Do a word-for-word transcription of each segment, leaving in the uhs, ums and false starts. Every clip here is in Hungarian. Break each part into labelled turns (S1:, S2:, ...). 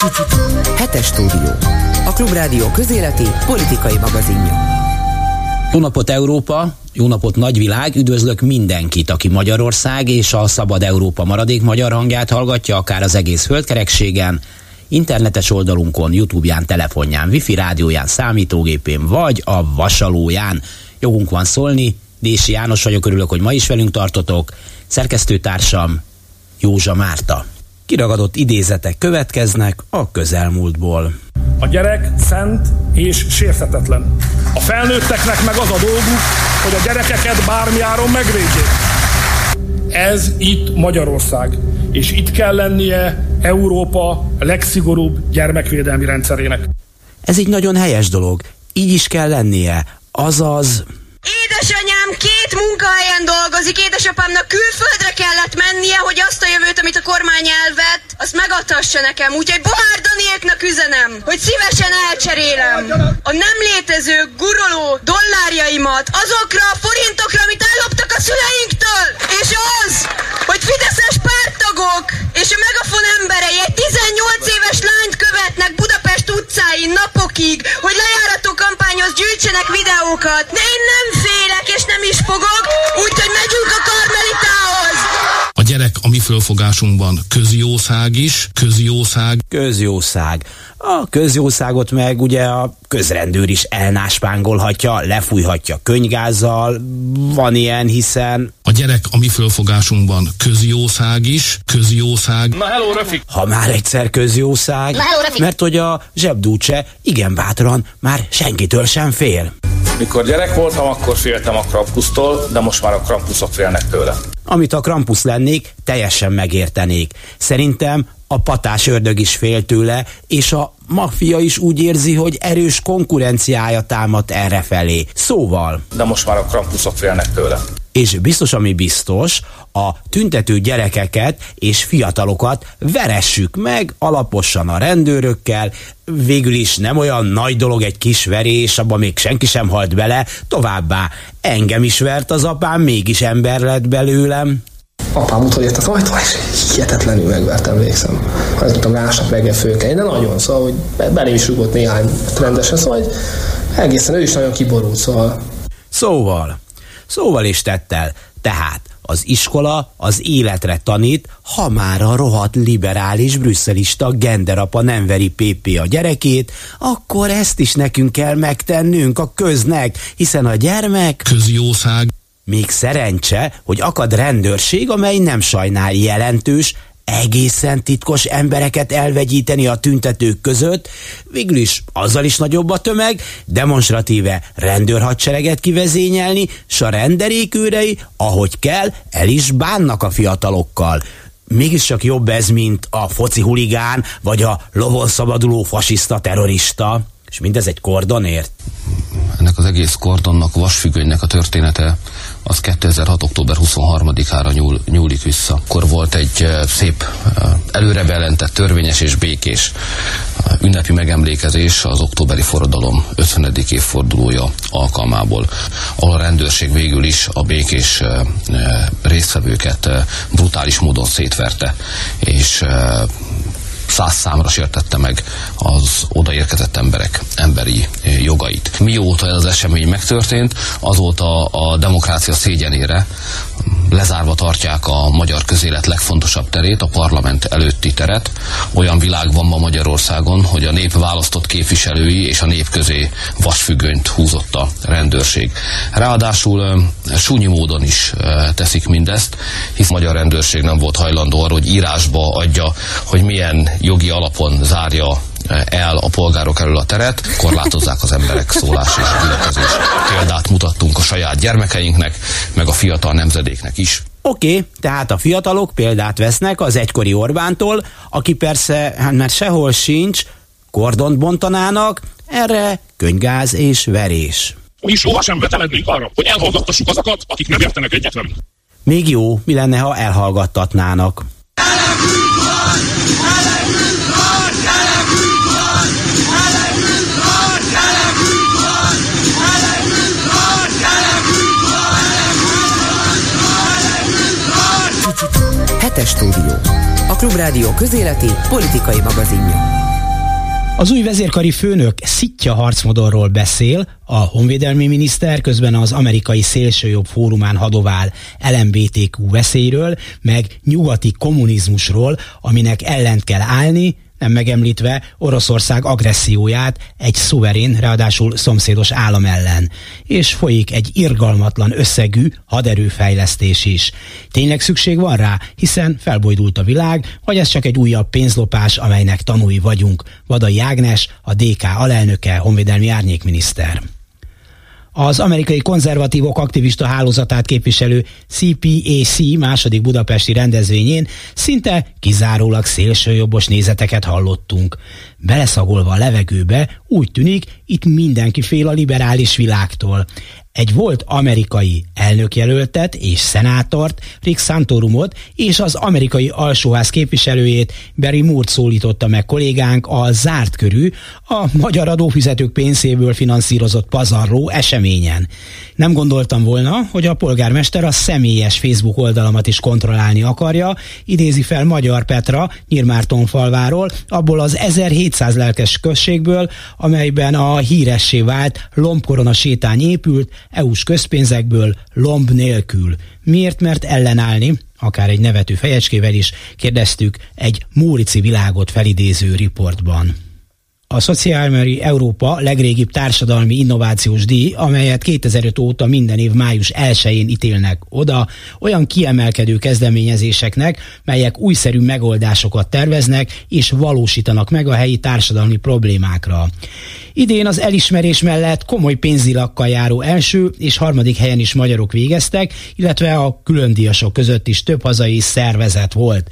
S1: Hetes stúdió. A Klubrádió közéleti politikai magazinja.
S2: Jó napot Európa, jó napot nagyvilág, üdvözlök mindenkit, aki Magyarország és a Szabad Európa maradék magyar hangját hallgatja, akár az egész földkerekségen, internetes oldalunkon, YouTube-ján, telefonján, wifi rádióján, számítógépén vagy a vasalóján. Jogunk van szólni, Dési János vagyok, örülök, hogy ma is velünk tartotok, szerkesztőtársam Józsa Márta. Kiragadott idézetek következnek a közelmúltból.
S3: A gyerek szent és sérthetetlen. A felnőtteknek meg az a dolguk, hogy a gyerekeket bármiáron megvédjék. Ez itt Magyarország, és itt kell lennie Európa legszigorúbb gyermekvédelmi rendszerének.
S2: Ez így nagyon helyes dolog. Így is kell lennie. Azaz...
S4: Édesanyám két munkahelyen dolgozik, édesapámnak külföldre kellett mennie, hogy azt a jövőt, amit a kormány elvett, azt megadhassa nekem. Úgyhogy Bohár Daniéknak üzenem, hogy szívesen elcserélem a nem létező, guruló dollárjaimat azokra a forintokra, amit elloptak a szüleinktől. És az, hogy fideszes párttagok és a Megafon emberei egy tizennyolc éves lányt követnek Budapest utcáin napokig, hogy lejárató kampányhoz gyűjtsenek videókat. De én nem félek, és nem is fogok, úgyhogy megyünk a Karmelitához!
S5: A gyerek a mi fölfogásunkban közjószág is, közjószág.
S2: Közjószág. A közjószágot meg ugye a közrendőr is elnáspángolhatja, lefújhatja könygázzal, van ilyen, hiszen...
S5: A gyerek a mi fölfogásunkban közjószág is, közjószág.
S3: Na hello, Rafik!
S2: Ha már egyszer közjószág,
S4: Na, hello, Rafik.
S2: mert hogy a zsebdúcse igen bátran már senkitől sem fél.
S6: Mikor gyerek voltam, akkor féltem a Krampusztól, de most már a Krampuszok félnek tőle.
S2: Amit a Krampus lennék, teljesen megértenék. Szerintem a patás ördög is fél tőle, és a maffia is úgy érzi, hogy erős konkurenciája támad errefelé. Szóval...
S6: De most már a Krampuszok félnek tőle.
S2: És biztos, ami biztos, a tüntető gyerekeket és fiatalokat veressük meg alaposan a rendőrökkel. Végül is nem olyan nagy dolog egy kis verés, abban még senki sem halt bele, továbbá engem is vert az apám, mégis ember lett belőlem.
S7: Apám utól jött az ajtó, és hihetetlenül megvert, emlékszem. Nem tudtam másnap reggel fölkelni, de nagyon, szóval, hogy belém is rúgott néhány rendesen, szóval, hogy egészen ő is nagyon kiborult, szóval.
S2: Szóval, szóval is tettel, tehát az iskola az életre tanít, ha már a rohadt liberális brüsszelista genderapa nem veri pé pé a gyerekét, akkor ezt is nekünk kell megtennünk a köznek, hiszen a gyermek...
S5: Közjószág.
S2: Még szerencse, hogy akad rendőrség, amely nem sajnál jelentős, egészen titkos embereket elvegyíteni a tüntetők között, végül is azzal is nagyobb a tömeg, demonstratíve rendőrhadsereget kivezényelni, s a renderékőrei, ahogy kell, el is bánnak a fiatalokkal. Mégiscsak jobb ez, mint a foci huligán, vagy a lovon szabaduló fasiszta terrorista. És mindez egy kordonért?
S5: Ennek az egész kordonnak, vasfüggönynek a története az kétezer-hat. október huszonharmadikára nyúl, nyúlik vissza. Akkor volt egy szép, előre bejelentett, törvényes és békés ünnepi megemlékezés az októberi forradalom ötvenedik évfordulója alkalmából, ahol a rendőrség végül is a békés résztvevőket brutális módon szétverte, és száz számra sértette meg az odaérkezett emberek emberi jogait. Mióta ez az esemény megtörtént, azóta a demokrácia szégyenére lezárva tartják a magyar közélet legfontosabb terét, a parlament előtti teret. Olyan világ van ma Magyarországon, hogy a nép választott képviselői és a nép közé vasfüggönyt húzott a rendőrség. Ráadásul súnyi módon is teszik mindezt, hisz a magyar rendőrség nem volt hajlandó arra, hogy írásba adja, hogy milyen jogi alapon zárja el a polgárok elől a teret, korlátozzák az emberek szólás és gyülekezés. Példát mutattunk a saját gyermekeinknek, meg a fiatal nemzedéknek is.
S2: Oké, okay, tehát a fiatalok példát vesznek az egykori Orbántól, aki persze, hát mert sehol sincs, kordont bontanának, erre könygáz és verés.
S3: Mi sohasem vetelednénk arra, hogy elhallgattassuk azokat, akik nem értenek egyet velünk.
S2: Még jó, mi lenne, ha elhallgattatnának.
S1: Hetes stúdió. A Klubrádió közéleti politikai magazinja.
S2: Az új vezérkari főnök szitja harcmodorról beszél, a honvédelmi miniszter közben az amerikai szélsőjobb fórumán hadovál el em bé té kú veszélyről, meg nyugati kommunizmusról, aminek ellent kell állni, nem megemlítve Oroszország agresszióját egy szuverén, ráadásul szomszédos állam ellen. És folyik egy irgalmatlan összegű haderőfejlesztés is. Tényleg szükség van rá, hiszen felbojdult a világ, vagy ez csak egy újabb pénzlopás, amelynek tanúi vagyunk. Vadai Ágnes, a dé ká alelnöke, honvédelmi árnyékminiszter. Az amerikai konzervatívok aktivista hálózatát képviselő cé pé á cé második budapesti rendezvényén szinte kizárólag szélsőjobbos nézeteket hallottunk. Beleszagolva a levegőbe úgy tűnik, itt mindenki fél a liberális világtól. Egy volt amerikai elnökjelöltet és szenátort, Rick Santorumot és az amerikai alsóház képviselőjét, Barry Moore-t szólította meg kollégánk a zárt körű, a magyar adófizetők pénzéből finanszírozott pazarló eseményen. Nem gondoltam volna, hogy a polgármester a személyes Facebook oldalamat is kontrollálni akarja, idézi fel Magyar Petra Nyírmártonfalváról, abból az ezerhétszáz lelkes községből, amelyben a híressé vált lombkorona sétány épült, é u-s közpénzekből lomb nélkül. Miért? Mert ellenállni, akár egy nevető fejecskével is, kérdeztük egy Mórici világot felidéző riportban. A Szociálmeri Európa legrégibb társadalmi innovációs díj, amelyet kétezer-öt óta minden év május elsején ítélnek oda, olyan kiemelkedő kezdeményezéseknek, melyek újszerű megoldásokat terveznek és valósítanak meg a helyi társadalmi problémákra. Idén az elismerés mellett komoly pénzdilakkal járó első és harmadik helyen is magyarok végeztek, illetve a különdíjasok között is több hazai szervezet volt.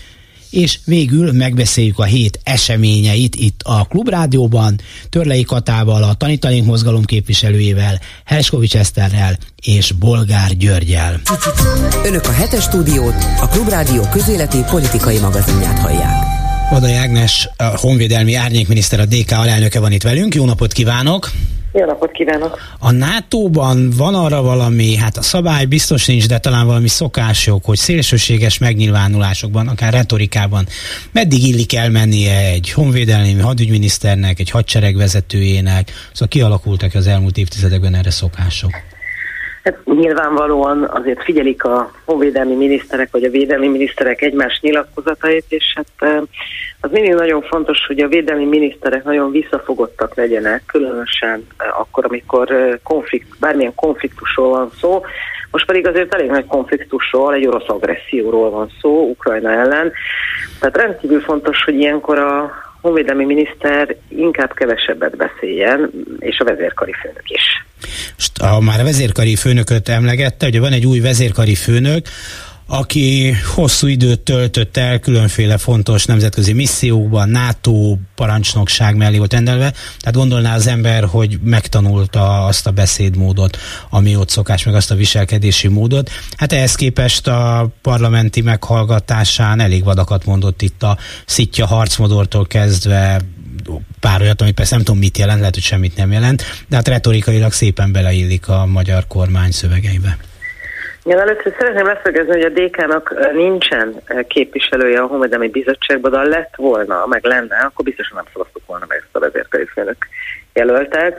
S2: És végül megbeszéljük a hét eseményeit itt a Klubrádióban, Törlei Katával, a Tanítanénk Mozgalom képviselőjével, Herskovics Eszterrel és Bolgár Györgyel.
S1: Önök a hetes stúdiót, a Klubrádió közéleti politikai magazinját hallják.
S2: Vadai Ágnes, a honvédelmi árnyékminiszter, a dé ká alelnöke van itt velünk. Jó napot kívánok!
S8: Jó napot kívánok!
S2: A nátóban van arra valami, hát a szabály biztos nincs, de talán valami szokásjog, hogy szélsőséges megnyilvánulásokban, akár retorikában meddig illik elmennie egy honvédelmi hadügyminiszternek, egy hadsereg vezetőjének, szóval kialakultak az elmúlt évtizedekben erre szokások.
S8: Hát nyilvánvalóan azért figyelik a honvédelmi miniszterek, vagy a védelmi miniszterek egymás nyilatkozatait, és hát az mindig nagyon fontos, hogy a védelmi miniszterek nagyon visszafogottak legyenek, különösen akkor, amikor konflikt, bármilyen konfliktusról van szó. Most pedig azért elég nagy konfliktusról, egy orosz agresszióról van szó Ukrajna ellen. Tehát rendkívül fontos, hogy ilyenkor a honvédelmi miniszter inkább kevesebbet beszéljen, és a vezérkari főnök is.
S2: Most, ha már a vezérkari főnököt emlegette, ugye van egy új vezérkari főnök, aki hosszú időt töltött el különféle fontos nemzetközi missziókban, NATO parancsnokság mellé volt rendelve, tehát gondolná az ember, hogy megtanulta azt a beszédmódot, ami ott szokás, meg azt a viselkedési módot. Hát ehhez képest a parlamenti meghallgatásán elég vadakat mondott itt a szitja harcmodortól kezdve, pár olyat, amit persze nem tudom mit jelent, lehet, hogy semmit nem jelent, de hát retorikailag szépen beleillik a magyar kormány szövegeibe.
S8: Ja, először szeretném leszögezni, hogy a dé ká-nak nincsen képviselője a honvédelmi bizottságban, de ha lett volna, meg lenne, akkor biztosan nem szavaztuk volna meg ezt a vezérkari főnök jelöltet.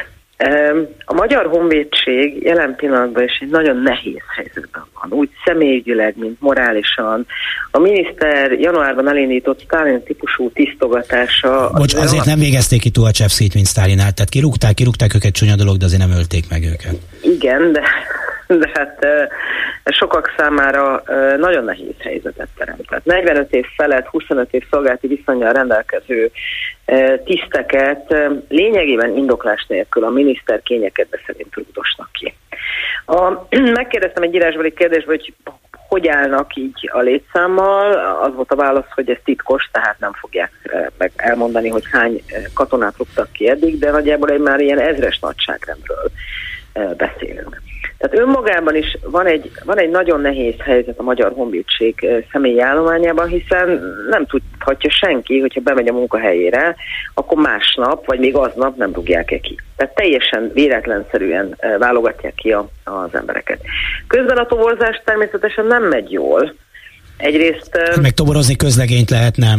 S8: A Magyar Honvédség jelen pillanatban is egy nagyon nehéz helyzetben van, úgy személyügyileg, mint morálisan. A miniszter januárban elindított Sztálin típusú tisztogatása...
S2: Bocs, azért a... nem végezték ki Tuhacsevszkijt, mint Sztálinát, tehát kirúgták, kirúgták őket, csúnya dolog, de azért nem ölték meg őket.
S8: Igen, de... de hát sokak számára nagyon nehéz helyzetet teremt. Tehát negyvenöt év felett, huszonöt év szolgálati viszonnyal rendelkező tiszteket lényegében indoklás nélkül a miniszter kényekedve szerint rúgdosnak ki. A, megkérdeztem egy írásbeli kérdésből, hogy hogy állnak így a létszámmal, az volt a válasz, hogy ez titkos, tehát nem fogják meg elmondani, hogy hány katonát rúgtak ki eddig, de nagyjából egy már ilyen ezres nagyságrendről beszélünk. Tehát önmagában is van egy, van egy nagyon nehéz helyzet a Magyar Honvédség személyi állományában, hiszen nem tudhatja senki, hogyha bemegy a munkahelyére, akkor másnap, vagy még aznap nem rúgják-e ki. Tehát teljesen véletlenszerűen válogatják ki a, az embereket. Közben a toborzás természetesen nem megy jól. Egyrészt...
S2: Meg toborozni közlegényt lehet, nem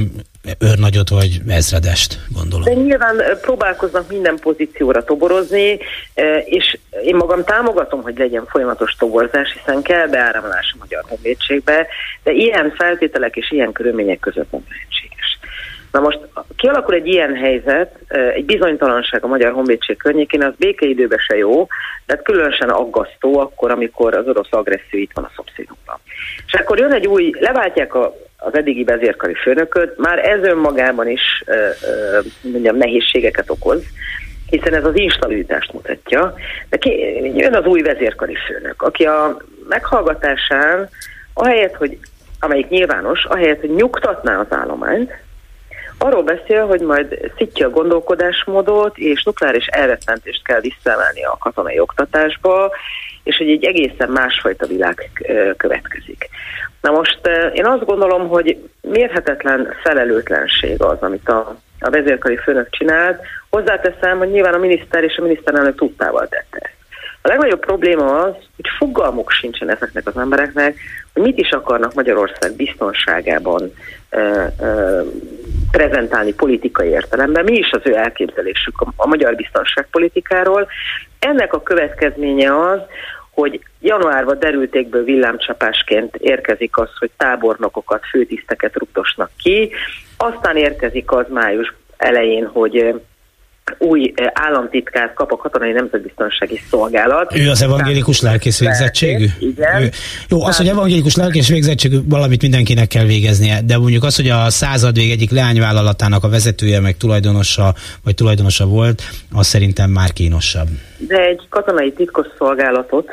S2: őrnagyot vagy ezredest, gondolom.
S8: De nyilván próbálkoznak minden pozícióra toborozni, és én magam támogatom, hogy legyen folyamatos toborzás, hiszen kell beáramlás a Magyar Honvédségbe, de ilyen feltételek és ilyen körülmények között nem lehetséges. Na most kialakul egy ilyen helyzet, egy bizonytalanság a Magyar Honvédség környékén, az békeidőben se jó, de különösen aggasztó akkor, amikor az orosz agresszió itt van a szomszédunkban. És akkor jön egy új, leváltják a az eddigi vezérkari főnököt, már ez önmagában is ö, ö, mondjam, nehézségeket okoz, hiszen ez az instabilitást mutatja. De ki, jön az új vezérkari főnök, aki a meghallgatásán, ahelyett, hogy, amelyik nyilvános, ahelyett, hogy nyugtatná az állományt, arról beszél, hogy majd szitja a gondolkodásmódot, és nukleáris elrettentést kell visszaemelni a katonai oktatásba, és hogy egy egészen másfajta világ következik. Na most én azt gondolom, hogy mérhetetlen felelőtlenség az, amit a, a vezérkari főnök csinált. Hozzáteszem, hogy nyilván a miniszter és a miniszterelnök tudtával tette ezt. A legnagyobb probléma az, hogy fogalmuk sincsen ezeknek az embereknek, hogy mit is akarnak Magyarország biztonságában ö, ö, prezentálni politikai értelemben, mi is az ő elképzelésük a, a magyar biztonságpolitikáról. Ennek a következménye az, hogy januárban derültékből villámcsapásként érkezik az, hogy tábornokokat, főtiszteket rugdosnak ki, aztán érkezik az május elején, hogy új államtitkát kap a Katonai Nemzetbiztonsági Szolgálat.
S2: Ő az evangélikus lelkész végzettségű?
S8: Igen.
S2: Ő, jó, az, hogy evangélikus lelkész végzettségű, valamit mindenkinek kell végeznie, de mondjuk az, hogy a századvég egyik leányvállalatának a vezetője, meg tulajdonosa, vagy tulajdonosa volt, az szerintem már kínosabb.
S8: De egy katonai titkosszolgálatot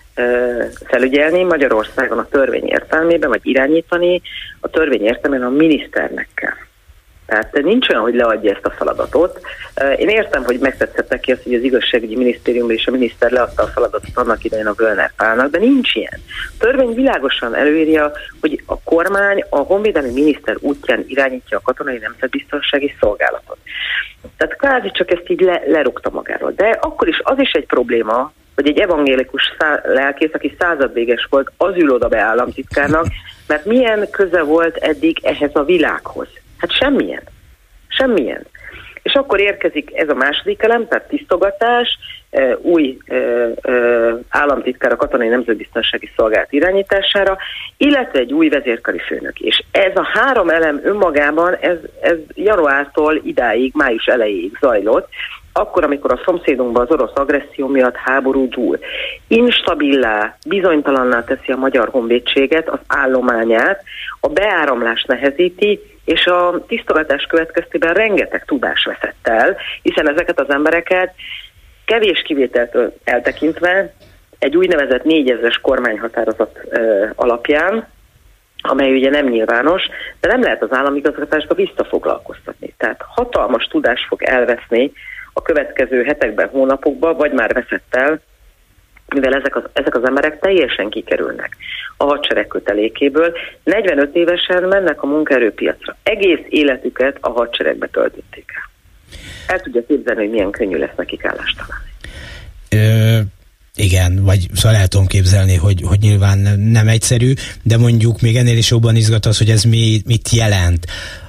S8: felügyelni Magyarországon a törvény értelmében, vagy irányítani a törvény értelmében a miniszternek kell. Tehát nincs olyan, hogy leadja ezt a feladatot. Én értem, hogy megtetszett neki azt, hogy az igazságügyi minisztériumban és a miniszter leadta a feladatot annak idején a Völner Pálnak, de nincs ilyen. A törvény világosan előírja, hogy a kormány a honvédelmi miniszter útján irányítja a Katonai Nemzetbiztonsági Szolgálatot. Tehát kvázi csak ezt így le, lerúgta magáról. De akkor is az is egy probléma, hogy egy evangélikus szá- lelkész, aki századvéges volt, az ül oda be államtitkárnak, mert milyen köze volt eddig ehhez a világhoz? Hát semmilyen. Semmilyen. És akkor érkezik ez a második elem, tehát tisztogatás, új államtitkár a Katonai Nemzetbiztonsági Szolgálat irányítására, illetve egy új vezérkari főnök. És ez a három elem önmagában, ez, ez januártól idáig, május elejéig zajlott, akkor, amikor a szomszédunkban az orosz agresszió miatt háború dúl. Instabilá, bizonytalanná teszi a Magyar Honvédséget, az állományát, a beáramlás nehezíti, és a tisztogatás következtében rengeteg tudás veszett el, hiszen ezeket az embereket kevés kivételtől eltekintve egy úgynevezett négyezres kormányhatározat ö, alapján, amely ugye nem nyilvános, de nem lehet az államigazgatásba visszafoglalkoztatni. Tehát hatalmas tudás fog elveszni a következő hetekben, hónapokban, vagy már veszett el, mivel ezek az, ezek az emberek teljesen kikerülnek a hadsereg kötelékéből. negyvenöt évesen mennek a munkaerőpiacra. Egész életüket a hadseregbe töltötték el. El tudja képzelni, hogy milyen könnyű lesz nekik állást találni.
S2: Ö, igen, vagy szóval el tudom képzelni, hogy, hogy nyilván nem egyszerű, de mondjuk még ennél is jobban izgat az, hogy ez mi, mit jelent.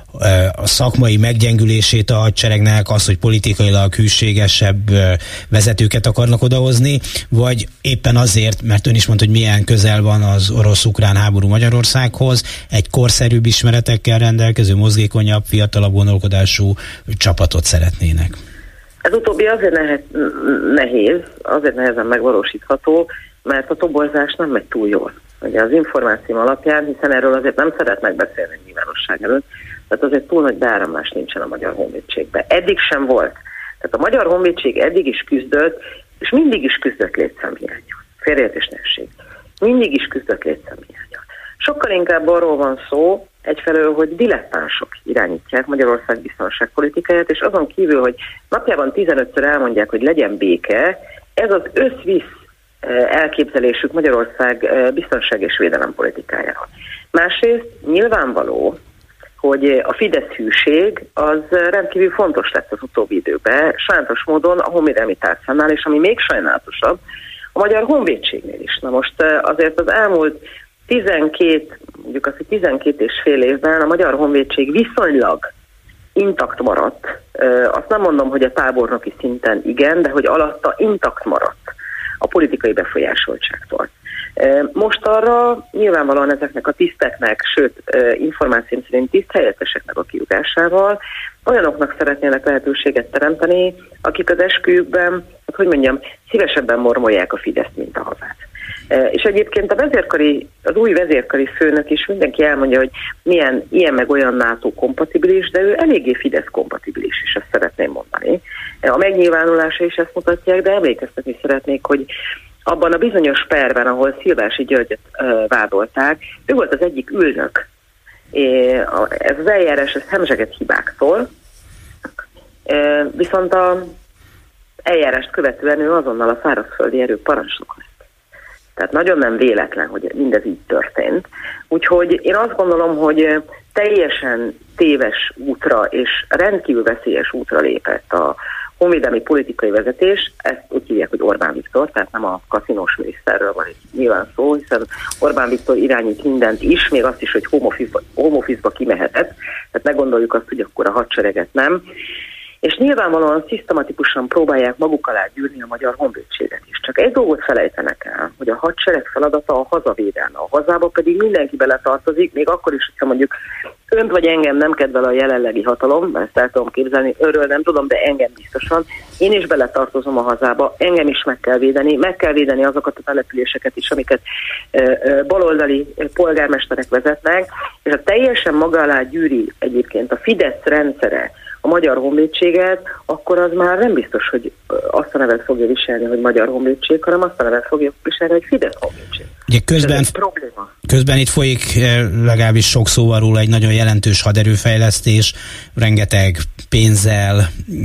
S2: A szakmai meggyengülését a hadseregnek, az, hogy politikailag hűségesebb vezetőket akarnak odahozni, vagy éppen azért, mert ön is mondta, hogy milyen közel van az orosz-ukrán háború Magyarországhoz, egy korszerűbb ismeretekkel rendelkező, mozgékonyabb, fiatalabb gondolkodású csapatot szeretnének.
S8: Ez utóbbi azért nehéz, azért nehezen megvalósítható, mert a toborzás nem megy túl jól. Ugye az információ alapján, hiszen erről azért nem szeretnek beszélni nyilvánosság előtt, tehát azért túl nagy beáramlás nincsen a Magyar Honvédségben. Eddig sem volt. Tehát a Magyar Honvédség eddig is küzdött, és mindig is küzdött létszámhiánnyal. Félreértés ne essék. Mindig is küzdött létszámhiánnyal. Sokkal inkább arról van szó, egyfelől, hogy dilettánsok irányítják Magyarország biztonságpolitikáját, és azon kívül, hogy napjában tizenötször elmondják, hogy legyen béke, ez az összvisz elképzelésük Magyarország biztonság és védelem politikájára. Másrészt nyilvánvaló, hogy a Fidesz hűség az rendkívül fontos lett az utóbbi időben, sajnálatos módon a honvédelmi tárcánál, és ami még sajnálatosabb, a Magyar Honvédségnél is. Na most azért az elmúlt tizenkét, mondjuk azt, hogy tizenkét és fél évben a Magyar Honvédség viszonylag intakt maradt. Azt nem mondom, hogy a tábornoki szinten igen, de hogy alatta intakt maradt a politikai befolyásoltságtól. Most arra nyilvánvalóan ezeknek a tiszteknek, sőt, információm szerint tiszthelyettes a kirúgásával olyanoknak szeretnének lehetőséget teremteni, akik az esküjükben, hát hogy mondjam, szívesebben mormolják a Fideszt, mint a hazát. És egyébként a vezérkari, az új vezérkari főnök is mindenki elmondja, hogy milyen ilyen meg olyan NATO kompatibilis, de ő eléggé Fidesz kompatibilis is, ezt szeretném mondani. A megnyilvánulása is ezt mutatják, de emlékeztetni szeretnék, hogy abban a bizonyos perben, ahol Szilvási Györgyöt uh, vádolták, ő volt az egyik ülnök. É, a, ez az eljárás ez hemzseget hibáktól, e, viszont az eljárást követően ő azonnal a szárazföldi erők parancsnoka lett. Tehát nagyon nem véletlen, hogy mindez így történt. Úgyhogy én azt gondolom, hogy teljesen téves útra és rendkívül veszélyes útra lépett a honvédelmi politikai vezetés, ezt úgy hívják, hogy Orbán Viktor, tehát nem a kaszinós miniszterről van itt nyilván szó, hiszen Orbán Viktor irányít mindent is, még azt is, hogy home office-ba kimehetett, tehát ne gondoljuk azt, hogy akkor a hadsereget nem. És nyilvánvalóan szisztematikusan próbálják maguk alá gyűrni a Magyar Honvédséget is. Csak egy dolgot felejtenek el, hogy a hadsereg feladata a hazavédelme, a hazába pedig mindenki beletartozik, még akkor is, hogyha mondjuk önt vagy engem nem kedvel a jelenlegi hatalom, mert ezt el tudom képzelni, őről nem tudom, de engem biztosan. Én is beletartozom a hazába, engem is meg kell védeni, meg kell védeni azokat a településeket is, amiket e, e, baloldali polgármesterek vezetnek, és ha teljesen maga alá gyűri egyébként a Fidesz rendszere a Magyar Honvédséget, akkor az már nem biztos, hogy azt a nevet fogja viselni, hogy Magyar Honvédség, hanem azt a nevet fogja viselni, hogy Fidesz Honvédség.
S2: Ugye közben, közben itt folyik legalábbis sok szóval róla egy nagyon jelentős haderőfejlesztés, rengeteg pénzzel,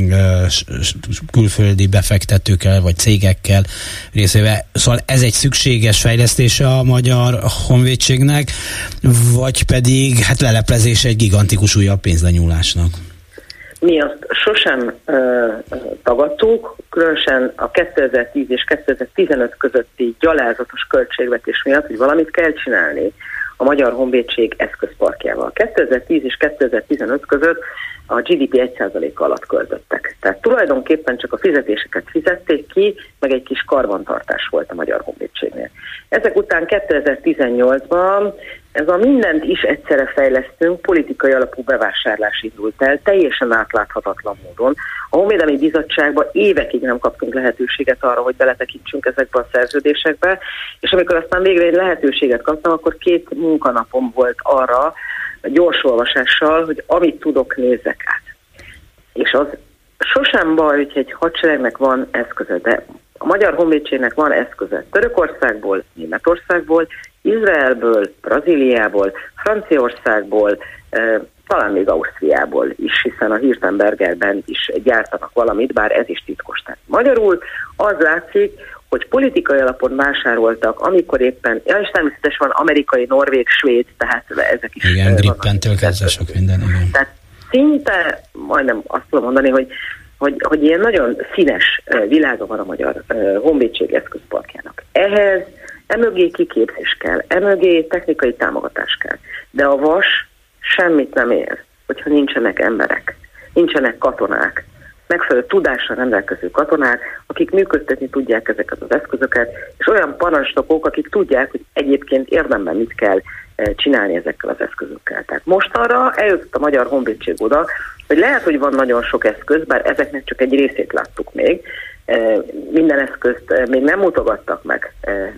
S2: külföldi befektetőkkel vagy cégekkel részével. Szóval ez egy szükséges fejlesztése a Magyar Honvédségnek, vagy pedig hát leleplezése egy gigantikus újabb pénzlenyúlásnak?
S8: Mi azt sosem ö, tagadtuk, különösen a kétezer-tíz és kétezer-tizenöt közötti gyalázatos költségvetés miatt, hogy valamit kell csinálni a Magyar Honvédség eszközparkjával. kétezer-tíz és kétezer-tizenöt között a gé dé pé egy százalék alatt költöttek. Tehát tulajdonképpen csak a fizetéseket fizették ki, meg egy kis karbantartás volt a Magyar Honvédségnél. Ezek után kétezer-tizennyolcban ez a mindent is egyszerre fejlesztünk, politikai alapú bevásárlás indult el, teljesen átláthatatlan módon. A Honvédelmi Bizottságban évekig nem kaptunk lehetőséget arra, hogy beletekintsünk ezekbe a szerződésekbe, és amikor aztán végre egy lehetőséget kaptam, akkor két munkanapom volt arra, gyorsolvasással, hogy amit tudok, nézzek át. És az sosem baj, hogy egy hadseregnek van eszköze, de a Magyar Honvédségnek van eszköze Törökországból, Németországból, Izraelből, Brazíliából, Franciaországból, eh, talán még Ausztriából is, hiszen a Hirtenbergerben is gyártanak valamit, bár ez is titkos. Tehát magyarul az látszik, hogy politikai alapon vásároltak, amikor éppen, ja, és természetesen van amerikai, norvég, svéd, tehát ezek is.
S2: Igen, Grippentől kezdve sok minden. Igen.
S8: Tehát szinte, majdnem azt tudom mondani, hogy, hogy, hogy ilyen nagyon színes világa van a Magyar Honvédség eszközparkjának. Ehhez emögé kiképzés kell, emögé technikai támogatás kell. De a vas semmit nem ér, hogyha nincsenek emberek, nincsenek katonák, megfelelő tudással rendelkező katonák, akik működtetni tudják ezeket az eszközöket, és olyan parancsnokok, akik tudják, hogy egyébként érdemben mit kell csinálni ezekkel az eszközökkel. Tehát mostanra eljött a Magyar Honvédség oda, hogy lehet, hogy van nagyon sok eszköz, bár ezeknek csak egy részét láttuk még, minden eszközt még nem mutogattak meg,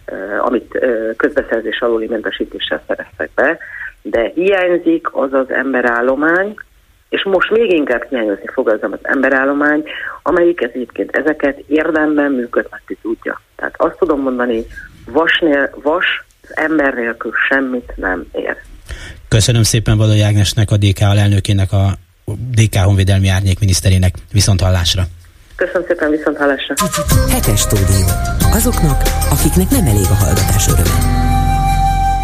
S8: amit közbeszerzés aluli mentesítéssel szereztek be, de hiányzik az az emberállomány, és most még inkább hiányozni fog az az emberállomány, amelyik egyébként ezeket érdemben működtetni tudja. Tehát azt tudom mondani, vasnél, vas az ember nélkül semmit nem ér.
S2: Köszönöm szépen Vadai Ágnesnek, a dé ká alelnökének, a dé ká honvédelmi árnyék miniszterének. Viszont hallásra!
S8: Köszönöm szépen, viszont hallásra!
S1: Hetes stúdió. Azoknak, akiknek nem elég a hallgatás öröme.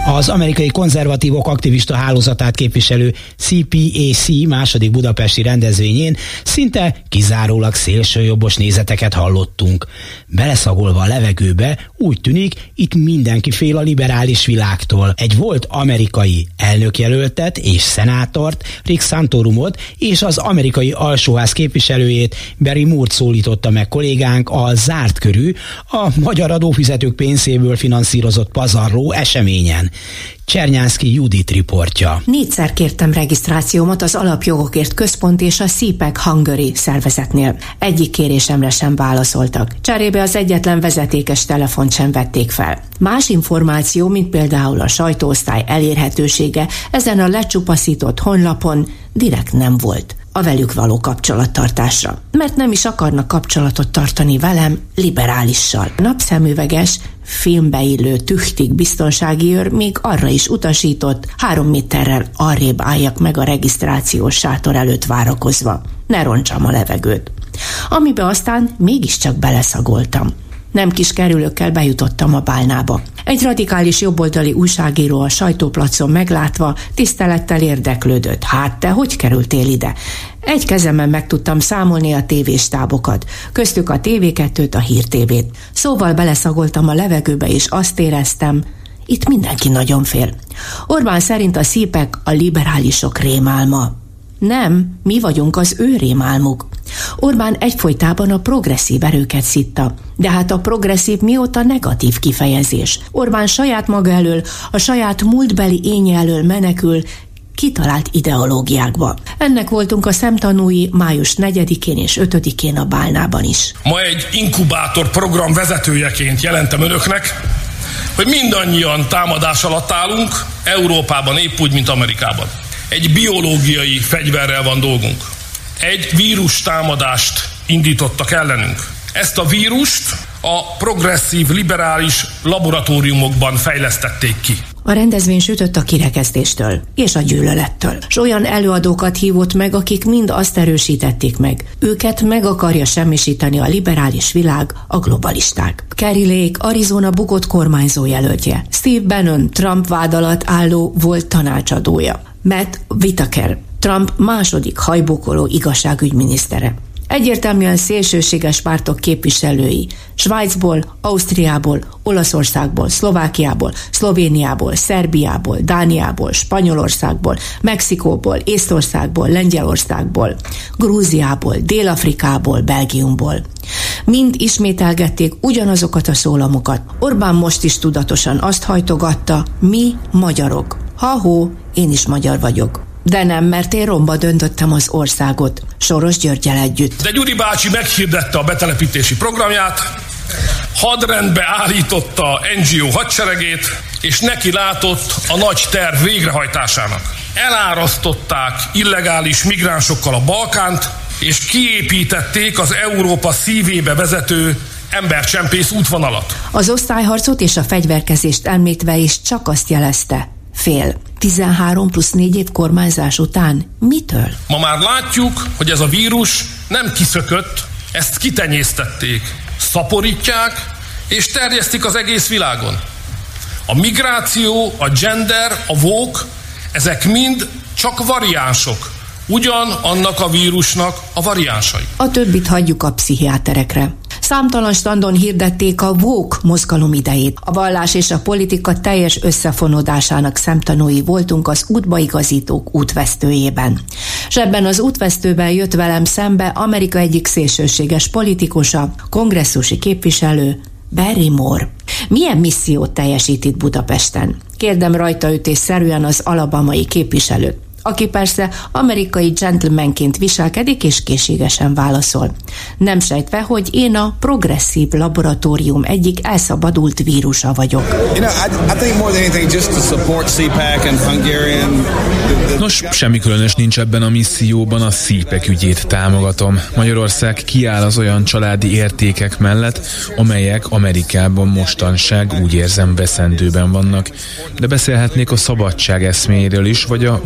S2: Az amerikai konzervatívok aktivista hálózatát képviselő cé pé á cé második budapesti rendezvényén szinte kizárólag szélsőjobbos nézeteket hallottunk. Beleszagolva a levegőbe úgy tűnik, itt mindenki fél a liberális világtól. Egy volt amerikai elnökjelöltet és szenátort, Rick Santorumot és az amerikai alsóház képviselőjét, Barry Moore-t szólította meg kollégánk a zárt körű, a magyar adófizetők pénzéből finanszírozott pazarló eseményen. Csernyánszky Judit riportja.
S9: Négyszer kértem regisztrációmat az Alapjogokért Központ és a cé pé á cé Hungary szervezetnél. Egyik kérésemre sem válaszoltak. Cserébe az egyetlen vezetékes telefont sem vették fel. Más információ, mint például a sajtóosztály elérhetősége ezen a lecsupaszított honlapon direkt nem volt a velük való kapcsolattartásra, mert nem is akarnak kapcsolatot tartani velem, liberálissal. Napszemüveges, filmbe illő tüchtig biztonsági őr még arra is utasított, három méterrel arrébb álljak meg a regisztrációs sátor előtt várakozva. Ne roncsam a levegőt. Amibe aztán mégiscsak beleszagoltam. Nem kis kerülőkkel bejutottam a bálnába. Egy radikális jobboldali újságíró a sajtóplacon meglátva tisztelettel érdeklődött. Hát te hogy kerültél ide? Egy kezemben meg tudtam számolni a tévéstábokat, köztük a té vé kettőt, a Hír té vét. Szóval beleszagoltam a levegőbe, és azt éreztem, itt mindenki nagyon fél. Orbán szerint a cé pé á cé a liberálisok rémálma. Nem, mi vagyunk az ő rémálmuk. Orbán egyfolytában a progresszív erőket szitta, de hát a progresszív mióta negatív kifejezés. Orbán saját maga elől, a saját múltbeli énje elől menekül kitalált ideológiákba. Ennek voltunk a szemtanúi május negyedikén és ötödikén a bálnában is.
S3: Ma egy inkubátor program vezetőjeként jelentem önöknek, hogy mindannyian támadás alatt állunk, Európában épp úgy, mint Amerikában. Egy biológiai fegyverrel van dolgunk. Egy vírus támadást indítottak ellenünk. Ezt a vírust a progresszív, liberális laboratóriumokban fejlesztették ki.
S9: A rendezvény sütött a kirekesztéstől és a gyűlölettől. S olyan előadókat hívott meg, akik mind azt erősítették meg. Őket meg akarja semmisíteni a liberális világ, a globalisták. Kari Lake, Arizona bukott kormányzó jelöltje. Steve Bannon, Trump vád alatt álló volt tanácsadója. Matt Whitaker, Trump második hajbókoló igazságügyminisztere. Egyértelműen szélsőséges pártok képviselői. Svájcból, Ausztriából, Olaszországból, Szlovákiából, Szlovéniából, Szerbiából, Dániából, Spanyolországból, Mexikóból, Észtországból, Lengyelországból, Grúziából, Dél-Afrikából, Belgiumból. Mind ismételgették ugyanazokat a szólamokat. Orbán most is tudatosan azt hajtogatta, mi magyarok. Ha-hó, én is magyar vagyok. De nem, mert én romba döntöttem az országot. Soros Györggyel együtt.
S3: De Gyuri bácsi meghirdette a betelepítési programját, hadrendbe állította en gé o hadseregét, és neki látott a nagy terv végrehajtásának. Elárasztották illegális migránsokkal a Balkánt, és kiépítették az Európa szívébe vezető embercsempész útvonalat.
S9: Az osztályharcot és a fegyverkezést említve is csak azt jelezte, fél. tizenhárom plusz négy év kormányzás után mitől?
S3: Ma már látjuk, hogy ez a vírus nem kiszökött, ezt kitenyésztették. Szaporítják és terjesztik az egész világon. A migráció, a gender, a woke, ezek mind csak variánsok. Ugyan annak a vírusnak a variánsai.
S9: A többit hagyjuk a pszichiáterekre. Számtalan standon hirdették a woke mozgalom idejét. A vallás és a politika teljes összefonódásának szemtanúi voltunk az útbaigazítók útvesztőjében. S ebben az útvesztőben jött velem szembe Amerika egyik szélsőséges politikusa, kongresszusi képviselő, Barry Moore. Milyen missziót teljesít itt Budapesten? Kérdem rajtaütésszerűen az alabamai képviselőt, aki persze amerikai gentlemanként viselkedik és készségesen válaszol. Nem sejtve, hogy én a progresszív laboratórium egyik elszabadult vírusa vagyok.
S10: Nos, semmi különös nincs ebben a misszióban, a cé pé á cé ügyét támogatom. Magyarország kiáll az olyan családi értékek mellett, amelyek Amerikában mostanság úgy érzem veszendőben vannak. De beszélhetnék a szabadság eszméről is, vagy a woke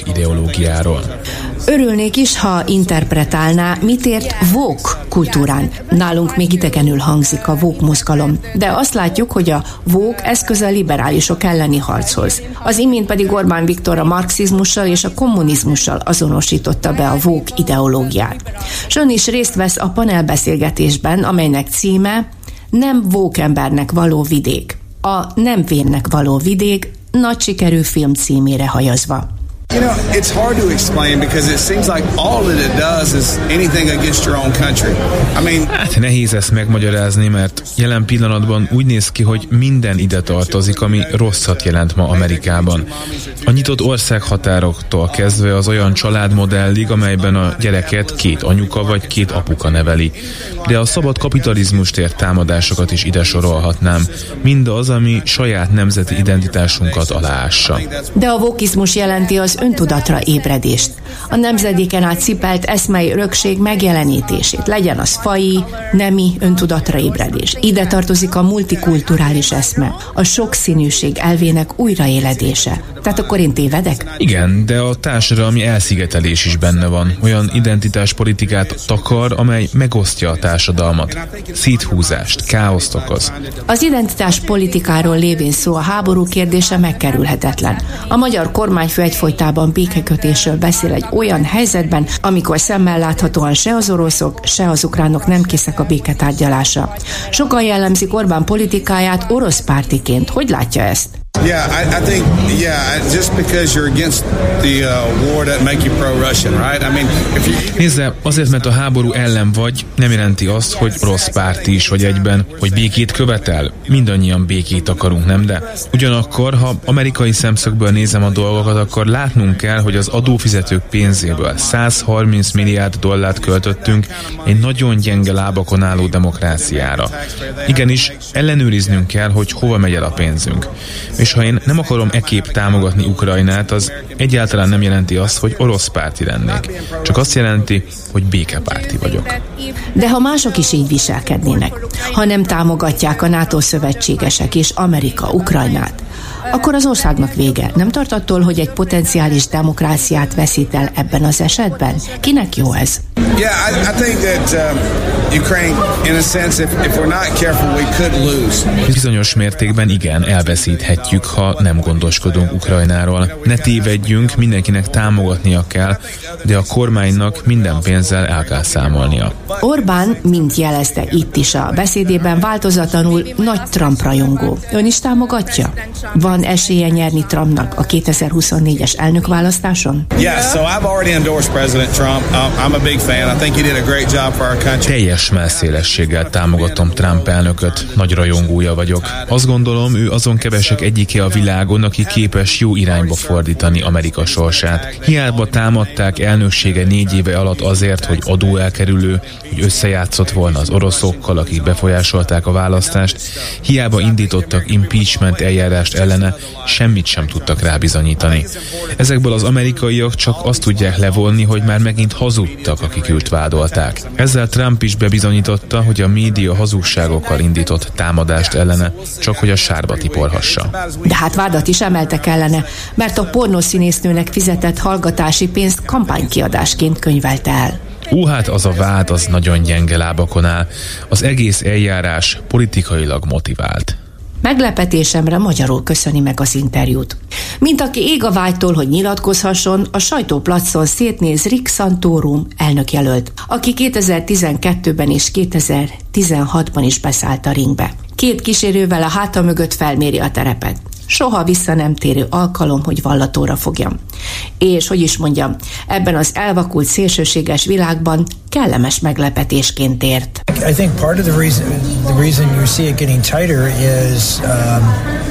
S10: ideológiáról.
S9: Örülnék is, ha interpretálná, mit ért woke kultúrán. Nálunk még idegenül hangzik a woke mozgalom, de azt látjuk, hogy a woke eszköz a liberálisok elleni harchoz. Az imént pedig Orbán Viktor a marxizmussal és a kommunizmussal azonosította be a woke ideológiát. S ön is részt vesz a panelbeszélgetésben, amelynek címe Nem woke embernek való vidék. A Nem vénnek való vidék nagy sikerű film címére hajazva.
S11: You know, it's hard to explain because it seems like all that it does is anything against your own country. I mean,
S10: hát nehéz ezt megmagyarázni, mert jelen pillanatban úgy néz ki, hogy minden ide tartozik, ami rosszat jelent ma Amerikában. A nyitott országhatároktól kezdve az olyan családmodellig, amelyben a gyereket két anyuka vagy két apuka neveli. De a szabad kapitalizmust ért támadásokat is ide sorolhatnám. Mindaz, ami saját nemzeti identitásunkat aláássa.
S9: De a vokizmus jelenti az öntudatra ébredést, a nemzedéken át cipelt eszmei örökség megjelenítését, legyen az faji, nemi öntudatra ébredés. Ide tartozik a multikulturális eszme, a sokszínűség elvének újraéledése. Tehát akkor én tévedek?
S10: Igen, de a társadalmi elszigetelés is benne van. Olyan identitáspolitikát takar, amely megosztja a társadalmat. Széthúzást, káoszt okoz.
S9: Az identitáspolitikáról lévén szó a háború kérdése megkerülhetetlen. A magyar kormányfő egyfolytában békekötésről beszél egy olyan helyzetben, amikor szemmel láthatóan se az oroszok, se az ukránok nem készek a béketárgyalásra. Sokan jellemzik Orbán politikáját orosz pártiként. Hogy látja ezt?
S11: Yeah, I, I think, yeah, just because you're against the uh, war that make you pro-Russian, right? I mean, if you...
S10: Nézze, azért, mert a háború ellen vagy, nem jelenti azt, hogy rossz párti is vagy egyben, hogy békét követel. Mindannyian békét akarunk, nem? De ugyanakkor, ha amerikai szemszögből nézem a dolgokat, akkor látnunk kell, hogy az adófizetők pénzéből száz harminc milliárd dollárt költöttünk egy nagyon gyenge lábakon álló demokráciára. Igenis, ellenőriznünk kell, hogy hova megy el a pénzünk. És ha én nem akarom ekképp támogatni Ukrajnát, az egyáltalán nem jelenti azt, hogy orosz párti lennék. Csak azt jelenti, hogy békepárti vagyok.
S9: De ha mások is így viselkednének, ha nem támogatják a NATO szövetségesek és Amerika Ukrajnát, akkor az országnak vége. Nem tart attól, hogy egy potenciális demokráciát veszít el ebben az esetben? Kinek jó ez?
S11: Yeah, I, I think that um, Ukraine, in a sense, if, if we're not careful, we could lose.
S10: Bizonyos mértékben igen, elveszíthetjük, ha nem gondoskodunk Ukrajnáról. Ne tévedjünk, mindenkinek támogatnia kell, de a kormánynak minden pénzzel el kell számolnia.
S9: Orbán, mint jelezte itt is a beszédében, változatlanul nagy Trump rajongó. Ön is támogatja? Van esélye nyerni Trumpnak a kétezer-huszonnégyes elnökválasztáson?
S11: Yeah, so I've already endorsed President Trump. I'm a big fan. I think he did a great job for our country.
S10: Teljes mellszélességgel támogatom Trump elnököt. Nagy rajongója vagyok. Azt gondolom, ő azon kevesek egyike a világon, aki képes jó irányba fordítani Amerika sorsát. Hiába támadták elnöksége négy éve alatt azért, hogy adóelkerülő, hogy összejátszott volna az oroszokkal, akik befolyásolták a választást. Hiába indítottak impeachment eljárást ellene, semmit sem tudtak rábizonyítani. Ezekből az amerikaiak csak azt tudják levonni, hogy már megint hazudtak, akik őt vádolták. Ezzel Trump is bebizonyította, hogy a média hazugságokkal indított támadást ellene, csak hogy a sárba tiporhassa.
S9: De hát vádat is emeltek ellene, mert a pornószínésznőnek fizetett hallgatási pénzt kampánykiadásként könyvelte el.
S10: Ó, hát az a vád, az nagyon gyenge lábakon áll. Az egész eljárás politikailag motivált.
S9: Meglepetésemre magyarul köszöni meg az interjút. Mint aki ég a vágytól, hogy nyilatkozhasson, a sajtóplacon szétnéz Rick Santorum elnökjelölt, aki kétezer-tizenkettőben és kétezer-tizenhatban is beszállt a ringbe. Két kísérővel a háta mögött felméri a terepet. Soha vissza nem térő alkalom, hogy vallatóra fogjam. És, hogy is mondjam, ebben az elvakult szélsőséges világban kellemes meglepetésként ért.
S12: I think part of the reason the reason you see it getting tighter is um,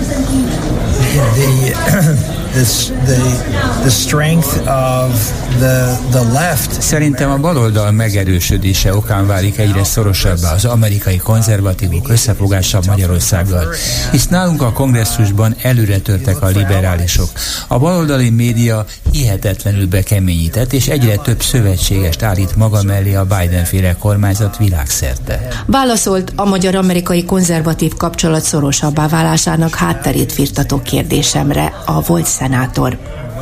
S12: the This, the, the strength of the, the left.
S13: Szerintem a baloldal megerősödése okán válik egyre szorosabbá az amerikai konzervatívok összefogása Magyarországgal, hisz nálunk a kongresszusban előre törtek a liberálisok. A baloldali média hihetetlenül bekeményített, és egyre több szövetségest állít maga mellé a Biden-féle kormányzat világszerte.
S9: Válaszolt a magyar-amerikai konzervatív kapcsolat szorosabbá válásának hátterét firtató kérdésemre a volt szenátor.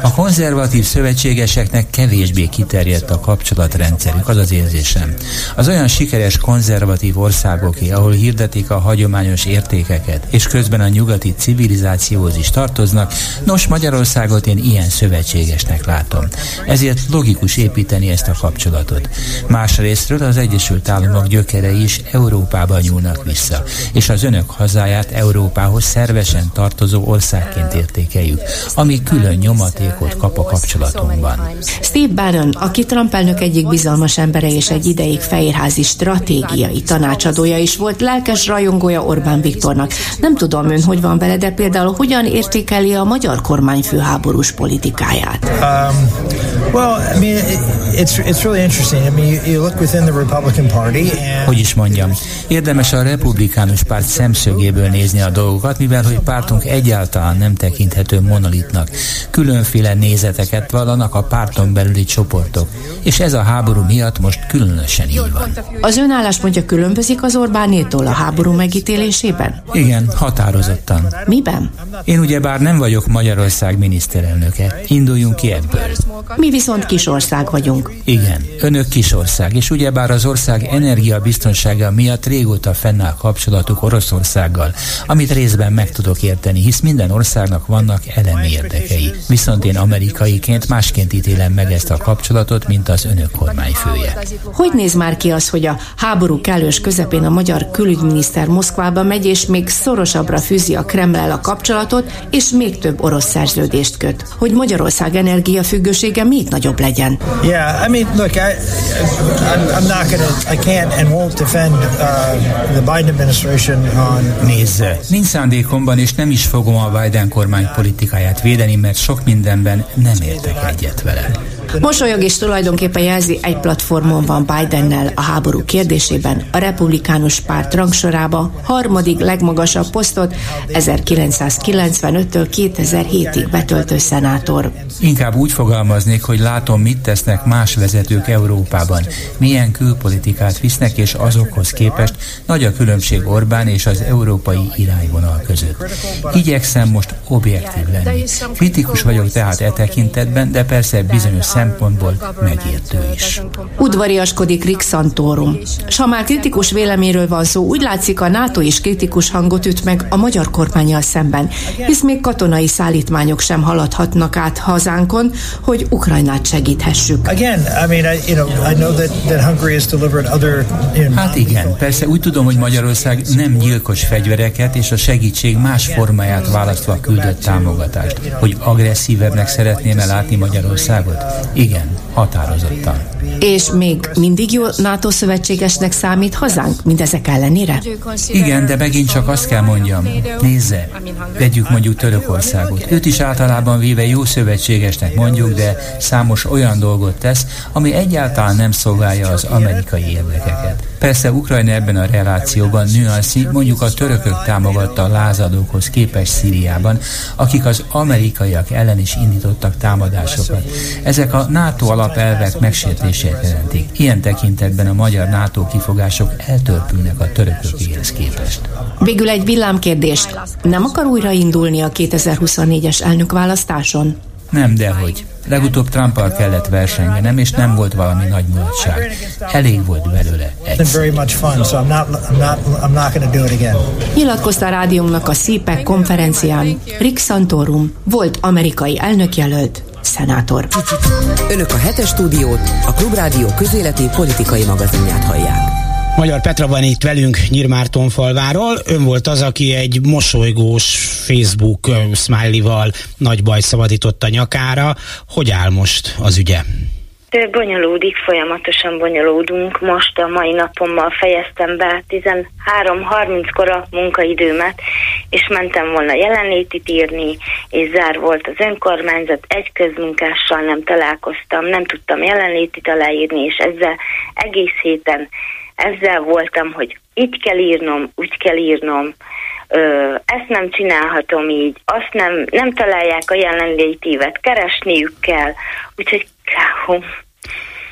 S13: A konzervatív szövetségeseknek kevésbé kiterjedt a kapcsolatrendszerük, az az érzésem. Az olyan sikeres konzervatív országoké, ahol hirdetik a hagyományos értékeket, és közben a nyugati civilizációhoz is tartoznak, nos, Magyarországot én ilyen szövetségesnek látom. Ezért logikus építeni ezt a kapcsolatot. Másrésztről az Egyesült Államok gyökerei is Európába nyúlnak vissza, és az önök hazáját Európához szervesen tartozó országként értékeljük, ami külön nyomatékot kap a kapcsolatunkban.
S9: Steve Bannon, aki Trump elnök egyik bizalmas embere és egy ideig fehérházi stratégiai tanácsadója is volt, lelkes rajongója Orbán Viktornak. Nem tudom ön, hogy van vele, de például hogyan értékeli a magyar kormányfő háborús politikáját?
S12: Um, well, I mean, it's it's really interesting. I mean, you, you look within the Republican Party and...
S13: Hogy is mondjam, érdemes a republikánus párt szemszögéből nézni a dolgokat, mivel hogy pártunk egyáltalán nem tekinthető monolitnak. Különféle nézeteket vallanak a párton belüli csoportok, és ez a háború miatt most különösen így van.
S9: Az ön álláspontja különbözik az Orbánétól a háború megítélésében?
S13: Igen, határozottan.
S9: Miben?
S13: Én ugyebár nem vagyok Magyarország miniszterelnöke. Induljunk ki ebből.
S9: Mi viszont kisország vagyunk.
S13: Igen, önök kisország, és ugyebár az ország energiabiztonsága miatt régóta fennáll kapcsolatuk Oroszországgal, amit részben meg tudok érteni, hisz minden országnak vannak elemi érdekei. Viszont én amerikaiként másként ítélem meg ezt a kapcsolatot, mint az önök kormányfője.
S9: Hogy néz már ki az, hogy a háború kellős közepén a magyar külügyminiszter Moszkvába megy, és még szorosabbra fűzi a Kremllel a kapcsolatot, és még több orosz szerződést köt, hogy Magyarország energiafüggősége még nagyobb legyen?
S12: Yeah, I mean, look, I, I'm, I'm not gonna, I can't and won't defend uh, the Biden administration on...
S13: Nézze, nincs szándékomban, és nem is fogom a Biden kormány politikáját védeni, mert sok mindenben nem értek egyet vele.
S9: Mosolyog és tulajdonképpen jelzi, egy platformon van Bidennel a háború kérdésében, a republikánus párt rangsorába harmadik legmagasabb posztot ezerkilencszázkilencvenöttől kétezer-hétig betöltő szenátor.
S13: Inkább úgy fogalmaznék, hogy látom, mit tesznek más vezetők Európában, milyen külpolitikát visznek, és azokhoz képest nagy a különbség Orbán és az európai irányvonal között. Igyekszem most objektív lenni. Kritikus vagyok tehát e tekintetben, de persze bizonyos szempontból megértő is.
S9: Udvariaskodik Rick Santorum. S ha már kritikus véleményről van szó, úgy látszik, a NATO is kritikus hangot üt meg a magyar kormánnyal szemben, hisz még katonai szállítmányok sem haladhatnak át hazánkon, hogy Ukrajnát segíthessük.
S13: Hát igen, persze úgy tudom, hogy Magyarország nem gyilkos fegyvereket és a segítség más formáját választva küldött támogatást. Hogy agresszívebbnek szeretném-e látni Magyarországot? Igen, határozottan.
S9: És még mindig jó NATO szövetségesnek számít hazánk, mindezek ellenére?
S13: Igen, de megint csak azt kell mondjam, nézze, vegyük mondjuk Törökországot. Őt is általában véve jó szövetségesnek mondjuk, de számos olyan dolgot tesz, ami egyáltalán nem szolgálja az amerikai érdekeket. Persze Ukrajna ebben a relációban nüanszi, mondjuk a törökök támogatta a lázadókhoz képest Szíriában, akik az amerikaiak ellen is indítottak támadásokat. Ezek a NATO alapelvek megsértését jelentik. Ilyen tekintetben a magyar NATO kifogások eltörpülnek a törökökéhez képest.
S9: Végül egy villámkérdés. Nem akar újraindulni a kétezer-huszonnégyes elnökválasztáson?
S13: Nem, dehogy. Legutóbb Trumpal kellett versengenem, és nem volt valami nagy mulatság. Elég volt belőle.
S9: Nyilatkozta a rádiónknak a szípek konferencián Rick Santorum, volt amerikai elnökjelölt, szenátor.
S1: Önök a hetes stúdiót, a Klubrádió közéleti politikai magazinját hallják.
S14: Magyar Petra van itt velünk Nyírmártonfalváról. Ön volt az, aki egy mosolygós Facebook uh, smiley-val nagy bajt szabadított a nyakára. Hogy áll most az ügye?
S15: Bonyolódik, folyamatosan bonyolódunk. Most a mai napommal fejeztem be tizenhárom harminckor a munkaidőmet, és mentem volna jelenlétit írni, és zár volt az önkormányzat, egy közmunkással nem találkoztam, nem tudtam jelenlétit aláírni, és ezzel egész héten ezzel voltam, hogy így kell írnom, úgy kell írnom, Ö, ezt nem csinálhatom így, azt nem, nem találják a jelenlétívet, keresniük kell, úgyhogy káhom.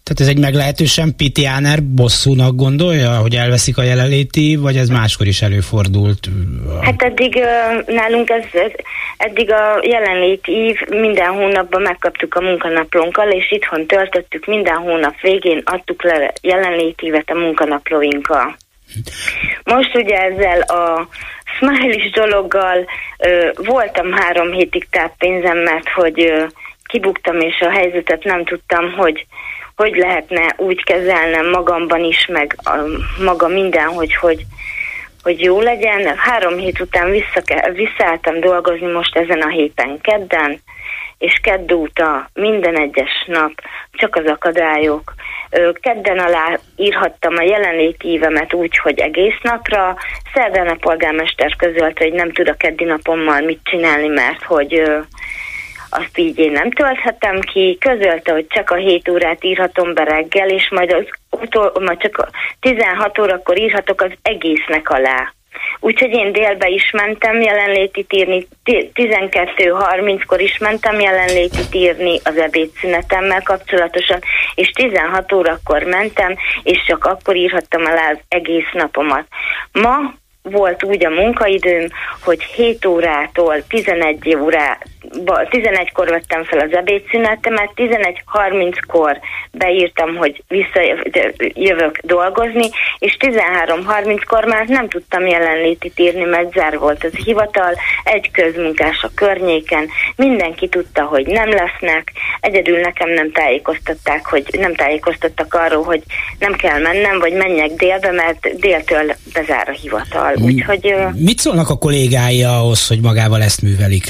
S14: Tehát ez egy meglehetősen Pitiáner bosszúnak gondolja, hogy elveszik a jelenléti, vagy ez máskor is előfordult?
S15: Hát eddig nálunk ez, ez eddig a jelenléti ív minden hónapban megkaptuk a munkanaplónkkal, és itthon töltöttük, minden hónap végén adtuk le jelenléti ívet a munkanaplóinkkal. Most ugye ezzel a Smiley-s dologgal ö, voltam három hétig táppénzem, mert hogy ö, kibuktam, és a helyzetet nem tudtam, hogy hogy lehetne úgy kezelnem magamban is, meg a, maga minden, hogy, hogy, hogy jó legyen. Három hét után vissza, visszaálltam dolgozni most ezen a héten kedden, és kedd óta minden egyes nap csak az akadályok. Kedden alá írhattam a jelenléti ívemet úgy, hogy egész napra. Szerdán a polgármester közölte, hogy nem tud a keddi napommal mit csinálni, mert hogy azt így én nem tölthetem ki. Közölte, hogy csak a hét órát írhatom be reggel, és majd, az utol, majd csak a tizenhat órakor írhatok az egésznek alá. Úgyhogy én délbe is mentem jelenlétit írni, tizenkettő harminckor is mentem jelenlétit írni az ebédszünetemmel kapcsolatosan, és tizenhat órakor mentem, és csak akkor írhattam alá az egész napomat. Ma volt úgy a munkaidőm, hogy hét órától tizenegy órá, tizenegykor vettem fel az ebédszünetemet, tizenegy harminckor beírtam, hogy visszajövök dolgozni, és tizenhárom harminckor már nem tudtam jelenlétit írni, mert zár volt az hivatal, egy közmunkás a környéken, mindenki tudta, hogy nem lesznek, egyedül nekem nem tájékoztatták, hogy nem tájékoztattak arról, hogy nem kell mennem, vagy menjek délbe, mert déltől bezár a hivatal. Úgyhogy,
S14: mit szólnak a kollégái ahhoz, hogy magával ezt művelik?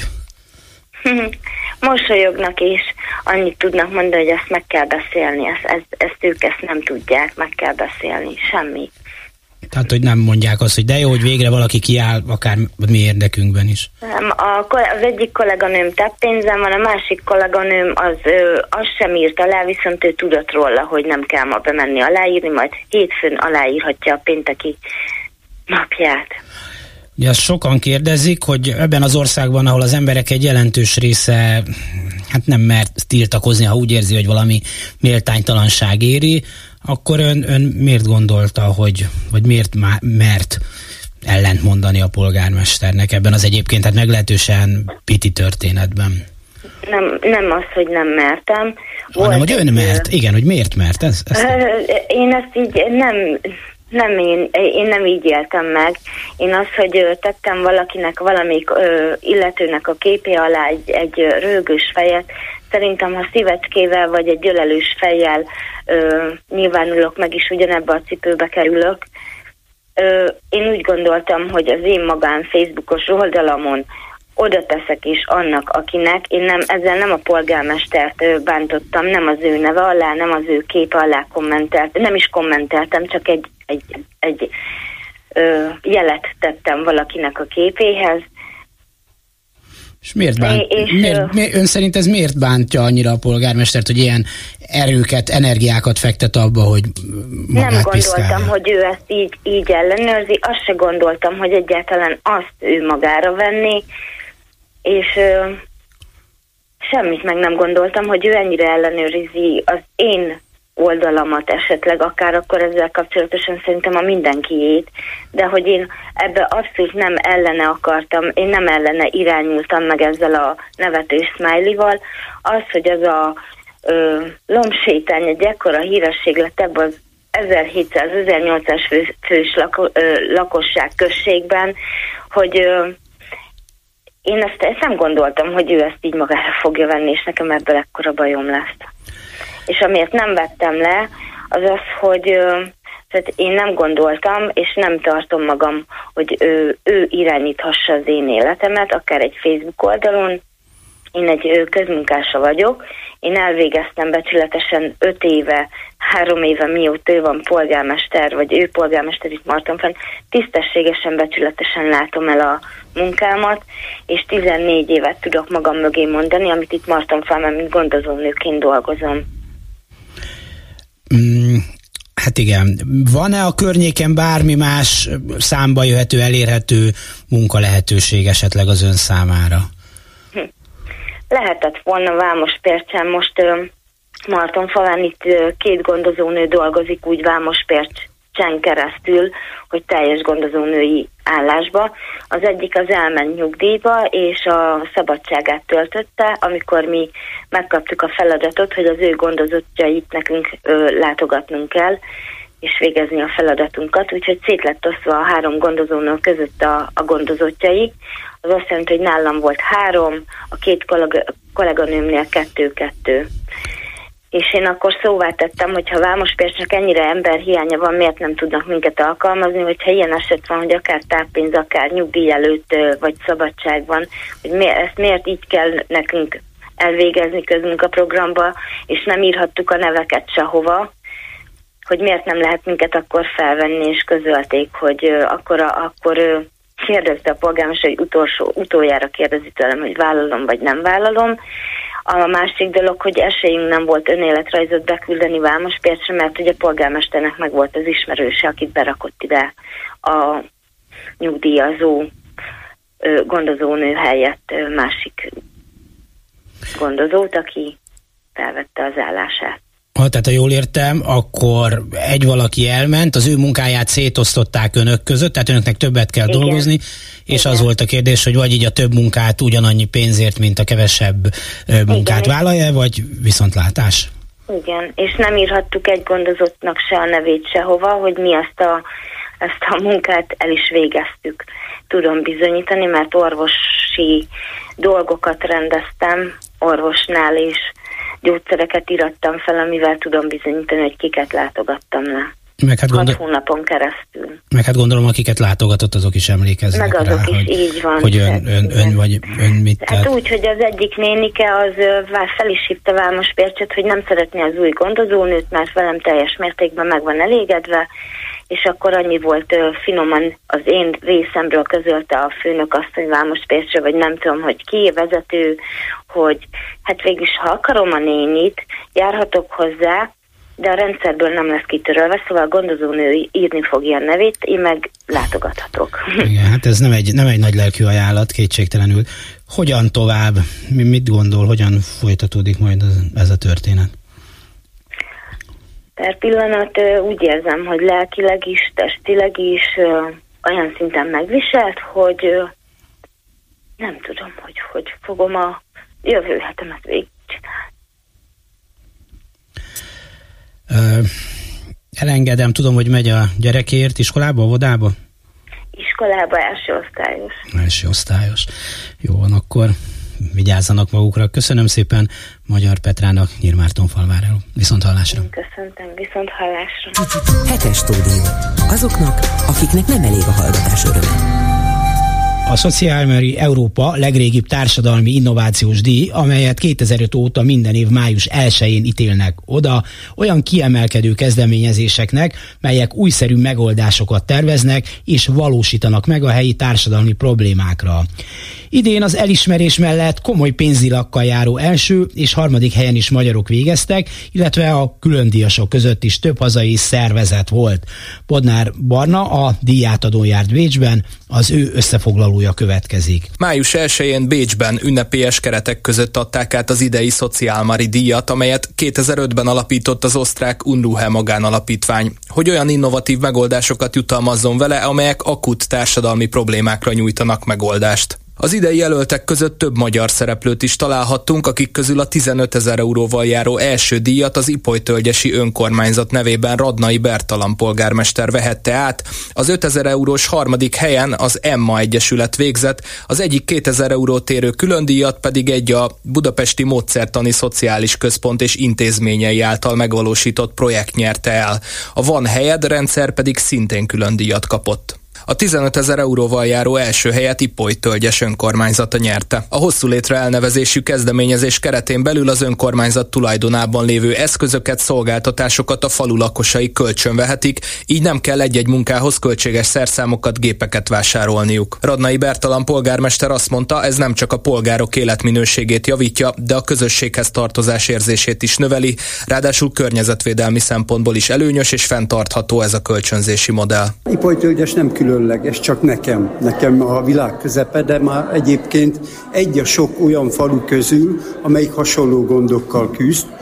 S15: Mosolyognak, és annyit tudnak mondani, hogy ezt meg kell beszélni, ezt, ezt, ezt ők ezt nem tudják, meg kell beszélni, semmi.
S14: Tehát, hogy nem mondják azt, hogy de jó, hogy végre valaki kiáll, akár mi érdekünkben is.
S15: Nem, a, az egyik kolléganőm táppénzen van, a másik kolléganőm az, az sem írt alá, viszont ő tudott róla, hogy nem kell ma bemenni aláírni, majd hétfőn aláírhatja a pénteki napját.
S14: Ugye azt sokan kérdezik, hogy ebben az országban, ahol az emberek egy jelentős része hát nem mert tiltakozni, ha úgy érzi, hogy valami méltánytalanság éri, akkor ön, ön miért gondolta, hogy, vagy miért má, mert ellent mondani a polgármesternek ebben az egyébként hát meglehetősen piti történetben?
S15: Nem, nem az, hogy nem mertem.
S14: Hanem, hogy ön mert. Igen, hogy miért mert? Ez, ez
S15: én ezt így nem... Nem, én, én nem így éltem meg. Én az, hogy tettem valakinek, valamelyik ö, illetőnek a képé alá egy, egy röhögős fejet, szerintem ha szívecskével vagy egy ölelős fejjel ö, nyilvánulok meg is, ugyanebbe a cipőbe kerülök. Ö, én úgy gondoltam, hogy az én magán Facebookos oldalamon oda teszek is annak, akinek, én nem, ezzel nem a polgármestert bántottam, nem az ő neve alá, nem az ő képe alá kommentelt, nem is kommenteltem, csak egy, egy, egy ö, jelet tettem valakinek a képéhez.
S14: És miért bánt?
S15: És,
S14: miért, miért, ön szerint ez miért bántja annyira a polgármestert, hogy ilyen erőket, energiákat fektet abba, hogy magát
S15: nem gondoltam,
S14: piszkálja?
S15: hogy ő ezt így, így ellenőrzi, azt se gondoltam, hogy egyáltalán azt ő magára venni, és ö, semmit meg nem gondoltam, hogy ő ennyire ellenőrizi az én oldalamat esetleg, akár akkor ezzel kapcsolatosan szerintem a mindenkiét, de hogy én ebbe abszolút nem ellene akartam, én nem ellene irányultam meg ezzel a nevetős smiley-val, az, hogy az a ö, lombsétány egy ekkora híresség lett ebben az ezerhétszáz-ezernyolcszáz fő, fős lako, ö, lakosság községben, hogy ö, én ezt, ezt nem gondoltam, hogy ő ezt így magára fogja venni, és nekem ebből ekkora bajom lesz. És amiért nem vettem le, az az, hogy tehát én nem gondoltam, és nem tartom magam, hogy ő, ő irányíthassa az én életemet, akár egy Facebook oldalon. Én egy közmunkása vagyok, én elvégeztem becsületesen öt éve, három éve, mióta ő van polgármester, vagy ő polgármester itt Martonfenn, tisztességesen, becsületesen látom el a munkámat, és tizennégy évet tudok magam mögé mondani, amit itt Martonfenn, mint gondozónőként dolgozom.
S14: Mm, hát igen. Van-e a környéken bármi más számba jöhető, elérhető munkalehetőség esetleg az ön számára?
S15: Hm. Lehetett volna Vámos Pércsen, most ö, Martonfalván itt két gondozónő dolgozik úgy Vámospércsen keresztül, hogy teljes gondozónői állásba. Az egyik az elment nyugdíjba, és a szabadságát töltötte, amikor mi megkaptuk a feladatot, hogy az ő gondozottjait nekünk ö, látogatnunk kell, és végezni a feladatunkat, úgyhogy szét lett osztva a három gondozónő között a, a gondozottjai. Az azt jelenti, hogy nálam volt három, a két kollega, kolléganőmnél kettő-kettő. És én akkor szóvá tettem, hogy ha Vámospércsnek ennyire emberhiánya van, miért nem tudnak minket alkalmazni, hogyha ilyen eset van, hogy akár táppénz, akár nyugdíj előtt, vagy szabadság van, hogy mi, ezt miért így kell nekünk elvégezni közmunkaprogramba, és nem írhattuk a neveket sehova, hogy miért nem lehet minket akkor felvenni, és közölték, hogy uh, akkor, a, akkor uh, kérdezte a polgármester, hogy utolsó, utoljára kérdezi tőlem, hogy vállalom vagy nem vállalom. A másik dolog, hogy esélyünk nem volt önéletrajzot beküldeni Vámospércsre, mert ugye a polgármesternek meg volt az ismerőse, akit berakott ide a nyugdíjazó uh, gondozónő helyett uh, másik gondozót, aki felvette az állását.
S14: Ha tehát, ha jól értem, akkor egy valaki elment, az ő munkáját szétosztották önök között, tehát önöknek többet kell Igen. dolgozni, és Igen. az volt a kérdés, hogy vagy így a több munkát ugyanannyi pénzért, mint a kevesebb munkát Igen. vállalja, vagy viszontlátás?
S15: Igen, és nem írhattuk egy gondozottnak se a nevét sehova, hogy mi ezt a, ezt a munkát el is végeztük. Tudom bizonyítani, mert orvosi dolgokat rendeztem orvosnál is, gyógyszereket írattam fel, amivel tudom bizonyítani, hogy kiket látogattam le. Meg hát gondol... Hat hónapon keresztül.
S14: Meg hát gondolom, akiket látogatott, azok is emlékeznek
S15: Meg azok
S14: rá,
S15: is,
S14: hogy,
S15: így van.
S14: hogy ön, ön, ön vagy ön mit
S15: hát tehát... úgy, hogy az egyik nénike az fel is hívta Vámospércset, hogy nem szeretné az új gondozónőt, mert velem teljes mértékben meg van elégedve, és akkor annyi volt uh, finoman az én részemről közölte a főnök azt, hogy Vámospércsre, vagy nem tudom, hogy ki, vezető, hogy hát végülis, ha akarom a nénit, járhatok hozzá, de a rendszerből nem lesz kitörölve, szóval a gondozónő írni fogja a nevét, én meg látogathatok.
S14: Igen, hát ez nem egy, nem egy nagy lelkű ajánlat, kétségtelenül. Hogyan tovább? Mit gondol, hogyan folytatódik majd ez, ez a történet?
S15: Per pillanat úgy érzem, hogy lelkileg is, testileg is olyan szinten megviselt, hogy nem tudom, hogy hogy fogom a jövő hetemet végigcsinálni.
S14: Ö, elengedem, tudom, hogy megy a gyerekért iskolába, óvodába?
S15: Iskolába, első osztályos.
S14: Első osztályos. Jó van, akkor vigyázzanak magukra. Köszönöm szépen Magyar Petrának, Nyírmártonfalváról. Viszont hallásra.
S15: Köszöntem, viszont hallásra.
S1: Hetes stúdió. Azoknak, akiknek nem elég a hallgatás öröme.
S14: A Szociálmeri Európa legrégibb társadalmi innovációs díj, amelyet kétezer-öt óta minden év május elsején ítélnek oda olyan kiemelkedő kezdeményezéseknek, melyek újszerű megoldásokat terveznek és valósítanak meg a helyi társadalmi problémákra. Idén az elismerés mellett komoly pénzdilakkal járó első és harmadik helyen is magyarok végeztek, illetve a különdíjasok között is több hazai szervezet volt. Bodnár Barna a díjátadón járt Bécsben, az ő összefoglalója következik.
S16: május elsején Bécsben ünnepélyes keretek között adták át az idei Szociálmari díjat, amelyet kétezer-ötben alapított az osztrák Unruhe magánalapítvány, hogy olyan innovatív megoldásokat jutalmazzon vele, amelyek akut társadalmi problémákra nyújtanak megoldást. Az idei jelöltek között több magyar szereplőt is találhattunk, akik közül a tizenötezer euróval járó első díjat az Ipolytölgyesi önkormányzat nevében Radnai Bertalan polgármester vehette át, az ötezer eurós harmadik helyen az Emma Egyesület végzett, az egyik kétezer eurót érő különdíjat pedig egy a Budapesti Módszertani Szociális Központ és intézményei által megvalósított projekt nyerte el. A Van helyed rendszer pedig szintén különdíjat kapott. A tizenötezer euróval járó első helyet Ipolytölgyes önkormányzata nyerte. A hosszú létre elnevezésű kezdeményezés keretén belül az önkormányzat tulajdonában lévő eszközöket, szolgáltatásokat a falu lakosai kölcsönvehetik, így nem kell egy-egy munkához költséges szerszámokat, gépeket vásárolniuk. Radnai Bertalan polgármester azt mondta, ez nem csak a polgárok életminőségét javítja, de a közösséghez tartozás érzését is növeli, ráadásul környezetvédelmi szempontból is előnyös és fenntartható ez a kölcsönzési modell.
S17: Ipolytölgyes nem külön ez csak nekem, nekem a világ közepe, de már egyébként egy a sok olyan falu közül, amelyik hasonló gondokkal küzd,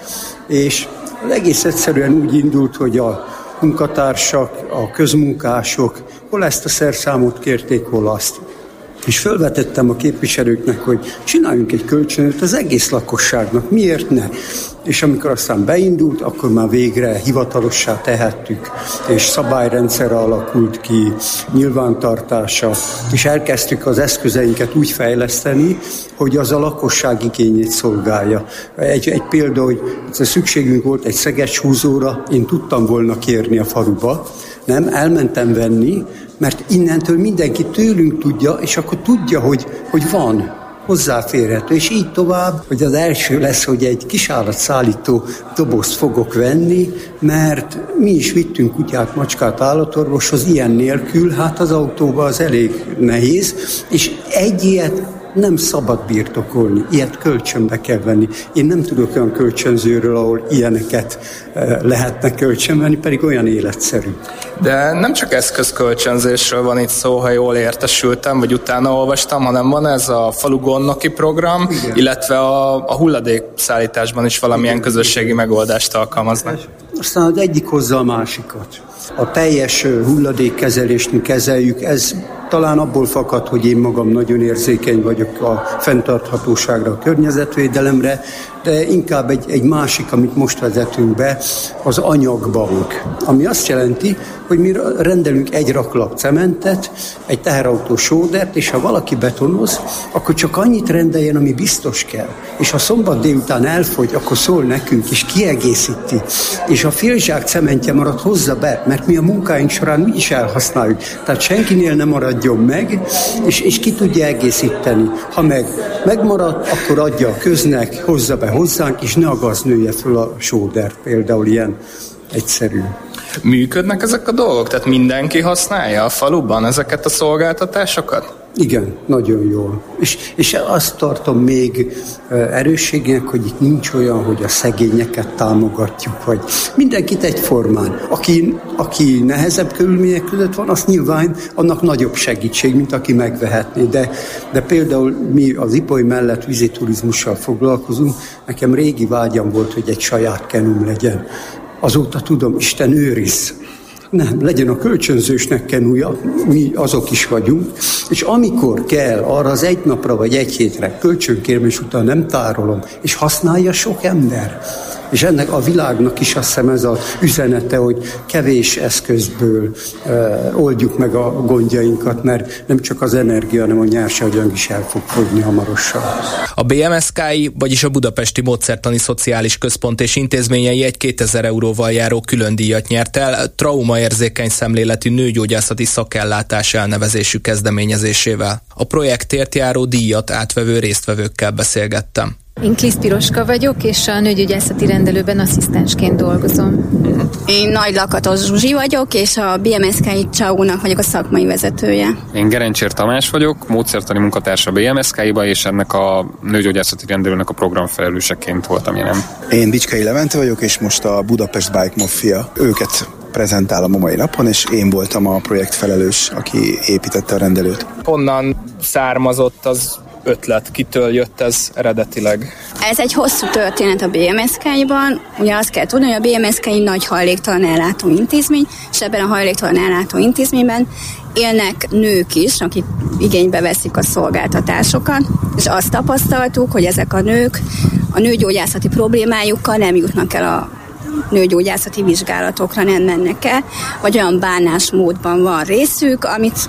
S17: és az egész egyszerűen úgy indult, hogy a munkatársak, a közmunkások hol ezt a szerszámot kérték, hol azt. És felvetettem a képviselőknek, hogy csináljunk egy kölcsönöt az egész lakosságnak, miért ne? És amikor aztán beindult, akkor már végre hivatalossá tehettük, és szabályrendszer alakult ki, nyilvántartása, és elkezdtük az eszközeinket úgy fejleszteni, hogy az a lakosság igényét szolgálja. Egy, egy példa, hogy szükségünk volt egy szegecshúzóra, én tudtam volna kérni a faluba, nem, elmentem venni, mert innentől mindenki tőlünk tudja, és akkor tudja, hogy, hogy van, hozzáférhető, és így tovább, hogy az első lesz, hogy egy kisállatszállító dobozt fogok venni, mert mi is vittünk kutyát, macskát állatorvoshoz, ilyen nélkül, hát az autóban az elég nehéz, és egy ilyet nem szabad birtokolni, ilyet kölcsönbe kell venni. Én nem tudok olyan kölcsönzőről, ahol ilyeneket lehetne kölcsönvenni, pedig olyan életszerű.
S6: De nem csak eszközkölcsönzésről van itt szó, ha jól értesültem, vagy utána olvastam, hanem van ez a falu gondnoki program, igen, illetve a, a hulladékszállításban is valamilyen közösségi megoldást alkalmaznak.
S17: Aztán az egyik hozza a másikat. A teljes hulladékkezelést kezeljük, ez talán abból fakad, hogy én magam nagyon érzékeny vagyok a fenntarthatóságra, a környezetvédelemre, de inkább egy, egy másik, amit most vezetünk be, az anyagbank, ami azt jelenti, hogy mi rendelünk egy raklap cementet, egy teherautó sódert, és ha valaki betonoz, akkor csak annyit rendeljen, ami biztos kell. És ha szombat délután elfogy, akkor szól nekünk, és kiegészíti. És a félzsák cementje marad, hozza be, mert mi a munkáink során úgyis elhasználjuk. Tehát senkinél nem maradjon meg, és, és ki tudja egészíteni. Ha meg megmarad, akkor adja a köznek, hozza be hozzánk, és ne a gaz nője föl a sódert, például ilyen egyszerű.
S6: Működnek ezek a dolgok? Tehát mindenki használja a faluban ezeket a szolgáltatásokat?
S17: Igen, nagyon jól. És, és azt tartom még erősségének, hogy itt nincs olyan, hogy a szegényeket támogatjuk, vagy mindenkit egyformán. Aki, aki nehezebb körülmények között van, az nyilván annak nagyobb segítség, mint aki megvehetné. De, de például mi az Ipoly mellett víziturizmussal foglalkozunk, nekem régi vágyam volt, hogy egy saját kenum legyen. Azóta tudom, Isten őriz. Nem, legyen a kölcsönzősnek kenúja, mi azok is vagyunk, és amikor kell, arra az egy napra vagy egy hétre kölcsönkérem, és utána nem tárolom, és használja sok ember. És ennek a világnak is azt hiszem ez az üzenete, hogy kevés eszközből uh, oldjuk meg a gondjainkat, mert nem csak az energia, hanem a nyersanyag is el fog fogyni hamarosan.
S16: A bé em es ká i, vagyis a Budapesti Módszertani Szociális Központ és intézményei egy kétezer euróval járó külön díjat nyert el traumaérzékeny szemléletű nőgyógyászati szakellátás elnevezésű kezdeményezésével. A projektért járó díjat átvevő résztvevőkkel beszélgettem.
S18: Én Klisz Piroska vagyok, és a nőgyógyászati rendelőben asszisztensként dolgozom.
S19: Én Nagy Lakatos Zsuzsi vagyok, és a bé em es ká i csáónak vagyok a szakmai vezetője.
S20: Én Gerencsér Tamás vagyok, módszertani munkatársa a bé em es ká i-ba, és ennek a nőgyógyászati rendelőnek a programfelelőseként voltam jelen.
S21: Én Bicskei Levente vagyok, és most a Budapest Bike Mafia őket prezentálom a mai napon, és én voltam a projektfelelős, aki építette a rendelőt.
S6: Honnan származott az ötlet, kitől jött ez eredetileg?
S19: Ez egy hosszú történet a bé em es ká i-ban. Ugye azt kell tudni, hogy a bé em es ká i nagy hajléktalan ellátó intézmény, és ebben a hajléktalan ellátó intézményben élnek nők is, akik igénybe veszik a szolgáltatásokat, és azt tapasztaltuk, hogy ezek a nők a nőgyógyászati problémájukkal nem jutnak el a nőgyógyászati vizsgálatokra, nem mennek el, vagy olyan bánásmódban van részük, amit,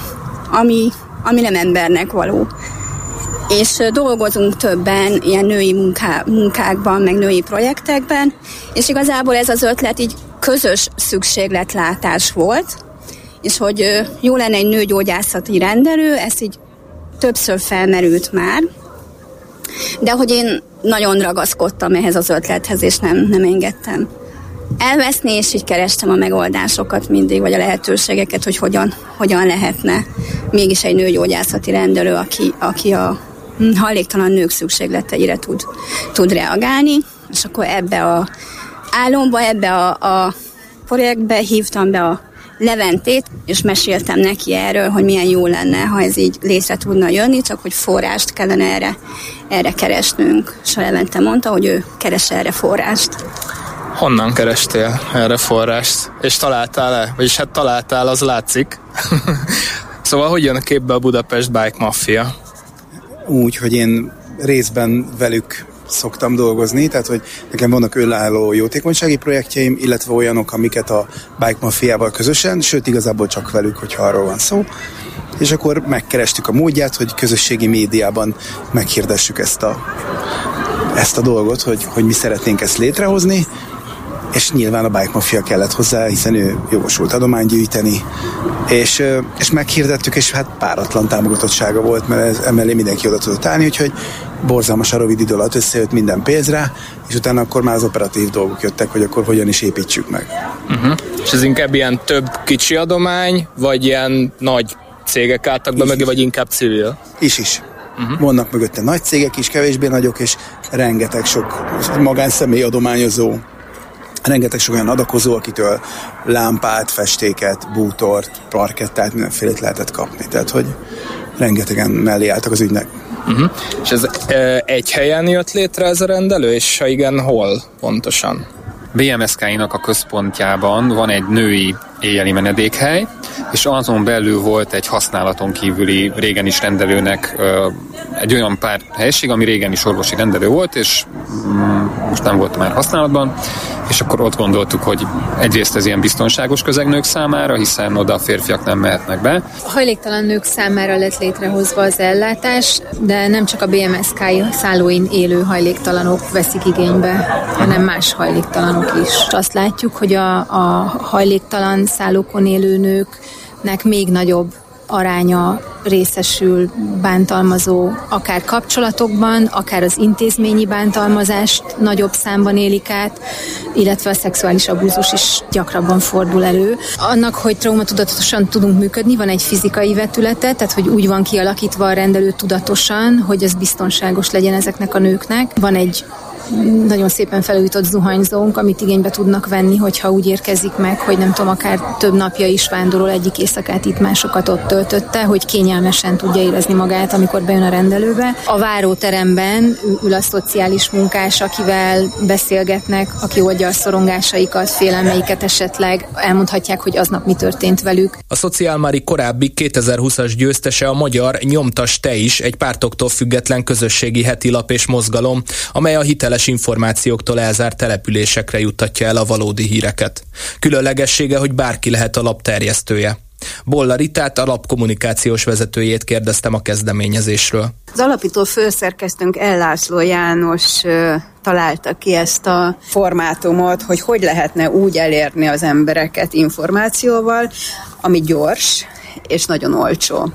S19: ami, ami nem embernek való. És dolgozunk többen ilyen női munká, munkákban, meg női projektekben, és igazából ez az ötlet így közös szükségletlátás volt, és hogy jó lenne egy nőgyógyászati rendelő, ez így többször felmerült már, de hogy én nagyon ragaszkodtam ehhez az ötlethez, és nem, nem engedtem elveszni, és így kerestem a megoldásokat mindig, vagy a lehetőségeket, hogy hogyan, hogyan lehetne mégis egy nőgyógyászati rendelő, aki, aki a hajléktalan nők szükségleteire tud, tud reagálni, és akkor ebbe a álomba, ebbe a, a projektbe hívtam be a Leventét, és meséltem neki erről, hogy milyen jó lenne, ha ez így létre tudna jönni, csak hogy forrást kellene erre, erre keresnünk. És a Levente mondta, hogy ő keres erre forrást.
S6: Honnan kerestél erre forrást? És találtál-e? Vagyis hát találtál, az látszik. Szóval hogy jön a képbe a Budapest Bike Mafia?
S21: Úgy, hogy én részben velük szoktam dolgozni, tehát hogy nekem vannak önálló jótékonysági projektjeim, illetve olyanok, amiket a Bike Mafiával közösen, sőt igazából csak velük, hogyha arról van szó. És akkor megkerestük a módját, hogy közösségi médiában meghirdessük ezt a, ezt a dolgot, hogy, hogy mi szeretnénk ezt létrehozni, és nyilván a Bike Mafia kellett hozzá, hiszen ő jogosult adományt gyűjteni, és, és meghirdettük, és hát páratlan támogatottsága volt, mert ez emellé mindenki oda tudott állni, úgyhogy borzalmasan rövid idő alatt összejött minden pénz rá, és utána akkor már az operatív dolgok jöttek, hogy akkor hogyan is építsük meg.
S6: Uh-huh. És ez inkább ilyen több kicsi adomány, vagy ilyen nagy cégek álltak be mögé, vagy inkább civil?
S21: Is is. Uh-huh. Vannak mögötte nagy cégek is, kevésbé nagyok, és rengeteg sok magánszemély adományozó, rengeteg sok olyan adakozó, akitől lámpát, festéket, bútort, parkettát, mindenfélét lehetett kapni. Tehát, hogy rengetegen mellé álltak az ügynek.
S6: Uh-huh. És ez e, egy helyen jött létre ez a rendelő, és ha igen, hol pontosan?
S20: bé em es ká-nak a központjában van egy női éjjeli menedékhely, és azon belül volt egy használaton kívüli régen is rendelőnek ö, egy olyan pár helység, ami régen is orvosi rendelő volt, és mm, most nem volt már használatban, és akkor ott gondoltuk, hogy egyrészt ez ilyen biztonságos közeg nők számára, hiszen oda a férfiak nem mehetnek be.
S18: A hajléktalan nők számára lett létrehozva az ellátás, de nem csak a bé em es ká szállóin élő hajléktalanok veszik igénybe, hanem más hajléktalanok is. Azt látjuk, hogy a, a hajléktalan szállókon élő nőknek még nagyobb aránya részesül bántalmazó, akár kapcsolatokban, akár az intézményi bántalmazást nagyobb számban élik át, illetve a szexuális abúzus is gyakrabban fordul elő. Annak, hogy traumatudatosan tudunk működni, van egy fizikai vetülete, tehát hogy úgy van kialakítva a rendelő tudatosan, hogy ez biztonságos legyen ezeknek a nőknek. Van egy nagyon szépen felújított zuhanyzónk, amit igénybe tudnak venni, hogyha úgy érkezik meg, hogy nem tudom, akár több napja is vándorol, egyik éjszakát itt, másokat ott töltötte, hogy kényelmesen tudja érezni magát, amikor bejön a rendelőbe. A váróteremben ül a szociális munkás, akivel beszélgetnek, aki oldja a szorongásaikat, félelmeiket esetleg, elmondhatják, hogy aznap mi történt velük.
S16: A Szociálmári korábbi kétezer-húszas győztese a magyar Nyomtass te is, egy pártoktól független közösségi hetilap és mozgalom, amely a hiteles információktól elzárt településekre juttatja el a valódi híreket. Különlegessége, hogy bárki lehet a lap terjesztője. Bolla Ritát, a lap kommunikációs vezetőjét kérdeztem a kezdeményezésről.
S4: Az alapító főszerkesztőnk El László János találta ki ezt a formátumot, hogy hogy lehetne úgy elérni az embereket információval, ami gyors és nagyon olcsó.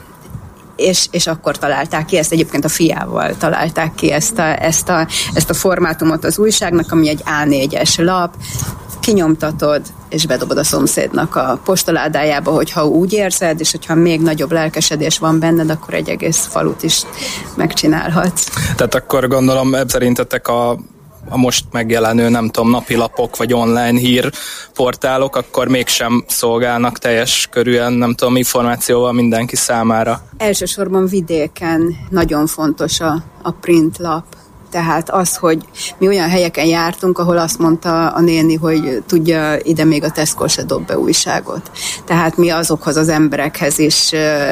S4: És, és akkor találták ki ezt, egyébként a fiával találták ki ezt a, ezt, a, ezt a formátumot az újságnak, ami egy á négyes lap, kinyomtatod, és bedobod a szomszédnak a postaládájába, hogyha úgy érzed, és hogyha még nagyobb lelkesedés van benned, akkor egy egész falut is megcsinálhatsz.
S6: Tehát akkor gondolom, szerintetek a a most megjelenő, nem tudom, napilapok vagy online hírportálok, akkor mégsem szolgálnak teljes körűen, nem tudom, információval mindenki számára.
S4: Elsősorban vidéken nagyon fontos a, a printlap. Tehát az, hogy mi olyan helyeken jártunk, ahol azt mondta a néni, hogy tudja, ide még a Tesco se dob be újságot. Tehát mi azokhoz az emberekhez is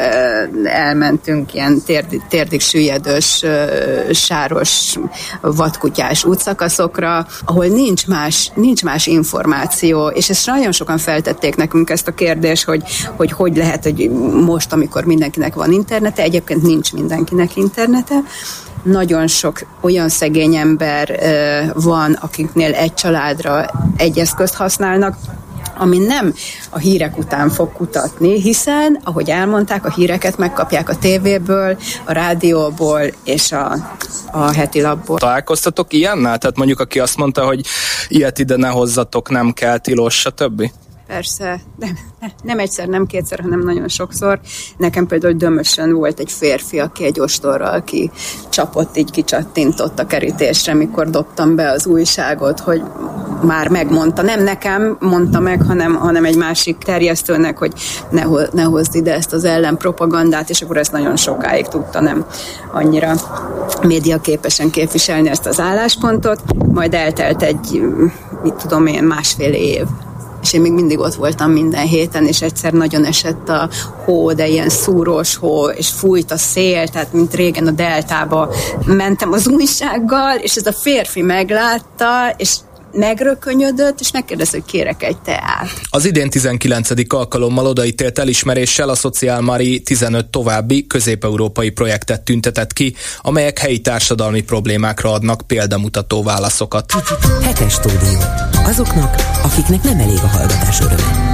S4: elmentünk, ilyen térdig, térdig süllyedős, sáros, vadkutyás útszakaszokra, ahol nincs más, nincs más információ, és ezt nagyon sokan feltették nekünk ezt a kérdést, hogy, hogy hogy lehet, hogy most, amikor mindenkinek van internete, egyébként nincs mindenkinek internete. Nagyon sok olyan szegény ember uh, van, akiknél egy családra egy eszközt használnak, ami nem a hírek után fog kutatni, hiszen, ahogy elmondták, a híreket megkapják a tévéből, a rádióból és a, a heti lapból.
S6: Találkoztatok ilyennel? Tehát mondjuk, aki azt mondta, hogy ilyet ide ne hozzatok, nem kell, tilos, stb.?
S4: Persze, de nem egyszer, nem kétszer, hanem nagyon sokszor. Nekem például Dömösön volt egy férfi, aki egy ostorral ki csapott, így kicsattintott a kerítésre, mikor dobtam be az újságot, hogy már megmondta, nem nekem mondta meg, hanem, hanem egy másik terjesztőnek, hogy ne, ne hozd ide ezt az ellenpropagandát, és akkor ezt nagyon sokáig tudta nem annyira médiaképesen képviselni ezt az álláspontot. Majd eltelt egy, mit tudom én, másfél év. És én még mindig ott voltam minden héten, és egyszer nagyon esett a hó, de ilyen szúrós hó, és fújt a szél, tehát mint régen a deltába mentem az újsággal, és ez a férfi meglátta, és megrökönyödött, és megkérdezte, hogy kérek egy teát.
S16: Az idén tizenkilencedik alkalommal odaítélt elismeréssel a Social Mari tizenöt további közép-európai projektet tüntetett ki, amelyek helyi társadalmi problémákra adnak példamutató válaszokat.
S1: Hetes stúdió. Azoknak, akiknek nem elég a hallgatás öröme.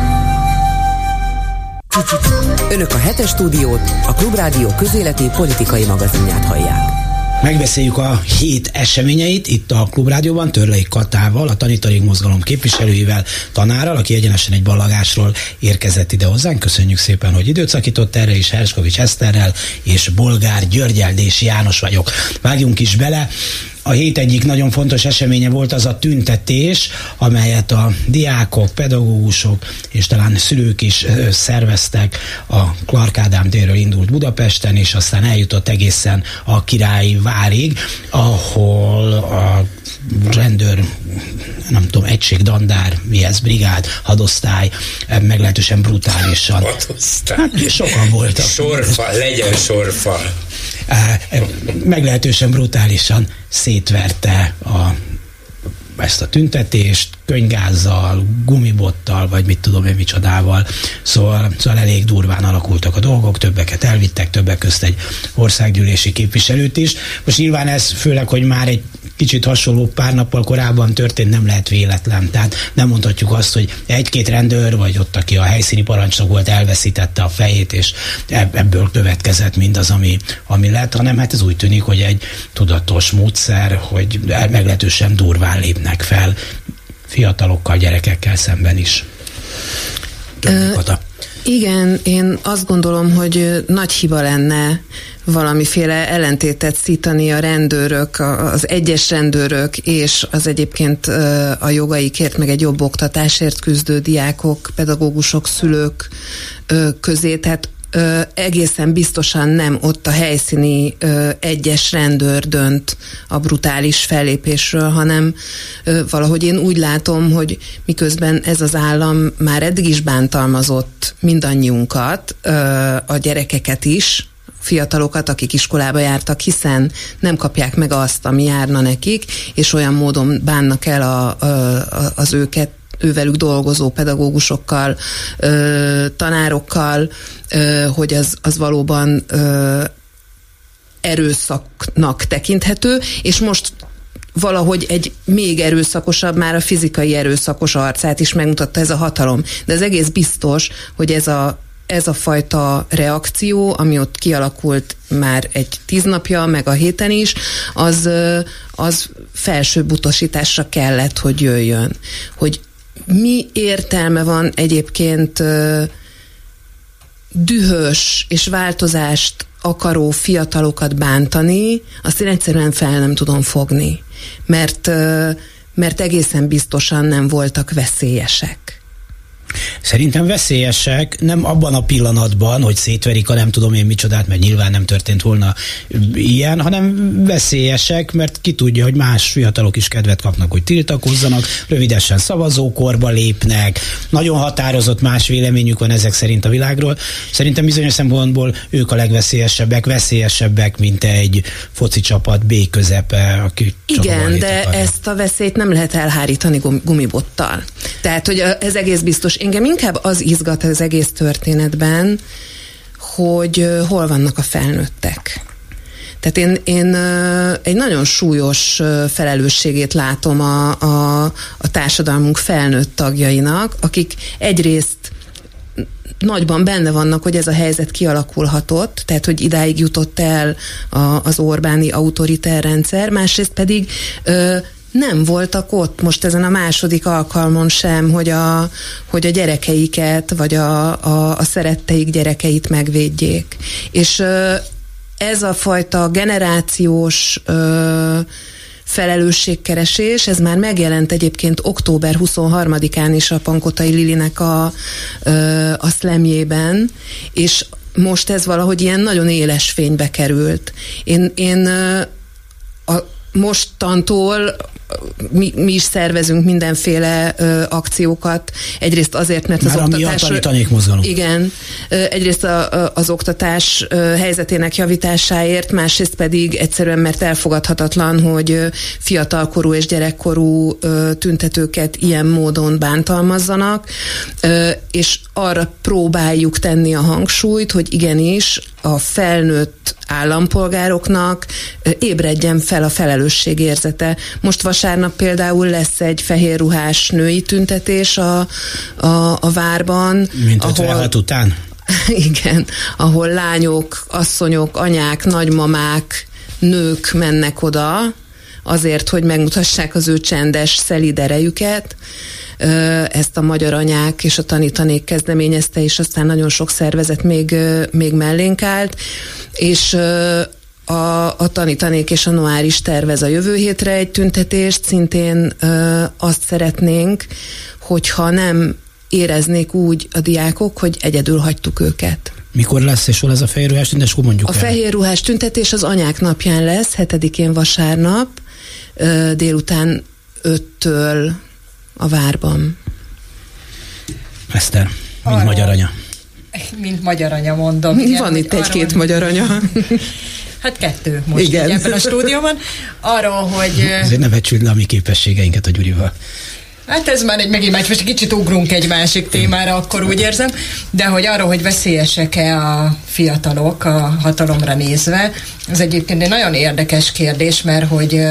S1: Önök a Hetes stúdiót, a Klubrádió közéleti politikai magazinját hallják.
S14: Megbeszéljük a hét eseményeit itt a Klubrádióban Törlei Katával, a Tanítalék Mozgalom képviselőivel, tanárral, aki egyenesen egy ballagásról érkezett ide hozzánk. Köszönjük szépen, hogy időt szakított erre, és Herskovics Eszterrel és Bolgár Györgyel, Dési János vagyok. Vágjunk is bele. A hét egyik nagyon fontos eseménye volt az a tüntetés, amelyet a diákok, pedagógusok és talán szülők is szerveztek. A Clark Ádám térről indult Budapesten, és aztán eljutott egészen a Királyi Várig, ahol a rendőr, nem tudom, egység, dandár, mi ez, brigád, hadosztály, meglehetősen brutálisan.
S7: Hadosztály.
S14: Hát sokan voltak.
S7: Sorfal, legyen sorfal.
S14: Meglehetősen brutálisan szétverte a, ezt a tüntetést, könygázzal, gumibottal, vagy mit tudom én micsodával. Szóval, szóval elég durván alakultak a dolgok, többeket elvittek, többek közt egy országgyűlési képviselőt is. Most nyilván ez főleg, hogy már egy kicsit hasonló pár nappal korábban történt, nem lehet véletlen. Tehát nem mondhatjuk azt, hogy egy-két rendőr, vagy ott, aki a helyszíni parancsnok volt, elveszítette a fejét, és ebből következett mindaz, ami, ami lett, hanem hát ez úgy tűnik, hogy egy tudatos módszer, hogy meglehetősen durván lépnek fel fiatalokkal, gyerekekkel szemben is.
S22: Ö, igen, én azt gondolom, hogy nagy hiba lenne valamiféle ellentétet szítani a rendőrök, az egyes rendőrök és az egyébként a jogaikért, meg egy jobb oktatásért küzdő diákok, pedagógusok, szülők közé, tehát Ö, egészen biztosan nem ott a helyszíni ö, egyes rendőr dönt a brutális fellépésről, hanem ö, valahogy én úgy látom, hogy miközben ez az állam már eddig is bántalmazott mindannyiunkat, ö, a gyerekeket is, fiatalokat, akik iskolába jártak, hiszen nem kapják meg azt, ami járna nekik, és olyan módon bánnak el a, a, az őket ővelük dolgozó pedagógusokkal, ö, tanárokkal, ö, hogy az, az valóban ö, erőszaknak tekinthető, és most valahogy egy még erőszakosabb, már a fizikai erőszakos arcát is megmutatta ez a hatalom. De az egész biztos, hogy ez a ez a fajta reakció, ami ott kialakult már egy tíz napja, meg a héten is, az, az felsőbb utasításra kellett, hogy jöjjön. Hogy mi értelme van egyébként dühös és változást akaró fiatalokat bántani, azt én egyszerűen fel nem tudom fogni. Mert, mert egészen biztosan nem voltak veszélyesek.
S14: Szerintem veszélyesek, nem abban a pillanatban, hogy szétverik a nem tudom én micsodát, mert nyilván nem történt volna ilyen, hanem veszélyesek, mert ki tudja, hogy más fiatalok is kedvet kapnak, hogy tiltakozzanak, rövidesen szavazókorba lépnek, nagyon határozott más véleményük van ezek szerint a világról. Szerintem bizonyos szempontból ők a legveszélyesebbek, veszélyesebbek, mint egy foci csapat B közepe, aki
S22: igen, de akarja. Ezt a veszélyt nem lehet elhárítani gumibottal. Tehát, hogy ez egész biztos. Engem inkább az izgat az egész történetben, hogy hol vannak a felnőttek. Tehát én, én egy nagyon súlyos felelősségét látom a, a, a társadalmunk felnőtt tagjainak, akik egyrészt nagyban benne vannak, hogy ez a helyzet kialakulhatott, tehát hogy idáig jutott el a, az Orbáni autoriter rendszer, másrészt pedig ö, nem voltak ott most ezen a második alkalmon sem, hogy a, hogy a gyerekeiket, vagy a, a, a szeretteik gyerekeit megvédjék. És ez a fajta generációs ö, felelősségkeresés, ez már megjelent egyébként október huszonharmadikán is a Pankotai Lilinek a, ö, a szlemjében, és most ez valahogy ilyen nagyon éles fénybe került. Én, én ö, a mostantól mi, mi is szervezünk mindenféle ö, akciókat. Egyrészt azért, mert
S14: már
S22: az oktatás...
S14: Már a tanékmozgalom.
S22: Igen. Ö, egyrészt a, a, az oktatás ö, helyzetének javításáért, másrészt pedig egyszerűen, mert elfogadhatatlan, hogy ö, fiatalkorú és gyerekkorú ö, tüntetőket ilyen módon bántalmazzanak, ö, és arra próbáljuk tenni a hangsúlyt, hogy igenis a felnőtt állampolgároknak ébredjen fel a felelősségérzete. Most vasárnap például lesz egy fehérruhás női tüntetés a, a, a várban.
S14: Mint ötvenhat után?
S22: Igen, ahol lányok, asszonyok, anyák, nagymamák, nők mennek oda azért, hogy megmutassák az ő csendes, szelíd erejüket. Ezt a Magyar Anyák és a Tanítanék kezdeményezte, és aztán nagyon sok szervezet még, még mellénk állt, és a, a Tanítanék és a Noár is tervez a jövő hétre egy tüntetést, szintén azt szeretnénk, hogyha nem éreznék úgy a diákok, hogy egyedül hagytuk őket.
S14: Mikor lesz, és hol ez a fehérruhás tüntetés? Hol mondjuk
S22: A
S14: el?
S22: fehérruhás tüntetés az anyák napján lesz, hetedikén vasárnap, délután öttől a várban.
S14: Eszter, mint
S5: Arra,
S14: magyar anya.
S5: Mint magyar anya mondom.
S22: Igen, van itt egy-két arról, magyar anya.
S5: Hát kettő most így ebben a stúdióban. Arról, hogy...
S14: Azért ne becsüld le a mi képességeinket a Gyurival.
S5: Hát ez már egy megint már most kicsit ugrunk egy másik témára, akkor úgy érzem, de hogy arról, hogy veszélyesek-e a fiatalok a hatalomra nézve, ez egyébként egy nagyon érdekes kérdés, mert hogy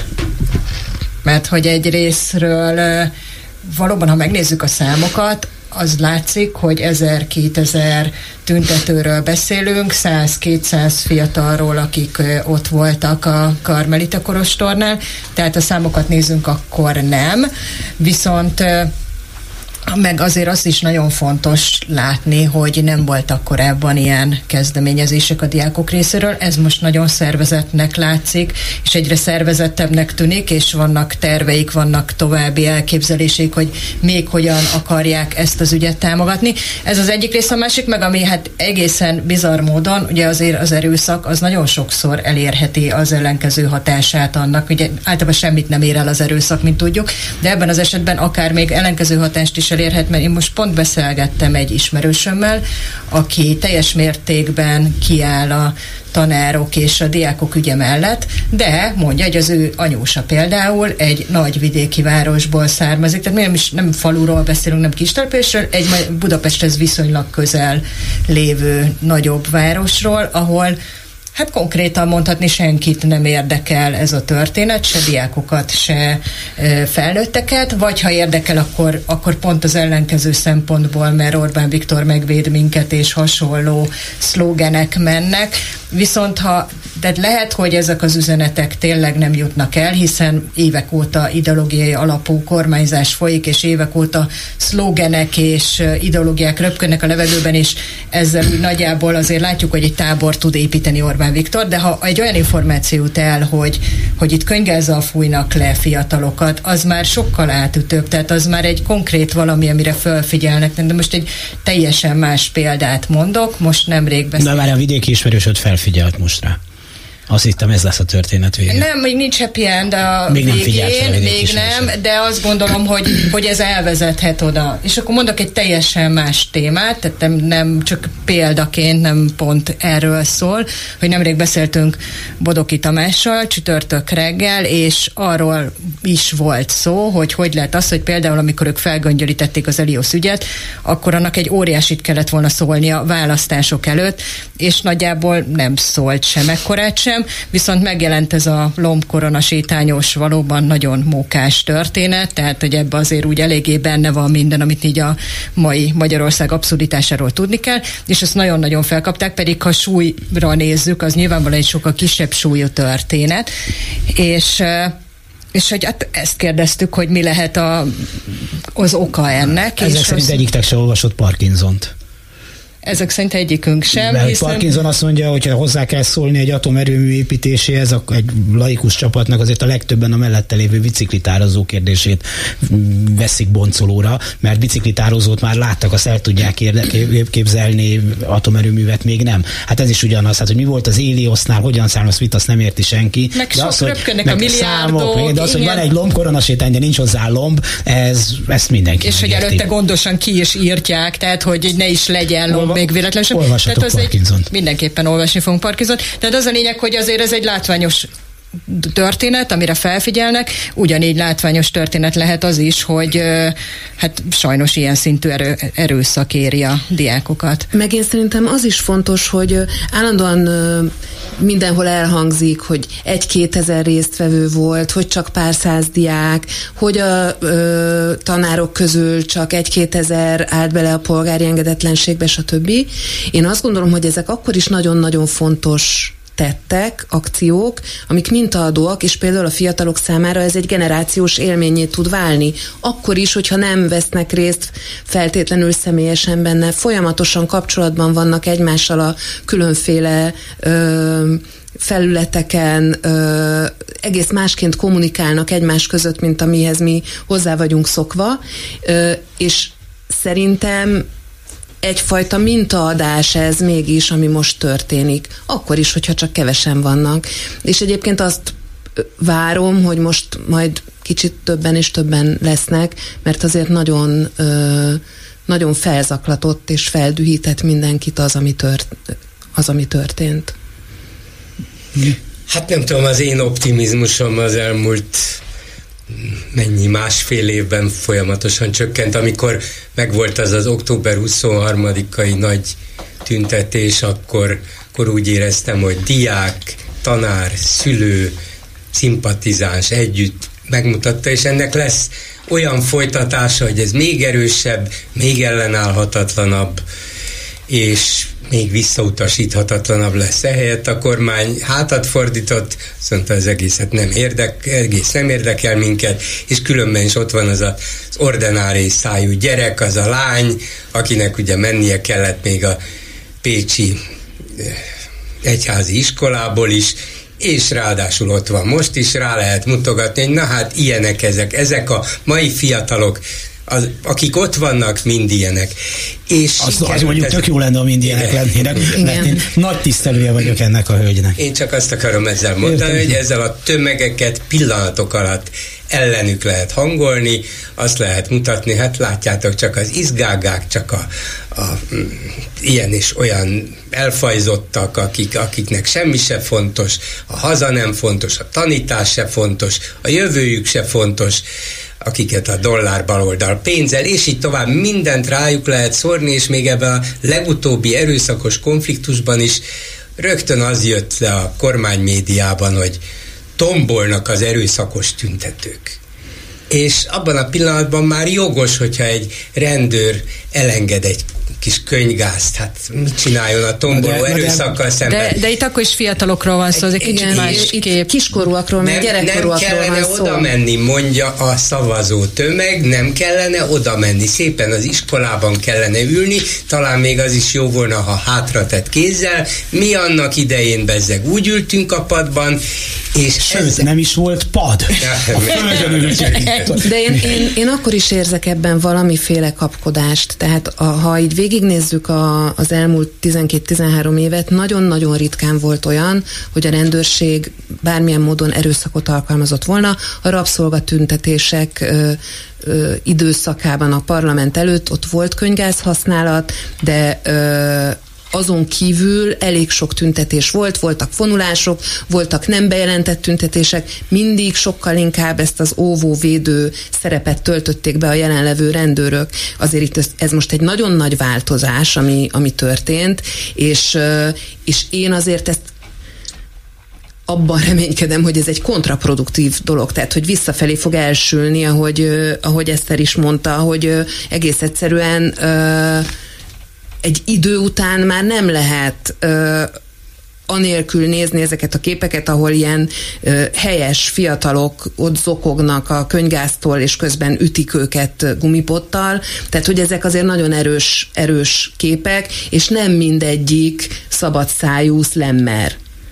S5: mert hogy egy részről valóban, ha megnézzük a számokat, az látszik, hogy ezer-kétezer tüntetőről beszélünk, száz-kétszáz fiatalról, akik ott voltak a Karmelita Kolostornál, tehát a számokat nézzünk, akkor nem. Viszont meg azért azt is nagyon fontos látni, hogy nem voltak korábban ilyen kezdeményezések a diákok részéről. Ez most nagyon szervezettnek látszik, és egyre szervezettebbnek tűnik, és vannak terveik, vannak további elképzeléseik, hogy még hogyan akarják ezt az ügyet támogatni. Ez az egyik rész, a másik meg, ami hát egészen bizarr módon, ugye azért az erőszak az nagyon sokszor elérheti az ellenkező hatását annak, ugye általában semmit nem ér el az erőszak, mint tudjuk, de ebben az esetben akár még ellenkező hatást is elérhet, mert én most pont beszélgettem egy ismerősömmel, aki teljes mértékben kiáll a tanárok és a diákok ügye mellett, de mondja, hogy az ő anyósa például egy nagy vidéki városból származik, tehát nem is nem faluról beszélünk, nem kistelepülésről, egy Budapesthez viszonylag közel lévő nagyobb városról, ahol hát konkrétan mondhatni senkit nem érdekel ez a történet, se diákokat, se e, felnőtteket, vagy ha érdekel, akkor, akkor pont az ellenkező szempontból, mert Orbán Viktor megvéd minket, és hasonló szlógenek mennek. Viszont ha, de lehet, hogy ezek az üzenetek tényleg nem jutnak el, hiszen évek óta ideológiai alapú kormányzás folyik, és évek óta szlógenek és ideológiák röpködnek a levegőben, és ezzel úgy nagyjából azért látjuk, hogy egy tábor tud építeni Orbán Viktor, de ha egy olyan információ jut el, hogy, hogy itt könyvgázzal fújnak le fiatalokat, az már sokkal átütőbb, tehát az már egy konkrét valami, amire felfigyelnek. De most egy teljesen más példát mondok, most nemrég beszéltem.
S14: De már a vidéki ismerősöd felfigyelt most rá. Azt hittem, ez lesz a történet vége.
S5: Nem, még nincs happy end a
S14: még
S5: végén,
S14: nem
S5: még nem, de azt gondolom, hogy, hogy ez elvezethet oda. És akkor mondok egy teljesen más témát, tehát nem, nem csak példaként, nem pont erről szól, hogy nemrég beszéltünk Bodoki Tamással csütörtök reggel, és arról is volt szó, hogy hogy lehet az, hogy például amikor ők felgöngyölítették az Eliosz ügyet, akkor annak egy óriásit kellett volna szólnia választások előtt, és nagyjából nem szólt sem ekkorát sem, viszont megjelent ez a lombkorona sétányos, valóban nagyon mókás történet, tehát hogy ebbe azért úgy eléggé benne van minden, amit így a mai Magyarország abszurditásáról tudni kell, és ezt nagyon-nagyon felkapták, pedig ha súlyra nézzük, az nyilvánvalóan egy sokkal kisebb súlyú történet, és És hogy hát ezt kérdeztük, hogy mi lehet a, az oka ennek.
S14: Ezek
S5: és
S14: szerint
S5: az...
S14: egyiktek se olvasott Parkinsont.
S5: Ezek szerint egyikünk sem.
S14: Mert
S5: hiszen...
S14: Parkinson azt mondja, hogy ha hozzá kell szólni egy atomerőmű építéséhez, akkor egy laikus csapatnak azért a legtöbben a mellette lévő biciklitározó kérdését veszik boncolóra, mert biciklitározót már láttak, azt el tudják képzelni, atomerőművet még nem. Hát ez is ugyanaz, hát hogy mi volt az Héliosznál, hogyan származott, mit, azt nem érti senki.
S5: Meg
S14: de az,
S5: röpködnek
S14: meg
S5: a milliárdok.
S14: Számok, de az, hogy van egy lombkoronasétány, de nincs hozzá lomb, ez, ezt mindenki
S5: És
S14: megérti.
S5: hogy előtte gondosan ki is írtják, tehát hogy ne is legyen lomb. Még véletlenül sem.
S14: Olvassatok Parkinsont.
S5: Mindenképpen olvasni fogunk Parkinsont. Tehát az a lényeg, hogy azért ez egy látványos történet, amire felfigyelnek, ugyanígy látványos történet lehet az is, hogy hát sajnos ilyen szintű erő, erőszak éri a diákokat.
S22: Meg én szerintem az is fontos, hogy állandóan mindenhol elhangzik, hogy egy-kétezer résztvevő volt, hogy csak pár száz diák, hogy a ö, tanárok közül csak egy-kétezer állt bele a polgári engedetlenségbe, stb. Én azt gondolom, hogy ezek akkor is nagyon-nagyon fontos tettek, akciók, amik mintaadóak, és például a fiatalok számára ez egy generációs élményé tud válni. Akkor is, hogyha nem vesznek részt feltétlenül személyesen benne, folyamatosan kapcsolatban vannak egymással a különféle ö, felületeken, ö, egész másként kommunikálnak egymás között, mint amihez mi hozzá vagyunk szokva, ö, és szerintem egyfajta mintaadás ez mégis, ami most történik. Akkor is, hogyha csak kevesen vannak. És egyébként azt várom, hogy most majd kicsit többen és többen lesznek, mert azért nagyon, ö, nagyon felzaklatott és feldühített mindenkit az, ami, tört, az, ami történt.
S7: Hát nem tudom, az én optimizmusom az elmúlt mennyi másfél évben folyamatosan csökkent, amikor megvolt az az október huszonharmadikai nagy tüntetés, akkor, akkor úgy éreztem, hogy diák, tanár, szülő, szimpatizáns együtt megmutatta, és ennek lesz olyan folytatása, hogy ez még erősebb, még ellenállhatatlanabb, és még visszautasíthatatlanabb lesz. Ehelyett a kormány hátat fordított, azt mondta, az egészet nem érdek, egész nem érdekel minket, és különben is ott van az az ordináris szájú gyerek, az a lány, akinek ugye mennie kellett még a pécsi egyházi iskolából is, és ráadásul ott van most is, rá lehet mutogatni, hogy na hát ilyenek ezek, ezek a mai fiatalok, az, akik ott vannak, mind ilyenek. És
S14: az, az mondjuk ez... tök jó lenne, ha mind ilyenek lennének, mert én nagy tisztelője vagyok ennek a hölgynek.
S7: Én csak azt akarom ezzel mondani, Értem. hogy ezzel a tömegeket pillanatok alatt ellenük lehet hangolni, azt lehet mutatni, hát látjátok, csak az izgágák, csak a, a mm, ilyen és olyan elfajzottak, akik, akiknek semmi se fontos, a haza nem fontos, a tanítás se fontos, a jövőjük se fontos, akiket a dollár baloldal pénzzel, és így tovább mindent rájuk lehet szórni, és még ebben a legutóbbi erőszakos konfliktusban is rögtön az jött le a kormánymédiában, hogy tombolnak az erőszakos tüntetők. És abban a pillanatban már jogos, hogyha egy rendőr elenged egy kis könygázt, hát mit csináljon a tomboló de, erőszakkal szemben?
S5: De, de itt akkor is fiatalokról van szó, az egy kicsit más kép.
S22: Kiskorúakról, meg gyerekkorúakról van szó.
S7: Nem kellene oda menni, mondja a szavazó tömeg, nem kellene oda menni. Szépen az iskolában kellene ülni, talán még az is jó volna, ha hátratett kézzel. Mi annak idején bezzeg úgy ültünk a padban, és
S14: Sőt,
S7: ezzel...
S14: nem is volt pad.
S22: De én, én, én akkor is érzek ebben valamiféle kapkodást. Tehát a, ha így végignézzük a, az elmúlt tizenkét-tizenhárom évet, nagyon-nagyon ritkán volt olyan, hogy a rendőrség bármilyen módon erőszakot alkalmazott volna. A rabszolgatüntetések ö, ö, időszakában a parlament előtt ott volt könyvgáz használat, de ö, azon kívül elég sok tüntetés volt, voltak vonulások, voltak nem bejelentett tüntetések, mindig sokkal inkább ezt az óvó-védő szerepet töltötték be a jelenlevő rendőrök. Azért itt ez, ez most egy nagyon nagy változás, ami, ami történt, és, és én azért ezt abban reménykedem, hogy ez egy kontraproduktív dolog, tehát hogy visszafelé fog elsülni, ahogy, ahogy Eszter is mondta, hogy egész egyszerűen egy idő után már nem lehet ö, anélkül nézni ezeket a képeket, ahol ilyen ö, helyes fiatalok ott zokognak a könygáztól, és közben ütik őket gumipottal. Tehát, hogy ezek azért nagyon erős, erős képek, és nem mindegyik szabadszájú szlemmer,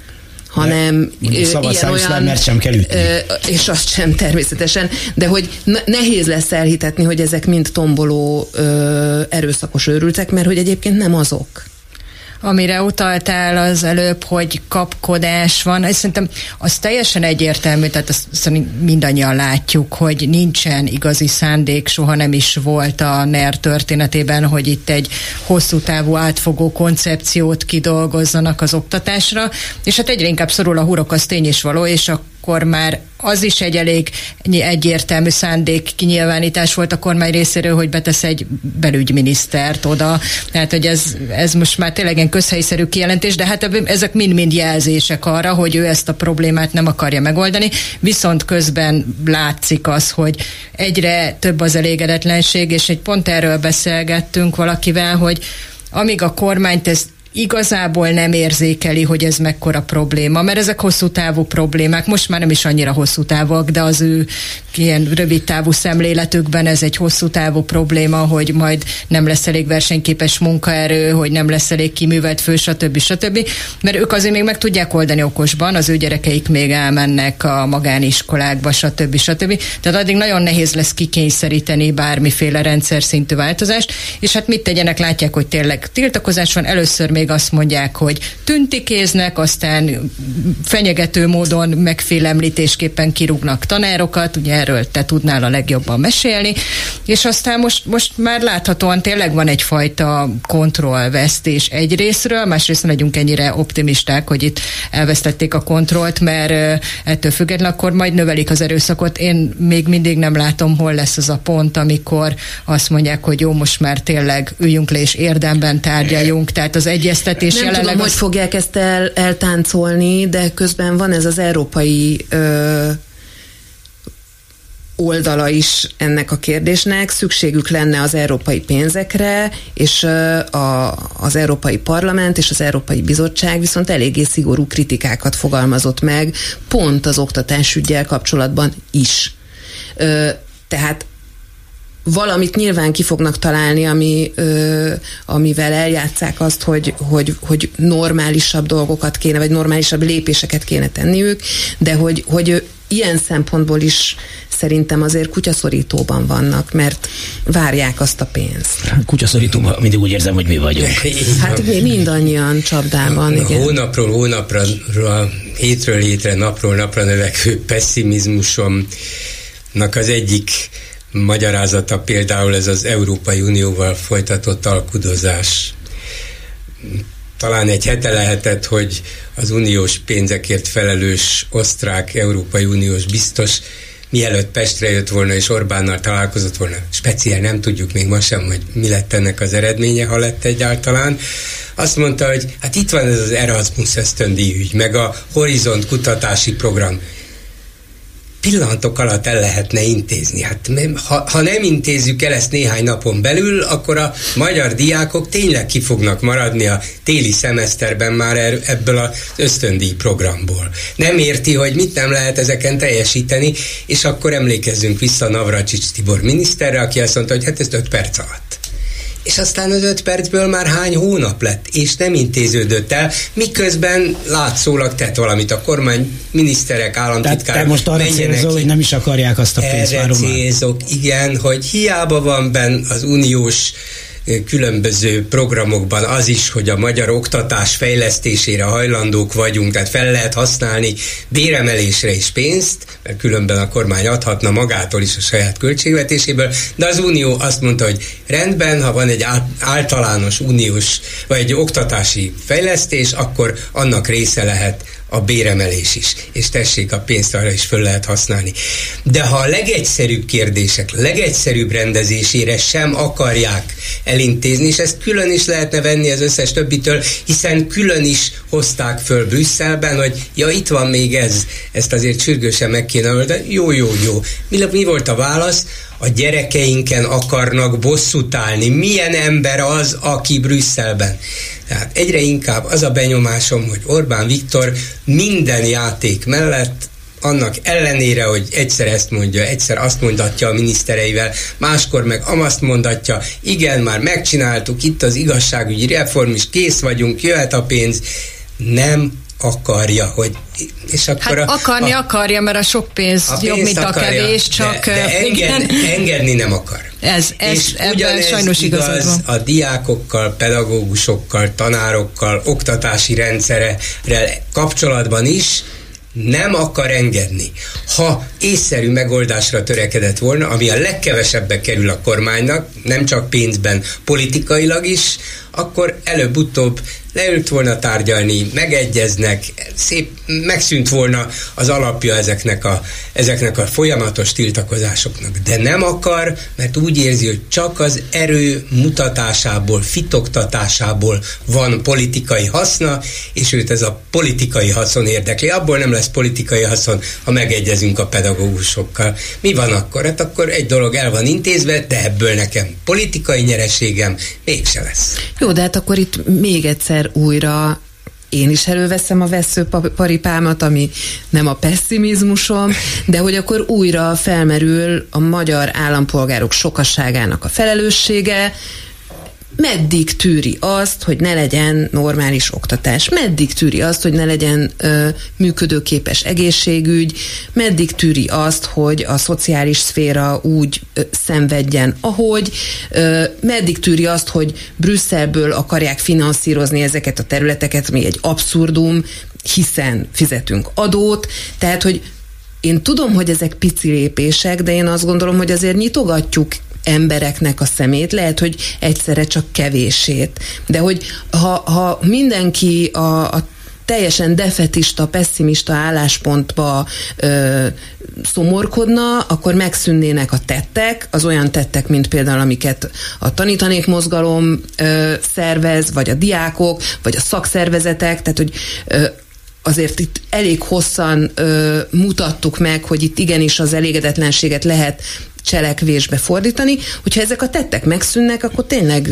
S22: hanem
S14: szabadszájú szlemmert sem kell ütni.
S22: És azt sem természetesen, de hogy nehéz lesz elhitetni, hogy ezek mind tomboló ö, erőszakos őrültek, mert hogy egyébként nem azok.
S5: Amire utaltál az előbb, hogy kapkodás van, ez szerintem az teljesen egyértelmű, tehát azt szerintem mindannyian látjuk, hogy nincsen igazi szándék, soha nem is volt a en e er történetében, hogy itt egy hosszú távú átfogó koncepciót kidolgozzanak az oktatásra, és hát egyre inkább szorul a hurok, az tény is való, és a akkor már az is egy elég egyértelmű szándék kinyilvánítás volt a kormány részéről, hogy betesz egy belügyminisztert oda. Tehát, hogy ez, ez most már tényleg egy közhelyiszerű kijelentés, de hát ezek mind-mind jelzések arra, hogy ő ezt a problémát nem akarja megoldani, viszont közben látszik az, hogy egyre több az elégedetlenség, és egy pont erről beszélgettünk valakivel, hogy amíg a kormányt ezt igazából nem érzékeli, hogy ez mekkora probléma, mert ezek hosszú távú problémák, most már nem is annyira hosszú távok, de az ő ilyen rövid távú szemléletükben ez egy hosszú távú probléma, hogy majd nem lesz elég versenyképes munkaerő, hogy nem lesz elég kiművelt fő, stb. stb. Mert ők azért még meg tudják oldani okosban, az ő gyerekeik még elmennek a magániskolákba, stb. stb. Tehát addig nagyon nehéz lesz kikényszeríteni bármiféle rendszer szintű változást, és hát mit tegyenek, látják, hogy tényleg tiltakozás van, először még azt mondják, hogy tüntikéznek, aztán fenyegető módon megfélemlítésképpen kirúgnak tanárokat, ugye erről te tudnál a legjobban mesélni, és aztán most, most már láthatóan tényleg van egyfajta kontrollvesztés egy részről, másrészt nem legyünk ennyire optimisták, hogy itt elvesztették a kontrollt, mert ettől függetlenül akkor majd növelik az erőszakot. Én még mindig nem látom, hol lesz az a pont, amikor azt mondják, hogy jó, most már tényleg üljünk le és érdemben tárgyaljunk, tehát az egyeztetés
S22: nem
S5: jelenleg...
S22: tudom, az... hogy fogják ezt el, eltáncolni, de közben van ez az európai ö, oldala is ennek a kérdésnek, szükségük lenne az európai pénzekre, és a, az Európai Parlament és az Európai Bizottság viszont eléggé szigorú kritikákat fogalmazott meg, pont az oktatásüggyel kapcsolatban is. Ö, tehát valamit nyilván ki fognak találni, ami, ö, amivel eljátsszák azt, hogy, hogy, hogy normálisabb dolgokat kéne, vagy normálisabb lépéseket kéne tenniük, de hogy, hogy ilyen szempontból is szerintem azért kutyaszorítóban vannak, mert várják azt a pénzt.
S14: Kutyaszorítóban mindig úgy érzem, hogy mi vagyunk.
S22: Hát mi mindannyian csapdában, igen.
S7: Hónapról hónapra, hétről hétre, napról napra növekvő pessimizmusomnak az egyik magyarázata például ez az Európai Unióval folytatott alkudozás. Talán egy hete lehetett, hogy az uniós pénzekért felelős osztrák Európai Uniós biztos mielőtt Pestre jött volna és Orbánnal találkozott volna, speciál nem tudjuk még ma sem, hogy mi lett ennek az eredménye, ha lett egyáltalán. Azt mondta, hogy hát itt van ez az Erasmus ösztöndíj ügy, meg a Horizont kutatási program. Pillanatok alatt el lehetne intézni. Hát ha, ha nem intézzük el ezt néhány napon belül, akkor a magyar diákok tényleg ki fognak maradni a téli szemeszterben már ebből az ösztöndíj programból. Nem érti, hogy mit nem lehet ezeken teljesíteni, és akkor emlékezzünk vissza Navracsics Tibor miniszterre, aki azt mondta, hogy hát ezt öt perc alatt. És aztán az öt percből már hány hónap lett, és nem intéződött el, miközben látszólag tett valamit a kormány, miniszterek, államtitkárok.
S14: Tehát te most arra célzol, hogy nem is akarják azt a pénzt.
S7: Erre célzok, igen, hogy hiába van benne az uniós különböző programokban az is, hogy a magyar oktatás fejlesztésére hajlandók vagyunk, tehát fel lehet használni béremelésre is pénzt, mert különben a kormány adhatna magától is a saját költségvetéséből, de az Unió azt mondta, hogy rendben, ha van egy általános uniós, vagy egy oktatási fejlesztés, akkor annak része lehet a béremelés is, és tessék, a pénzt arra is föl lehet használni. De ha a legegyszerűbb kérdések, legegyszerűbb rendezésére sem akarják elintézni, és ezt külön is lehetne venni az összes többitől, hiszen külön is hozták föl Brüsszelben, hogy ja, itt van még ez, ezt azért sürgősen meg kéne oldani, jó, jó, jó. Mi, mi volt a válasz? a gyerekeinken akarnak bosszút állni. Milyen ember az, aki Brüsszelben? Tehát egyre inkább az a benyomásom, hogy Orbán Viktor minden játék mellett, annak ellenére, hogy egyszer ezt mondja, egyszer azt mondatja a minisztereivel, máskor meg azt mondatja, igen, már megcsináltuk, itt az igazságügyi reform is, kész vagyunk, jöhet a pénz, nem akarja, hogy és akkor
S5: hát
S7: a,
S5: akarni a, akarja, mert a sok pénz a jobb, mint akarja, a kevés, csak
S7: de, de enged, engedni nem akar.
S5: Ez, ez
S7: és
S5: ebben sajnos igaz van.
S7: A diákokkal, pedagógusokkal, tanárokkal, oktatási rendszerrel kapcsolatban is nem akar engedni. Ha észszerű megoldásra törekedett volna, ami a legkevesebbe kerül a kormánynak, nem csak pénzben, politikailag is, akkor előbb-utóbb leült volna tárgyalni, megegyeznek, szép, megszűnt volna az alapja ezeknek a, ezeknek a folyamatos tiltakozásoknak. De nem akar, mert úgy érzi, hogy csak az erő mutatásából, fitoktatásából van politikai haszna, és őt ez a politikai haszon érdekli. Abból nem lesz politikai haszon, ha megegyezünk a pedagógusokkal. Mi van akkor? Hát akkor egy dolog el van intézve, de ebből nekem politikai nyereségem mégse lesz.
S22: Jó, de hát akkor itt még egyszer újra én is előveszem a veszőparipámat, ami nem a pesszimizmusom, de hogy akkor újra felmerül a magyar állampolgárok sokaságának a felelőssége, meddig tűri azt, hogy ne legyen normális oktatás, meddig tűri azt, hogy ne legyen ö, működőképes egészségügy, meddig tűri azt, hogy a szociális szféra úgy ö, szenvedjen, ahogy, ö, meddig tűri azt, hogy Brüsszelből akarják finanszírozni ezeket a területeket, ami egy abszurdum, hiszen fizetünk adót, tehát, hogy én tudom, hogy ezek pici lépések, de én azt gondolom, hogy azért nyitogatjuk embereknek a szemét, lehet, hogy egyszerre csak kevését. De hogy ha, ha mindenki a, a teljesen defetista, pesszimista álláspontba ö, szomorkodna, akkor megszűnnének a tettek, az olyan tettek, mint például amiket a tanítanék mozgalom ö, szervez, vagy a diákok, vagy a szakszervezetek, tehát hogy ö, azért itt elég hosszan ö, mutattuk meg, hogy itt igenis az elégedetlenséget lehet cselekvésbe fordítani, hogyha ezek a tettek megszűnnek, akkor tényleg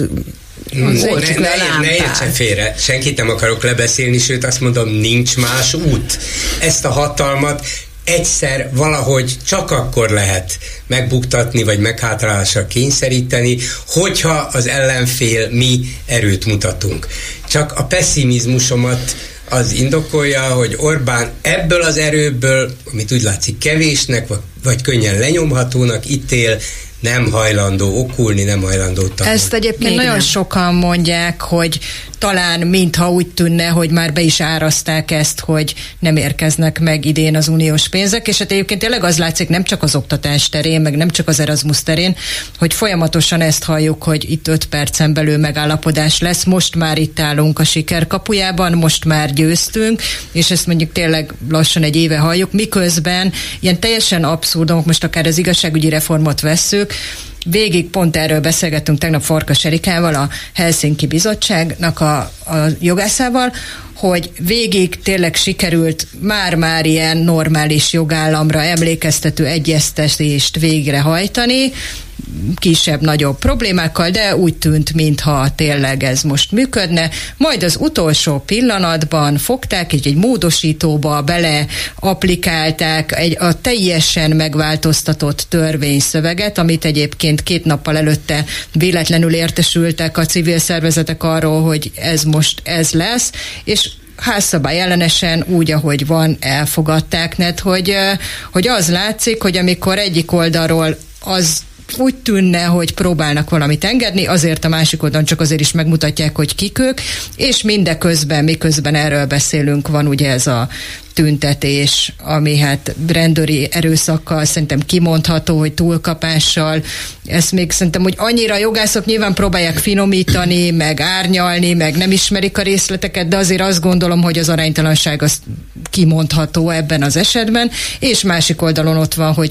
S22: oltsuk le a lámpát.
S7: Ne értsen félre, senkit nem akarok lebeszélni, sőt azt mondom, nincs más út. Ezt a hatalmat egyszer valahogy csak akkor lehet megbuktatni, vagy meghátrálásra kényszeríteni, hogyha az ellenfél mi erőt mutatunk. Csak a pesszimizmusomat az indokolja, hogy Orbán ebből az erőből, amit úgy látszik kevésnek, vagy, vagy könnyen lenyomhatónak ítél, nem hajlandó okulni, nem hajlandó tanulni.
S5: Ezt egyébként
S22: Még
S5: nagyon
S22: nem.
S5: sokan mondják, hogy talán mintha úgy tűnne, hogy már be is árazták ezt, hogy nem érkeznek meg idén az uniós pénzek, és hát egyébként tényleg az látszik nem csak az oktatás terén, meg nem csak az Erasmus terén, hogy folyamatosan ezt halljuk, hogy itt öt percen belül megállapodás lesz, most már itt állunk a siker kapujában, most már győztünk, és ezt mondjuk tényleg lassan egy éve halljuk, miközben ilyen teljesen abszurdumok, most akár az igazságügyi reformot vesszük, végig pont erről beszélgettünk tegnap Farkas Erikával, a Helsinki Bizottságnak a, a jogászával, hogy végig tényleg sikerült már-már ilyen normális jogállamra emlékeztető egyeztetést végrehajtani, kisebb-nagyobb problémákkal, de úgy tűnt, mintha tényleg ez most működne. Majd az utolsó pillanatban fogták, egy, egy módosítóba bele applikálták egy, a teljesen megváltoztatott törvényszöveget, amit egyébként két nappal előtte véletlenül értesültek a civil szervezetek arról, hogy ez most ez lesz, és házszabály ellenesen úgy, ahogy van, elfogadták, net, hogy, hogy az látszik, hogy amikor egyik oldalról az úgy tűnne, hogy próbálnak valamit engedni, azért a másik oldalon csak azért is megmutatják, hogy kik ők, és mindeközben, miközben erről beszélünk, van ugye ez a tüntetés, ami hát rendőri erőszakkal szerintem kimondható, hogy túlkapással. Ezt még szerintem, hogy annyira jogászok nyilván próbálják finomítani, meg árnyalni, meg nem ismerik a részleteket, de azért azt gondolom, hogy az aránytalanság az kimondható ebben az esetben, és másik oldalon ott van, hogy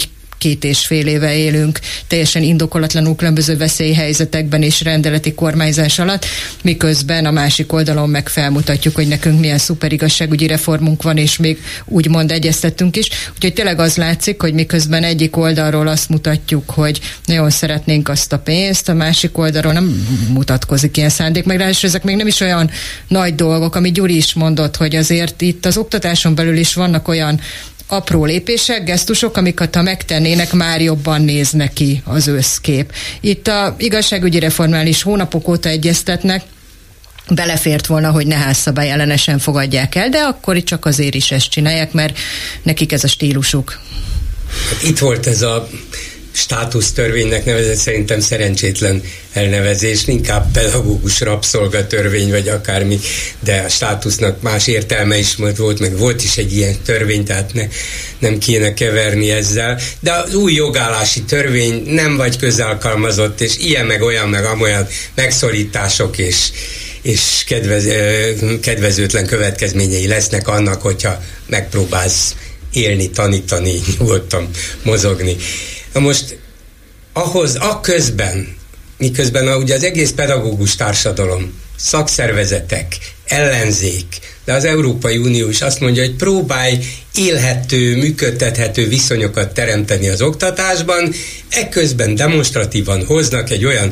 S5: két és fél éve élünk teljesen indokolatlanul különböző veszélyhelyzetekben és rendeleti kormányzás alatt, miközben a másik oldalon meg felmutatjuk, hogy nekünk milyen szuper igazságügyi reformunk van, és még úgymond egyeztettünk is. Úgyhogy tényleg az látszik, hogy miközben egyik oldalról azt mutatjuk, hogy nagyon szeretnénk azt a pénzt, a másik oldalról nem mutatkozik ilyen szándék, meg ráadásul ezek még nem is olyan nagy dolgok, ami Gyuri is mondott, hogy azért itt az oktatáson belül is vannak olyan apró lépések, gesztusok, amiket ha megtennének, már jobban néz neki az összkép. Itt a igazságügyi reformnál is hónapok óta egyeztetnek, belefért volna, hogy ne házszabály ellenesen fogadják el, de akkor csak azért is ezt csinálják, mert nekik ez a stílusuk.
S7: Hát itt volt ez a státusztörvénynek nevezett, szerintem szerencsétlen elnevezés, inkább pedagógus rabszolgatörvény, vagy akármi, de a státusznak más értelme is volt, meg volt is egy ilyen törvény, tehát ne, nem kéne keverni ezzel, de az új jogállási törvény nem vagy közalkalmazott, és ilyen meg olyan, meg amolyan megszorítások és és kedvez, kedvezőtlen következményei lesznek annak, hogyha megpróbálsz élni, tanítani, nyugodtan mozogni. Na most ahhoz, akközben, miközben a, ugye az egész pedagógus társadalom, szakszervezetek, ellenzék, de az Európai Unió is azt mondja, hogy próbálj élhető, működtethető viszonyokat teremteni az oktatásban, ekközben demonstratívan hoznak egy olyan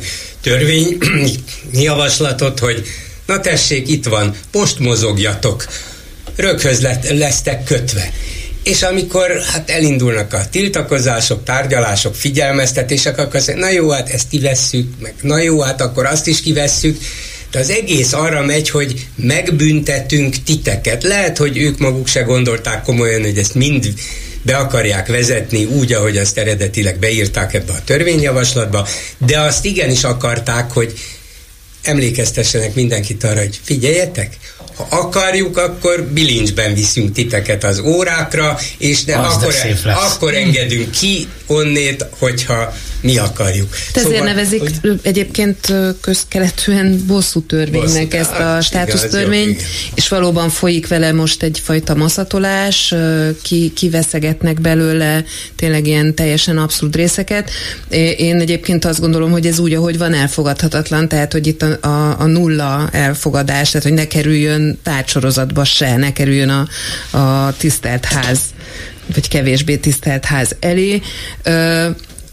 S7: törvényjavaslatot, hogy na tessék, itt van, most mozogjatok, röghöz lesztek kötve. És amikor hát elindulnak a tiltakozások, tárgyalások, figyelmeztetések, akkor azt mondja, na jó, hát ezt kivesszük, meg na jó, hát akkor azt is kivesszük, de az egész arra megy, hogy megbüntetünk titeket. Lehet, hogy ők maguk se gondolták komolyan, hogy ezt mind be akarják vezetni úgy, ahogy azt eredetileg beírták ebbe a törvényjavaslatba, de azt igenis akarták, hogy emlékeztessenek mindenkit arra, hogy figyeljetek, ha akarjuk, akkor bilincsben viszünk titeket az órákra, és de akkor, akkor engedünk ki onnét, hogyha mi akarjuk.
S22: De ezért szóval, nevezik hogy... egyébként közkeletűen bosszú törvénynek bosszú, ezt a státusztörvényt, és valóban folyik vele most egyfajta maszatolás, ki, kiveszegetnek belőle tényleg ilyen teljesen abszurd részeket. Én egyébként azt gondolom, hogy ez úgy, ahogy van, elfogadhatatlan, tehát hogy itt a, a, a nulla elfogadás, tehát hogy ne kerüljön tárgysorozatba se, ne kerüljön a, a tisztelt ház, vagy kevésbé tisztelt ház elé. Ö,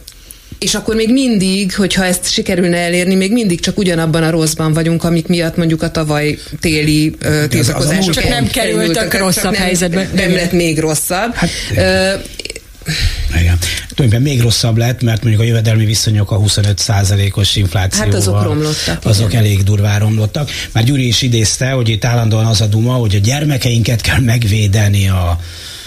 S22: és akkor még mindig, hogyha ezt sikerülne elérni, még mindig csak ugyanabban a rosszban vagyunk, amik miatt mondjuk a tavaly téli uh, tiltakozások
S5: csak nem kerültek rosszabb
S22: nem,
S5: helyzetbe.
S22: Nem lett még rosszabb. Hát, uh,
S14: igen. Tulajdonképpen még rosszabb lett, mert mondjuk a jövedelmi viszonyok a huszonöt százalékos inflációval,
S22: hát azok romlottak.
S14: Azok igen. elég durván romlottak. Már Gyuri is idézte, hogy itt állandóan az a duma, hogy a gyermekeinket kell megvédeni a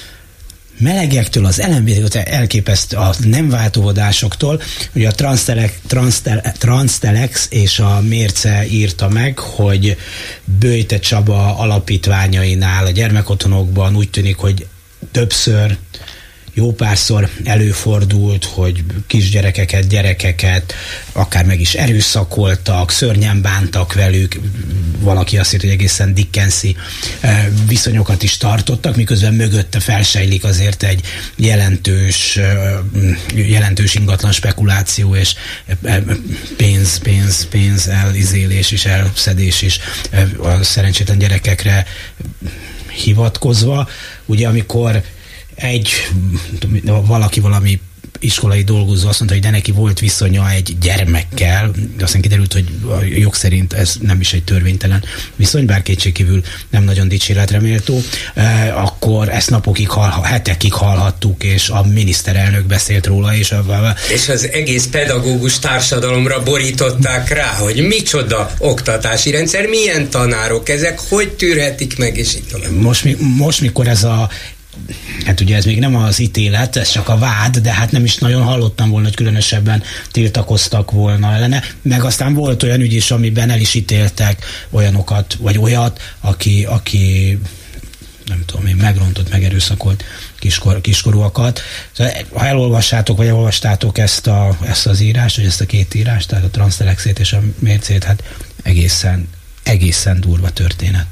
S14: melegektől, az el em bé té elképesztő a nem váltóvodásoktól. Ugye a Transtelex, Transtelex, Transtelex és a Mérce írta meg, hogy Böjte Csaba alapítványainál, a gyermekotthonokban úgy tűnik, hogy többször, jó párszor előfordult, hogy kisgyerekeket, gyerekeket akár meg is erőszakoltak, szörnyen bántak velük, valaki azt írta, hogy egészen Dickensi viszonyokat is tartottak, miközben mögötte felsejlik azért egy jelentős, jelentős ingatlan spekuláció és pénz, pénz, pénz elizélés és elszedés is a szerencsétlen gyerekekre hivatkozva. Ugye amikor egy, valaki valami iskolai dolgozó azt mondta, hogy de neki volt viszonya egy gyermekkel, de aztán kiderült, hogy a jog szerint ez nem is egy törvénytelen viszony, bár kétségkívül nem nagyon dicséretre méltó, eh, akkor ezt napokig, hall, hetekig hallhattuk, és a miniszterelnök beszélt róla, és a...
S7: És az egész pedagógus társadalomra borították rá, hogy micsoda oktatási rendszer, milyen tanárok ezek, hogy tűrhetik meg, és így tovább.
S14: Most, most mikor ez a hát ugye ez még nem az ítélet, ez csak a vád, de hát nem is nagyon hallottam volna, hogy különösebben tiltakoztak volna ellene, meg aztán volt olyan ügy is, amiben el is ítéltek olyanokat, vagy olyat, aki, aki nem tudom én, megrontott, megerőszakolt kiskor, kiskorúakat. Szóval, ha elolvassátok, vagy elolvastátok ezt, a, ezt az írást, vagy ezt a két írást, tehát a Transtelexét és a Mércét, hát egészen, egészen durva történet.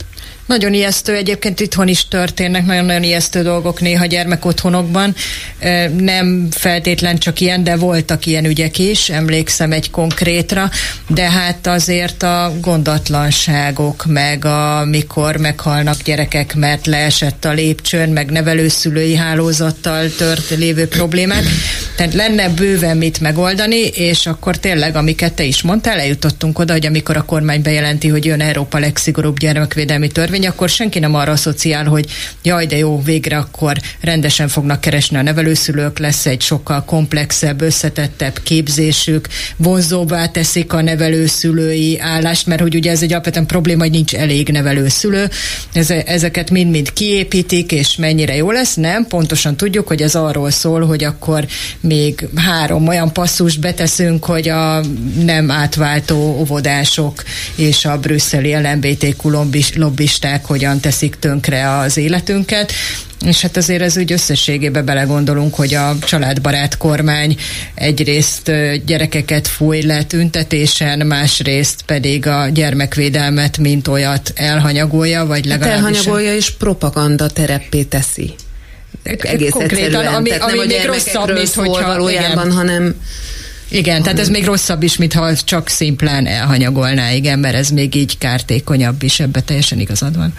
S5: Nagyon ijesztő, egyébként itthon is történnek nagyon-nagyon ijesztő dolgok néha gyermekotthonokban. Nem feltétlen csak ilyen, de voltak ilyen ügyek is, emlékszem egy konkrétra, de hát azért a gondatlanságok, meg amikor meghalnak gyerekek, mert leesett a lépcsőn, meg nevelőszülői hálózattal tört lévő problémák. Tehát lenne bőven mit megoldani, és akkor tényleg, amiket te is mondtál, eljutottunk oda, hogy amikor a kormány bejelenti, hogy jön Európa legszigorúbb gyermekvédelmi törvény, akkor senki nem arra asszociál, hogy jaj, de jó, végre akkor rendesen fognak keresni a nevelőszülők, lesz egy sokkal komplexebb, összetettebb képzésük, vonzóbbá teszik a nevelőszülői állást, mert hogy ugye ez egy alapvetően probléma, hogy nincs elég nevelőszülő. Ezeket mind-mind kiépítik, és mennyire jó lesz, nem? Pontosan tudjuk, hogy ez arról szól, hogy akkor még három olyan passzust beteszünk, hogy a nem átváltó óvodások és a brüsszeli el em bé té kú lobbisták hogyan teszik tönkre az életünket. És hát azért ez úgy összességében belegondolunk, hogy a családbarát kormány egyrészt gyerekeket fúj le tüntetésen, másrészt pedig a gyermekvédelmet mint olyat elhanyagolja, vagy legalábbis... Hát
S22: elhanyagolja és propaganda tereppé teszi. Egész
S5: konkrétan, ami, ami
S22: nem
S5: még rosszabb, mint hogyha...
S22: valójában, igen. hanem...
S5: Igen, tehát ez még rosszabb is, mintha csak szimplán elhanyagolná, igen, mert ez még így kártékonyabb is, ebbe teljesen igazad van.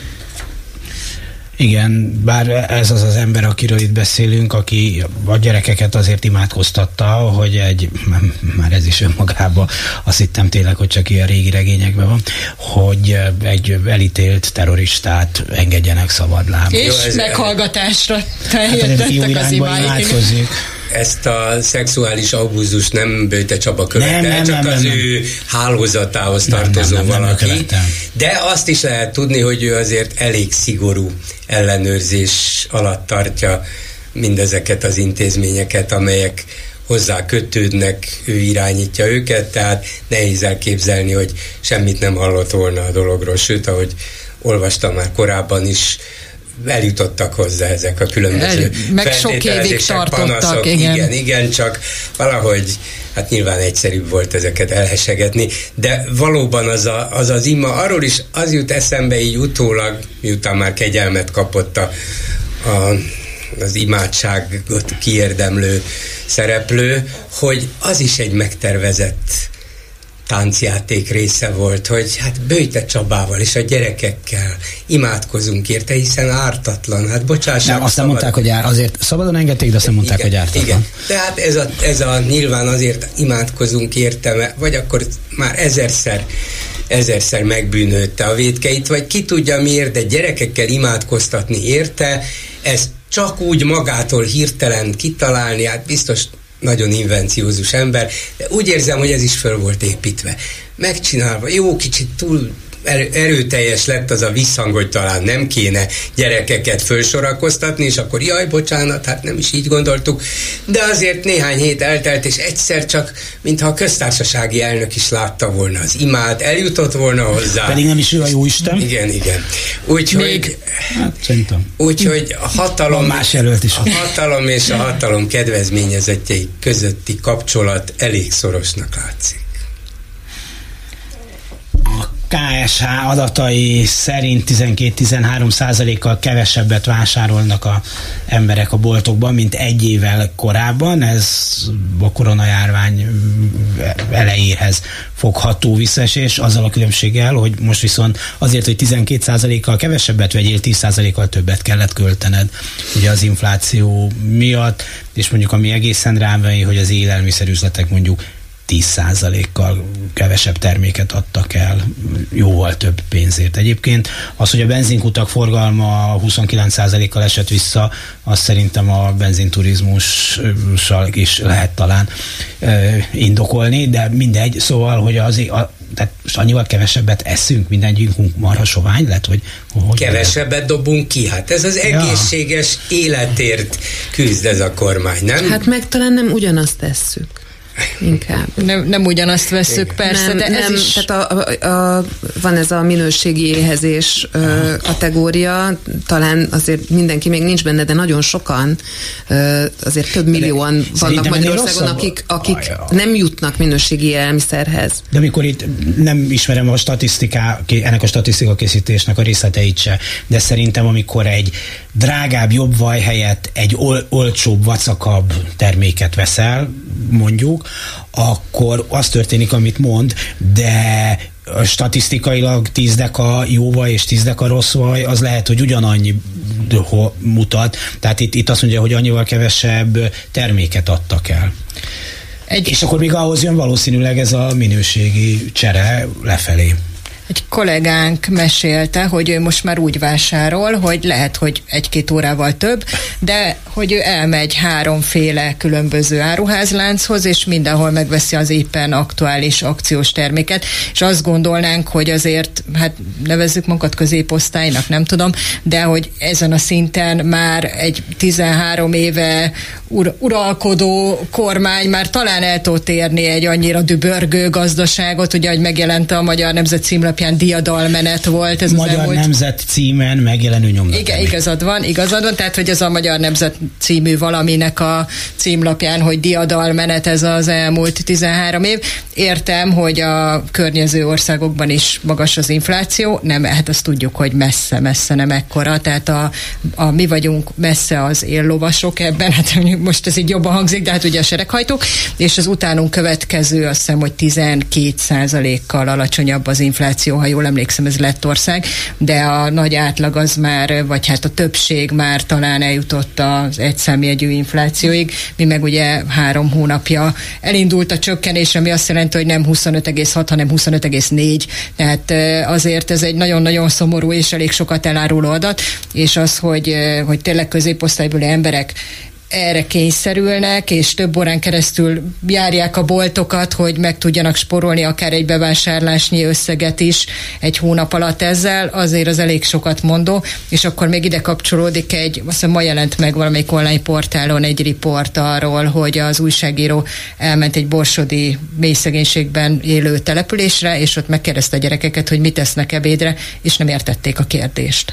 S14: Igen, bár ez az az ember, akiről itt beszélünk, aki a gyerekeket azért imádkoztatta, hogy egy, már ez is önmagában, azt hittem tényleg, hogy csak ilyen régi regényekben van, hogy egy elítélt terroristát engedjenek szabadlábra.
S5: És jó, meghallgatásra teljesítettek az imáik.
S7: Ezt a szexuális abúzus nem Böjte Csaba követel, nem, nem, csak nem, az nem, ő nem. hálózatához tartozó nem, nem, nem, valaki. Nem de azt is lehet tudni, hogy ő azért elég szigorú ellenőrzés alatt tartja mindezeket az intézményeket, amelyek hozzá kötődnek, ő irányítja őket, tehát nehéz elképzelni, hogy semmit nem hallott volna a dologról, sőt, ahogy olvastam már korábban is, eljutottak hozzá ezek a különböző El,
S5: meg sok évig tartottak,
S7: panaszok,
S5: igen.
S7: igen, igen, csak valahogy hát nyilván egyszerűbb volt ezeket elhessegetni, de valóban az, a, az az ima, arról is az jut eszembe így utólag, miután már kegyelmet kapott a, a, az imádságot kiérdemlő szereplő, hogy az is egy megtervezett táncjáték része volt, hogy hát Böjte Csabával és a gyerekekkel imádkozunk érte, hiszen ártatlan, hát bocsássák.
S14: Nem, azt nem mondták, hogy ár, azért szabadon engedték, de azt nem mondták, igen, hogy ártatlan. Igen,
S7: tehát ez a, ez a nyilván azért imádkozunk érte, vagy akkor már ezerszer ezerszer megbűnődte a vétkeit, vagy ki tudja miért, de gyerekekkel imádkoztatni érte, ez csak úgy magától hirtelen kitalálni, hát biztos nagyon invenciózus ember, de úgy érzem, hogy ez is föl volt építve. Megcsinálva, jó, kicsit túl erőteljes lett az a visszhang, hogy talán nem kéne gyerekeket fölsorakoztatni, és akkor jaj, bocsánat, hát nem is így gondoltuk, de azért néhány hét eltelt, és egyszer csak, mintha a köztársasági elnök is látta volna az imát, eljutott volna hozzá.
S14: Pedig nem is ő a jóisten.
S7: Igen, igen. Úgyhogy
S14: hát, szerintem.
S7: Úgyhogy a hatalom,
S14: más jelölt is.
S7: A hatalom és a hatalom kedvezményezettjei közötti kapcsolat elég szorosnak látszik.
S14: ká es há adatai szerint tizenkét-tizenhárom százalékkal kevesebbet vásárolnak a emberek a boltokban, mint egy évvel korábban. Ez a koronajárvány elejéhez fogható visszaesés, azzal a különbséggel, hogy most viszont azért, hogy tizenkét százalékkal kevesebbet vegyél, tíz százalékkal többet kellett költened ugye az infláció miatt, és mondjuk ami egészen drámai, hogy az élelmiszerüzletek mondjuk tíz százalékkal kevesebb terméket adtak el, jóval több pénzért. Egyébként az, hogy a benzinkutak forgalma huszonkilenc százalékkal esett vissza, azt szerintem a benzinturizmussal is lehet talán e, indokolni, de mindegy, szóval, hogy az, a, tehát annyival kevesebbet eszünk, mindegyikünk marha sovány lett, hogy, hogy
S7: kevesebbet dobunk ki, hát ez az egészséges ja. életért küzd ez a kormány, nem?
S22: Hát meg talán nem ugyanazt tesszük. inkább.
S5: Nem, nem ugyanazt vesszük, persze,
S22: nem,
S5: de ez
S22: nem,
S5: is...
S22: Tehát a, a, a, van ez a minőségi éhezés ö, kategória, talán azért mindenki még nincs benne, de nagyon sokan, ö, azért több millióan vannak Magyarországon, akik, akik nem jutnak minőségi élelmiszerhez.
S14: De amikor itt nem ismerem a statisztiká, ennek a statisztika készítésnek a részleteit se, de szerintem amikor egy drágább, jobb vaj helyett egy ol, olcsóbb, vacakabb terméket veszel, mondjuk, akkor az történik, amit mond, de statisztikailag tíz deka jó vaj és tíz deka rossz vaj, az lehet, hogy ugyanannyi mutat. Tehát itt, itt azt mondja, hogy annyival kevesebb terméket adtak el. Egy... És akkor még ahhoz jön valószínűleg ez a minőségi csere lefelé.
S5: Egy kollégánk mesélte, hogy ő most már úgy vásárol, hogy lehet, hogy egy-két órával több, de hogy ő elmegy háromféle különböző áruházlánchoz, és mindenhol megveszi az éppen aktuális akciós terméket, és azt gondolnánk, hogy azért, hát nevezzük magunkat középosztálynak, nem tudom, de hogy ezen a szinten már egy tizenhárom éve ur- uralkodó kormány már talán el tud érni egy annyira dübörgő gazdaságot, ugye, hogy megjelent a Magyar Nemzet címlapján diadalmenet volt. Ez
S14: Magyar
S5: elmúlt...
S14: Nemzet címen megjelenő nyomdat.
S5: Igen, igazad van, igazad van, tehát hogy ez a Magyar Nemzet című valaminek a címlapján, hogy diadalmenet ez az elmúlt tizenhárom év. Értem, hogy a környező országokban is magas az infláció, nem, hát azt tudjuk, hogy messze, messze nem ekkora, tehát a, a mi vagyunk messze az éllovasok ebben, hát most ez így jobban hangzik, de hát ugye a sereghajtók, és az utánunk következő, azt hiszem, hogy tizenkét százalékkal alacsonyabb az infláció, ha jól emlékszem, ez Lettország, de a nagy átlag az már, vagy hát a többség már talán eljutott az egyszámjegyű inflációig, mi meg ugye három hónapja elindult a csökkenés, ami azt jelenti, hogy nem huszonöt egész hat, hanem huszonöt egész négy, tehát azért ez egy nagyon-nagyon szomorú és elég sokat eláruló adat, és az, hogy, hogy tényleg középosztálybeli emberek erre kényszerülnek, és több órán keresztül járják a boltokat, hogy meg tudjanak spórolni akár egy bevásárlásnyi összeget is egy hónap alatt ezzel, azért az elég sokat mondó, és akkor még ide kapcsolódik egy, azt hiszem ma jelent meg valamelyik online portálon egy riport arról, hogy az újságíró elment egy borsodi mélyszegénységben élő településre, és ott megkérdezte a gyerekeket, hogy mit tesznek ebédre, és nem értették a kérdést.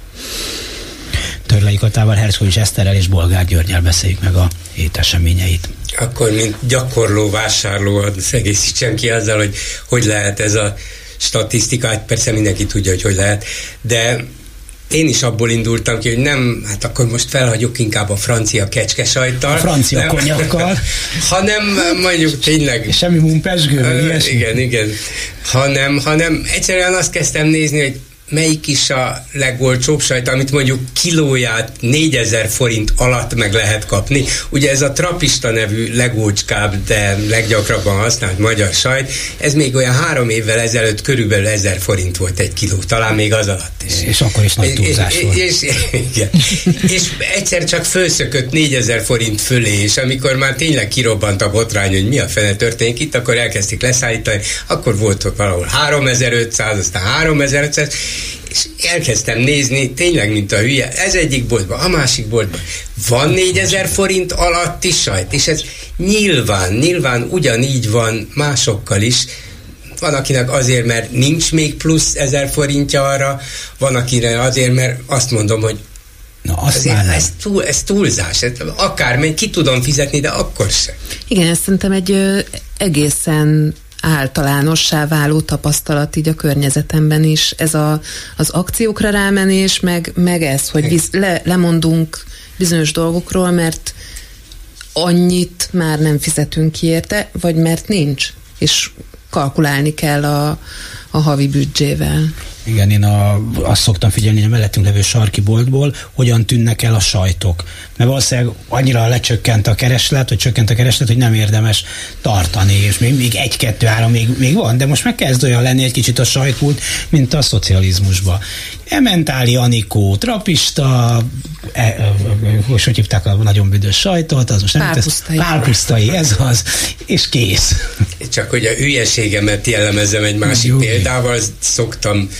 S14: Törlei Katával, Herszkovics Eszterrel és Bolgár Györgyel beszéljük meg a hét eseményeit.
S7: Akkor, mint gyakorló vásárló, az egészítsem ki azzal, hogy hogy lehet ez a statisztikát, persze mindenki tudja, hogy hogy lehet, de én is abból indultam ki, hogy nem, hát akkor most felhagyjuk inkább a francia kecskesajttal.
S14: A francia nem, konyakkal.
S7: hanem mondjuk tényleg...
S14: Semmi mumpesgő, ilyesmi.
S7: Igen, igen. Hanem, hanem egyszerűen azt kezdtem nézni, hogy melyik is a legolcsóbb sajt, amit mondjuk kilóját négyezer forint alatt meg lehet kapni. Ugye ez a trapista nevű legócskább, de leggyakrabban használt magyar sajt, ez még olyan három évvel ezelőtt körülbelül ezer forint volt egy kiló, talán még az alatt is.
S14: És akkor is nagy túlzás
S7: és,
S14: volt.
S7: És, és, igen. és egyszer csak fölszökött négyezer forint fölé, és amikor már tényleg kirobbant a botrány, hogy mi a fene történik itt, akkor elkezdték leszállítani, akkor volt ott valahol háromezer-ötszáz, aztán háromezer-ötszáz, és elkezdtem nézni, tényleg, mint a hülye, ez egyik boltban, a másik boltban. Van négyezer forint alatti sajt, és ez nyilván, nyilván ugyanígy van másokkal is. Van akinek azért, mert nincs még plusz ezer forintja arra, van akinek azért, mert azt mondom, hogy
S14: Na, azt azért,
S7: ez, túl, ez túlzás, akármely, ki tudom fizetni, de akkor sem.
S22: Igen, ez szerintem egy ö, egészen általánossá váló tapasztalat így a környezetemben is. Ez a, az akciókra rámenés, meg, meg ez, hogy biz, le, lemondunk bizonyos dolgokról, mert annyit már nem fizetünk ki érte, vagy mert nincs, és kalkulálni kell a, a havi büdzsével.
S14: Igen, én a, azt szoktam figyelni, hogy a mellettünk levő sarki boltból hogyan tűnnek el a sajtok. Mert valószínűleg annyira lecsökkent a kereslet, vagy csökkent a kereslet, hogy nem érdemes tartani, és még, még egy-kettő-három még, még van, de most meg kezd olyan lenni egy kicsit a sajtpult, mint a szocializmusban. Ementáli Anikó, trapista, e, e, most hogy hívták a nagyon büdös sajtot, az most nem
S22: Pálpusztai.
S14: Pálpusztai, ez az, és kész.
S7: Csak hogy a hülyeségemet jellemezem egy másik
S14: Jó.
S7: példával, szoktam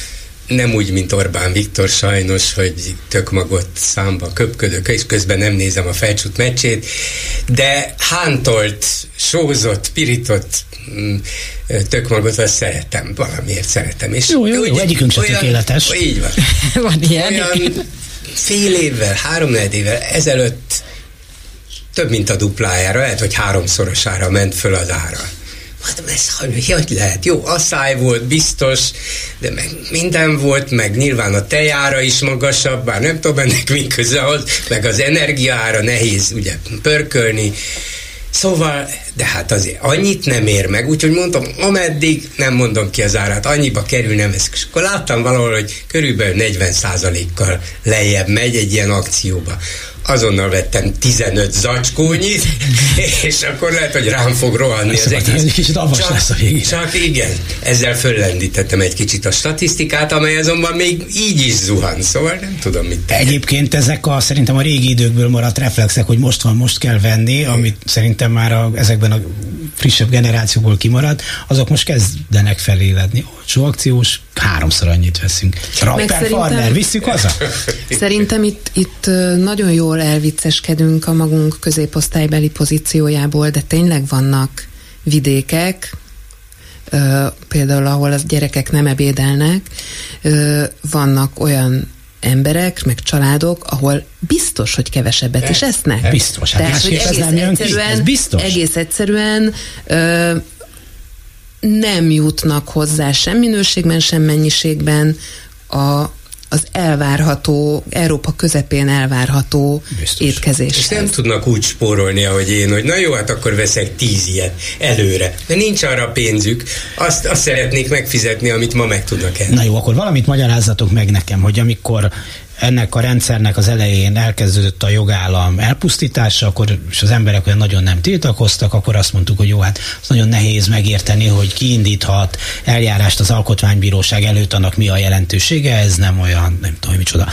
S7: nem úgy, mint Orbán Viktor sajnos, hogy tök magot számba köpködök, és közben nem nézem a Felcsút meccsét, de hántolt, sózott, pirított tök magot, azt szeretem, valamiért szeretem. És
S14: jó, jó, jó, egyikünk se tökéletes.
S7: Így van.
S5: Van ilyen.
S7: Olyan fél évvel, három évvel ezelőtt több mint a duplájára, lehet, hogy háromszorosára ment föl az ára. Mondom, ez hogy lehet? Jó, asszály volt, biztos, de meg minden volt, meg nyilván a tejára is magasabb, bár nem tudom ennek mi köze az, meg az energiára nehéz ugye pörkölni. Szóval, de hát azért annyit nem ér meg, úgyhogy mondtam, ameddig nem mondom ki az árát, annyiba kerül, nem veszek. És akkor láttam valahol, hogy körülbelül negyven százalékkal lejjebb megy egy ilyen akcióba. Azonnal vettem tizenöt zacskónyit, és akkor lehet, hogy rám fog rohanni az egész. Csak, csak igen, ezzel föllendítettem egy kicsit a statisztikát, amely azonban még így is zuhan, szóval nem tudom, mit tenni.
S14: Egyébként ezek a, szerintem a régi időkből maradt reflexek, hogy most van, most kell venni, amit szerintem már a, ezekben a frissebb generációból kimaradt, azok most kezdenek feléledni. Olcsó akciós, háromszor annyit veszünk. Rapper, farmer, visszük haza?
S22: Szerintem itt, itt nagyon jól elvicceskedünk a magunk középosztálybeli pozíciójából, de tényleg vannak vidékek, például ahol az gyerekek nem ebédelnek, vannak olyan emberek, meg családok, ahol biztos, hogy kevesebbet ez, is esznek.
S14: Biztos. Hát
S22: tehát, hogy egész, egyszerűen, ez biztos. egész egyszerűen ö, nem jutnak hozzá sem minőségben, sem mennyiségben a, az elvárható, Európa közepén elvárható biztos. Étkezéshez.
S7: És nem tudnak úgy spórolni, ahogy én, hogy na jó, hát akkor veszek tíz ilyet előre. De nincs arra pénzük, azt, azt szeretnék megfizetni, amit ma meg tudnak enni.
S14: Na jó, akkor valamit magyarázzatok meg nekem, hogy amikor ennek a rendszernek az elején elkezdődött a jogállam elpusztítása, akkor és az emberek olyan nagyon nem tiltakoztak, akkor azt mondtuk, hogy jó, hát az nagyon nehéz megérteni, hogy ki indíthat eljárást az Alkotmánybíróság előtt, annak mi a jelentősége, ez nem olyan, nem tudom, micsoda.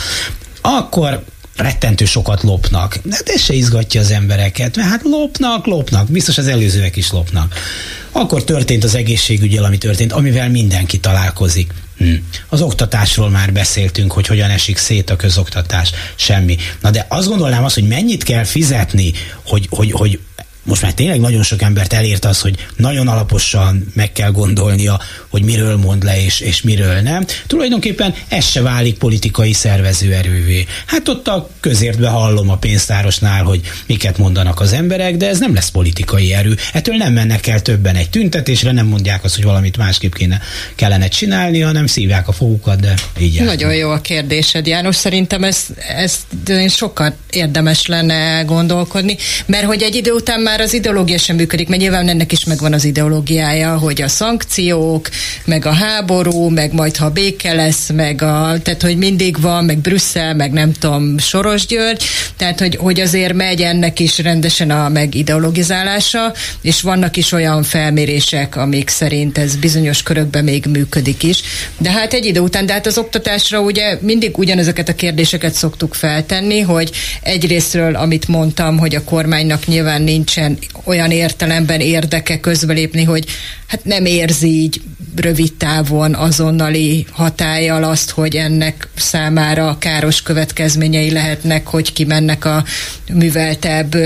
S14: Akkor rettentő sokat lopnak. De ez se izgatja az embereket, mert hát lopnak, lopnak, biztos az előzőek is lopnak. Akkor történt az egészségügyel, ami történt, amivel mindenki találkozik. Hm. Az oktatásról már beszéltünk, hogy hogyan esik szét a közoktatás. Semmi. Na de azt gondolnám azt, hogy mennyit kell fizetni, hogy, hogy, hogy most már tényleg nagyon sok embert elért az, hogy nagyon alaposan meg kell gondolnia, hogy miről mond le és, és miről nem. Tulajdonképpen ez se válik politikai szervezőerővé. Hát ott a közértbe hallom a pénztárosnál, hogy miket mondanak az emberek, de ez nem lesz politikai erő. Ettől nem mennek el többen egy tüntetésre, nem mondják azt, hogy valamit másképp kéne, kellene csinálni, hanem szívják a fogukat, de így jár.
S5: Nagyon jó a kérdésed, János. Szerintem ez, ez sokkal érdemes lenne gondolkodni, mert hogy egy idő után már az ideológia sem működik, mert nyilván ennek is megvan az ideológiája, hogy a szankciók, meg a háború, meg majd ha béke lesz, meg a, tehát hogy mindig van, meg Brüsszel, meg nem tudom, Soros György, tehát hogy, hogy azért megy ennek is rendesen a megideologizálása, és vannak is olyan felmérések, amik szerint ez bizonyos körökben még működik is. De hát egy idő után, de hát az oktatásra ugye mindig ugyanezeket a kérdéseket szoktuk feltenni, hogy egyrésztről, amit mondtam, hogy a kormánynak nyilván nincsen olyan értelemben érdeke közbelépni, hogy hát nem érzi így rövid távon azonnali hatállyal azt, hogy ennek számára káros következményei lehetnek, hogy kimennek a műveltebb,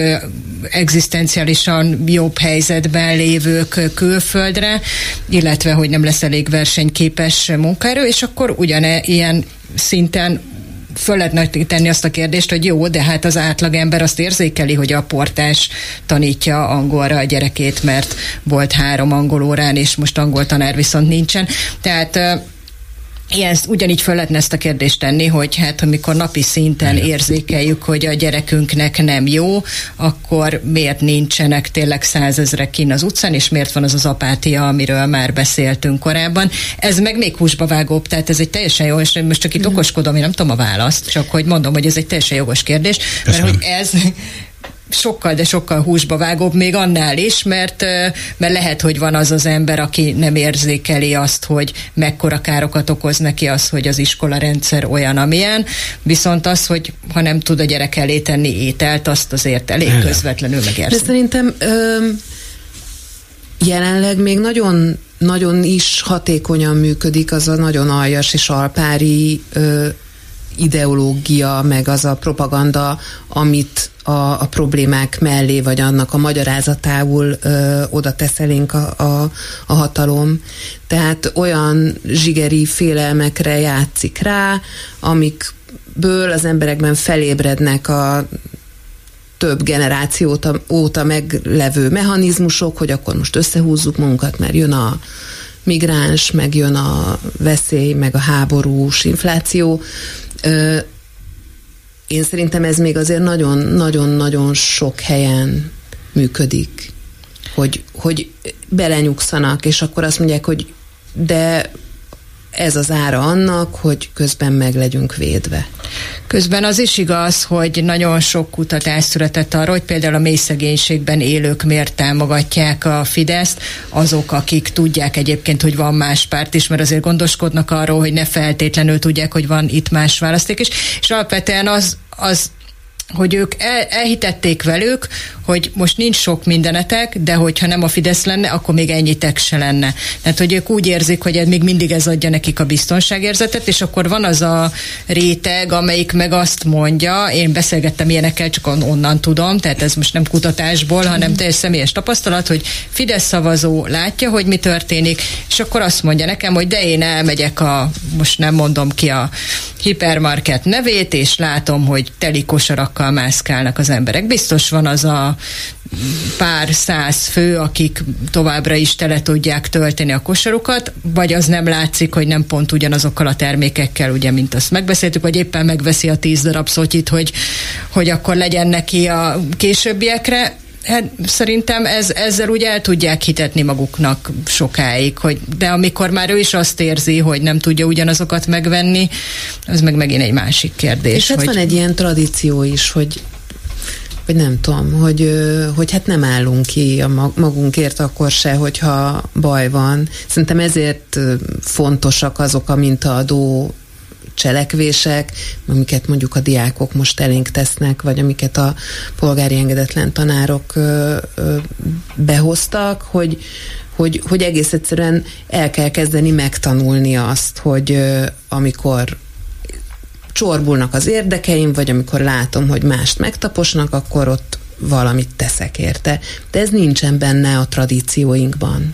S5: egzisztenciálisan jobb helyzetben lévők külföldre, illetve hogy nem lesz elég versenyképes munkaerő, és akkor ugyane ilyen szinten föl lehetne tenni azt a kérdést, hogy jó, de hát az átlagember azt érzékeli, hogy a portás tanítja angolra a gyerekét, mert volt három angol órán, és most angol tanár viszont nincsen. Tehát ilyen, ugyanígy föl lehetne ezt a kérdést tenni, hogy hát amikor napi szinten érzékeljük, hogy a gyerekünknek nem jó, akkor miért nincsenek tényleg százezrek kinn az utcán, és miért van az az apátia, amiről már beszéltünk korábban. Ez meg még húsba vágóbb, tehát ez egy teljesen jó, és most csak itt okoskodom, én nem tudom a választ, csak hogy mondom, hogy ez egy teljesen jogos kérdés, mert hogy ez sokkal, de sokkal húsba vágóbb még annál is, mert, mert lehet, hogy van az az ember, aki nem érzékeli azt, hogy mekkora károkat okoz neki az, hogy az iskolarendszer olyan, amilyen, viszont az, hogy ha nem tud a gyerek elé tenni ételt, azt azért elég közvetlenül megérzi.
S22: De szerintem ö, jelenleg még nagyon nagyon is hatékonyan működik, az a nagyon aljas és alpári ö, ideológia, meg az a propaganda, amit a, a problémák mellé, vagy annak a magyarázatául ö, oda tesz elénk a, a, a hatalom. Tehát olyan zsigeri félelmekre játszik rá, amikből az emberekben felébrednek a több generáció óta, óta meglevő mechanizmusok, hogy akkor most összehúzzuk magunkat, mert jön a migráns, meg jön a veszély, meg a háborús infláció. Ö, én szerintem ez még azért nagyon-nagyon-nagyon sok helyen működik, hogy, hogy belenyugszanak, és akkor azt mondják, hogy de ez az ára annak, hogy közben meg legyünk védve.
S5: Közben az is igaz, hogy nagyon sok kutatás született arra, hogy például a mély szegénységben élők miért támogatják a Fideszt, azok, akik tudják egyébként, hogy van más párt is, mert azért gondoskodnak arról, hogy ne feltétlenül tudják, hogy van itt más választék is, és alapvetően az, az hogy ők el, elhitették velük, hogy most nincs sok mindenetek, de hogyha nem a Fidesz lenne, akkor még ennyitek se lenne. Tehát, hogy ők úgy érzik, hogy még mindig ez adja nekik a biztonságérzetet, és akkor van az a réteg, amelyik meg azt mondja, én beszélgettem ilyenekkel, csak onnan tudom, tehát ez most nem kutatásból, hanem teljes személyes tapasztalat, hogy Fidesz szavazó látja, hogy mi történik, és akkor azt mondja nekem, hogy de én elmegyek a, most nem mondom ki a hipermarket nevét, és látom, hogy teli kosarakkal mászkálnak az emberek. Biztos van az a pár száz fő, akik továbbra is tele tudják tölteni a kosarukat, vagy az nem látszik, hogy nem pont ugyanazokkal a termékekkel, ugye, mint azt megbeszéltük, vagy éppen megveszi a tíz darab szotyit, hogy, hogy akkor legyen neki a későbbiekre. Hát szerintem ez, ezzel úgy el tudják hitetni maguknak sokáig, hogy, de amikor már ő is azt érzi, hogy nem tudja ugyanazokat megvenni, az meg megint egy másik kérdés.
S22: És hát
S5: hogy...
S22: van egy ilyen tradíció is, hogy vagy nem tudom, hogy, hogy hát nem állunk ki a magunkért akkor se, hogyha baj van. Szerintem ezért fontosak azok a mintaadó cselekvések, amiket mondjuk a diákok most elénk tesznek, vagy amiket a polgári engedetlen tanárok ö, ö, behoztak, hogy, hogy, hogy egész egyszerűen el kell kezdeni megtanulni azt, hogy ö, amikor csorbulnak az érdekeim, vagy amikor látom, hogy mást megtaposnak, akkor ott valamit teszek érte. De ez nincsen benne a tradícióinkban.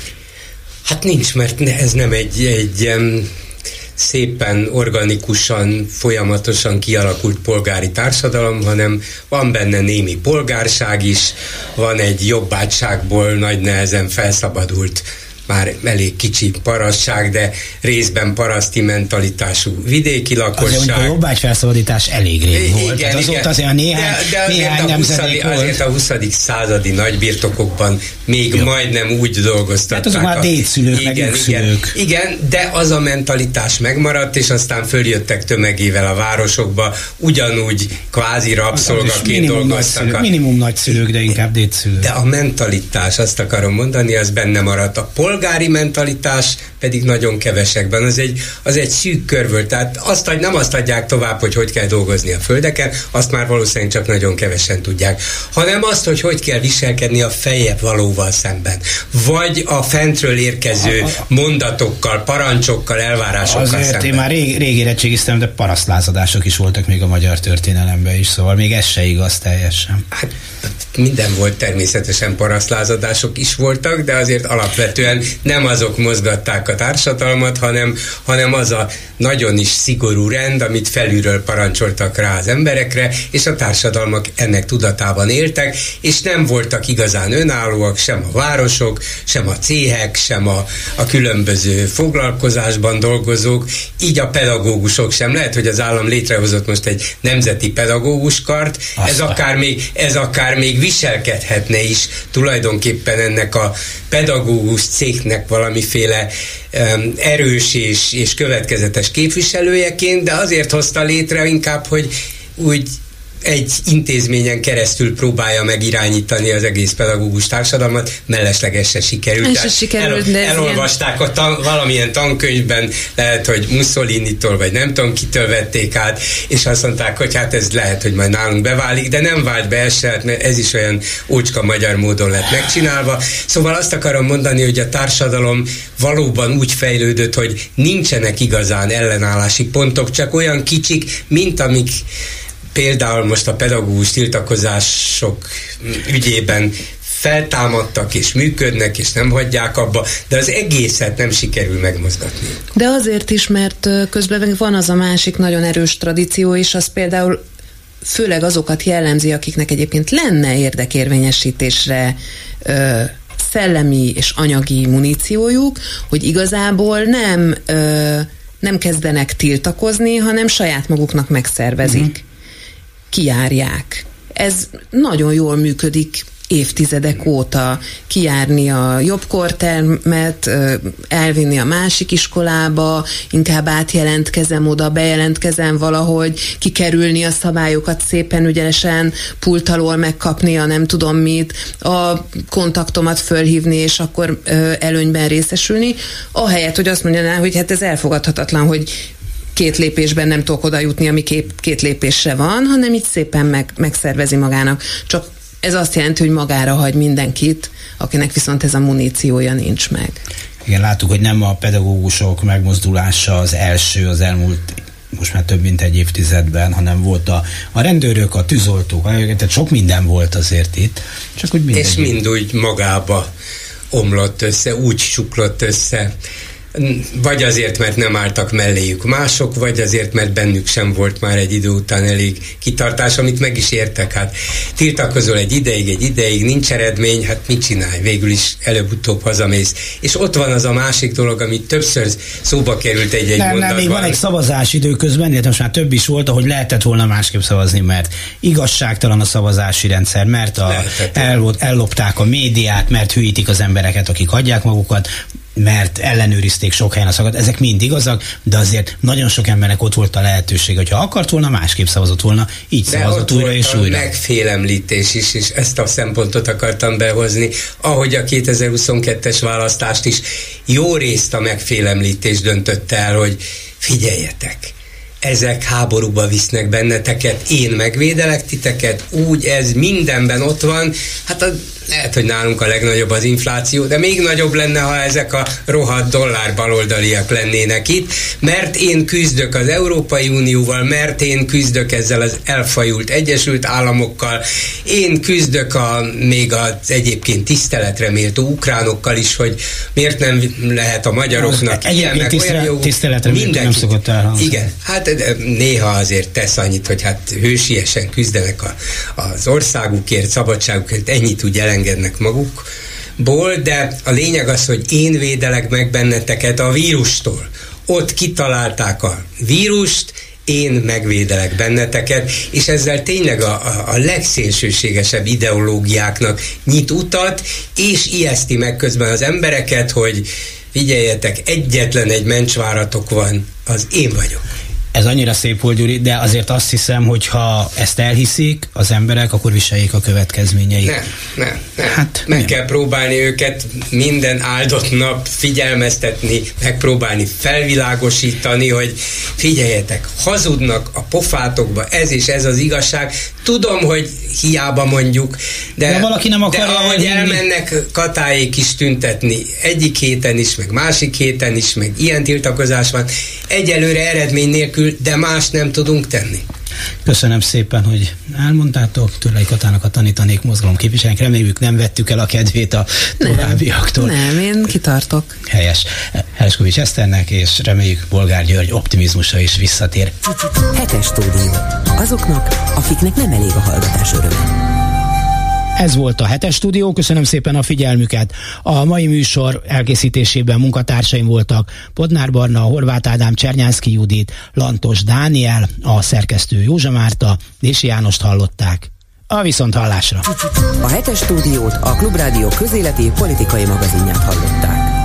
S7: Hát nincs, mert ez nem egy, egy um, szépen, organikusan, folyamatosan kialakult polgári társadalom, hanem van benne némi polgárság is, van egy jobbátságból nagy nehezen felszabadult, már elég kicsi parasztság, de részben paraszti mentalitású vidéki lakosság.
S14: Azért, a jobbágyfelszabadítás elég rég volt.
S7: Igen,
S14: azóta
S7: igen.
S14: azért a néhány,
S7: de, de
S14: néhány
S7: azért, a
S14: nemzedék
S7: huszadi, azért a huszadik századi nagybirtokokban még jó. majdnem úgy dolgoztatták.
S14: Hát azok már dédszülők,
S7: igen,
S14: meg
S7: igen, igen, de az a mentalitás megmaradt, és aztán följöttek tömegével a városokba, ugyanúgy kvázi rabszolgaként dolgoztak.
S14: Nagyszülők, minimum nagyszülők, de inkább dédszülők.
S7: De a mentalitás, azt akarom mondani, az benne maradt. A polgári mentalitás pedig nagyon kevesekben. Az egy, az egy szűk kör volt. Tehát azt, nem azt adják tovább, hogy hogy kell dolgozni a földeken, azt már valószínűleg csak nagyon kevesen tudják, hanem azt, hogy hogy kell viselkedni a feljebb valóval szemben. Vagy a fentről érkező mondatokkal, parancsokkal, elvárásokkal
S14: Azért
S7: szemben.
S14: Azért én már rég, rég érettségiztem, de parasztlázadások is voltak még a magyar történelemben is, szóval még ez se igaz teljesen.
S7: Hát minden volt, természetesen parasztlázadások is voltak, de azért alapvetően nem azok mozgatták a társadalmat, hanem, hanem az a nagyon is szigorú rend, amit felülről parancsoltak rá az emberekre, és a társadalmak ennek tudatában éltek, és nem voltak igazán önállóak sem a városok, sem a céhek, sem a, a különböző foglalkozásban dolgozók, így a pedagógusok sem. Lehet, hogy az állam létrehozott most egy nemzeti pedagóguskart, ez akár, még, ez akár még viselkedhetne is tulajdonképpen ennek a pedagógus cégnek valamiféle um, erős és, és következetes képviselőjeként, de azért hozta létre inkább, hogy úgy egy intézményen keresztül próbálja megirányítani az egész pedagógus társadalmat, mellesleges se sikerült.
S22: Se sikerült el,
S7: elolvasták a tan, valamilyen tankönyvben, lehet, hogy Mussolini-tól, vagy nem tudom kitől vették át, és azt mondták, hogy hát ez lehet, hogy majd nálunk beválik, de nem vált be ez se, mert ez is olyan ócska magyar módon lett megcsinálva. Szóval azt akarom mondani, hogy a társadalom valóban úgy fejlődött, hogy nincsenek igazán ellenállási pontok, csak olyan kicsik, mint amik például most a pedagógus tiltakozások ügyében feltámadtak és működnek, és nem hagyják abba, de az egészet nem sikerül megmozgatni.
S22: De azért is, mert közben van az a másik nagyon erős tradíció, és az például főleg azokat jellemzi, akiknek egyébként lenne érdekérvényesítésre ö, szellemi és anyagi muníciójuk, hogy igazából nem, ö, nem kezdenek tiltakozni, hanem saját maguknak megszervezik. Uh-huh. Kijárják. Ez nagyon jól működik évtizedek óta, kijárni a jobbkortermet, elvinni a másik iskolába, inkább átjelentkezem oda, bejelentkezem valahogy, kikerülni a szabályokat szépen ügyesen, pult alól megkapni a nem tudom mit, a kontaktomat fölhívni, és akkor előnyben részesülni, ahelyett, hogy azt mondjaná, hogy hát ez elfogadhatatlan, hogy két lépésben nem tudok oda jutni, ami két, két lépésre van, hanem így szépen meg, megszervezi magának. Csak ez azt jelenti, hogy magára hagy mindenkit, akinek viszont ez a muníciója nincs meg.
S14: Igen, láttuk, hogy nem a pedagógusok megmozdulása az első az elmúlt most már több mint egy évtizedben, hanem volt a, a rendőrök, a tűzoltók, tehát sok minden volt azért itt. Csak úgy
S7: és mind úgy magába omlott össze, úgy suklott össze, vagy azért, mert nem álltak melléjük mások, vagy azért, mert bennük sem volt már egy idő után elég kitartás, amit meg is értek. Hát tiltakozol egy ideig, egy ideig, nincs eredmény, hát mit csinálj? Végül is előbb-utóbb hazamész. És ott van az a másik dolog, amit többször szóba került egy-egy
S14: nem,
S7: mondatban.
S14: Nem, még van egy szavazás időközben, de most már több is volt, ahogy lehetett volna másképp szavazni, mert igazságtalan a szavazási rendszer, mert a, el, ellopták a médiát, mert hülyítik az embereket, akik hagyják magukat, mert ellenőrizték sok helyen a szavakat, ezek mind igazak, de azért nagyon sok embernek ott volt a lehetőség, hogyha akart volna, másképp szavazott volna, így de szavazott újra és újra. De megfélemlítés
S7: is, és ezt a szempontot akartam behozni, ahogy a kétezer-huszonkettes választást is jó részt a megfélemlítés döntötte el, hogy figyeljetek, ezek háborúba visznek benneteket, én megvédelek titeket, úgy ez mindenben ott van, hát a, lehet, hogy nálunk a legnagyobb az infláció, de még nagyobb lenne, ha ezek a rohadt dollár baloldaliak lennének itt, mert én küzdök az Európai Unióval, mert én küzdök ezzel az elfajult Egyesült Államokkal, én küzdök a, még az egyébként tiszteletre méltó ukránokkal is, hogy miért nem lehet a magyaroknak
S14: az ilyen, meg olyan jó... Tiszteletre méltó nem szokott elhangzni.
S7: Igen, hát néha azért tesz annyit, hogy hát hősiesen küzdenek a, az országukért, szabadságukért, ennyit úgy elengednek magukból, de a lényeg az, hogy én védelek meg benneteket a vírustól. Ott kitalálták a vírust, én megvédelek benneteket, és ezzel tényleg a, a, a legszélsőségesebb ideológiáknak nyit utat, és ijeszti meg közben az embereket, hogy figyeljetek, egyetlen egy mencsváratok van, az én vagyok.
S14: Ez annyira szép volt, Gyuri, de azért azt hiszem, hogy ha ezt elhiszik az emberek, akkor viseljék a következményeit.
S7: Nem, nem, nem. Hát, meg nem. kell próbálni őket minden áldott nap figyelmeztetni, megpróbálni felvilágosítani, hogy figyeljetek, hazudnak a pofátokba, ez és ez az igazság. Tudom, hogy hiába mondjuk, de,
S14: de, valaki nem akar
S7: de ahogy elmennek Katáék is tüntetni, egyik héten is, meg másik héten is, meg ilyen tiltakozás van, egyelőre eredmény nélkül, de más nem tudunk tenni.
S14: Köszönöm szépen, hogy elmondtátok. Törlei Katának a Tanítanék mozgalom képviselőnek. Reméljük, nem vettük el a kedvét a továbbiaktól.
S22: Nem, nem, én kitartok.
S14: Helyes. Helskovics Eszternek, és reméljük Bolgár György optimizmusa is visszatér.
S1: Hetes stúdió. Azoknak, akiknek nem elég a hallgatás öröme.
S14: Ez volt a Hetes stúdió, köszönöm szépen a figyelmüket. A mai műsor elkészítésében munkatársaim voltak Bodnár Barna, Horváth Ádám, Csernyánszky Judit, Lantos Dániel, a szerkesztő Józsa Márta, Dési Jánost hallották. A viszonthallásra.
S1: A Hetes stúdiót a Klubrádió közéleti politikai magazinját hallották.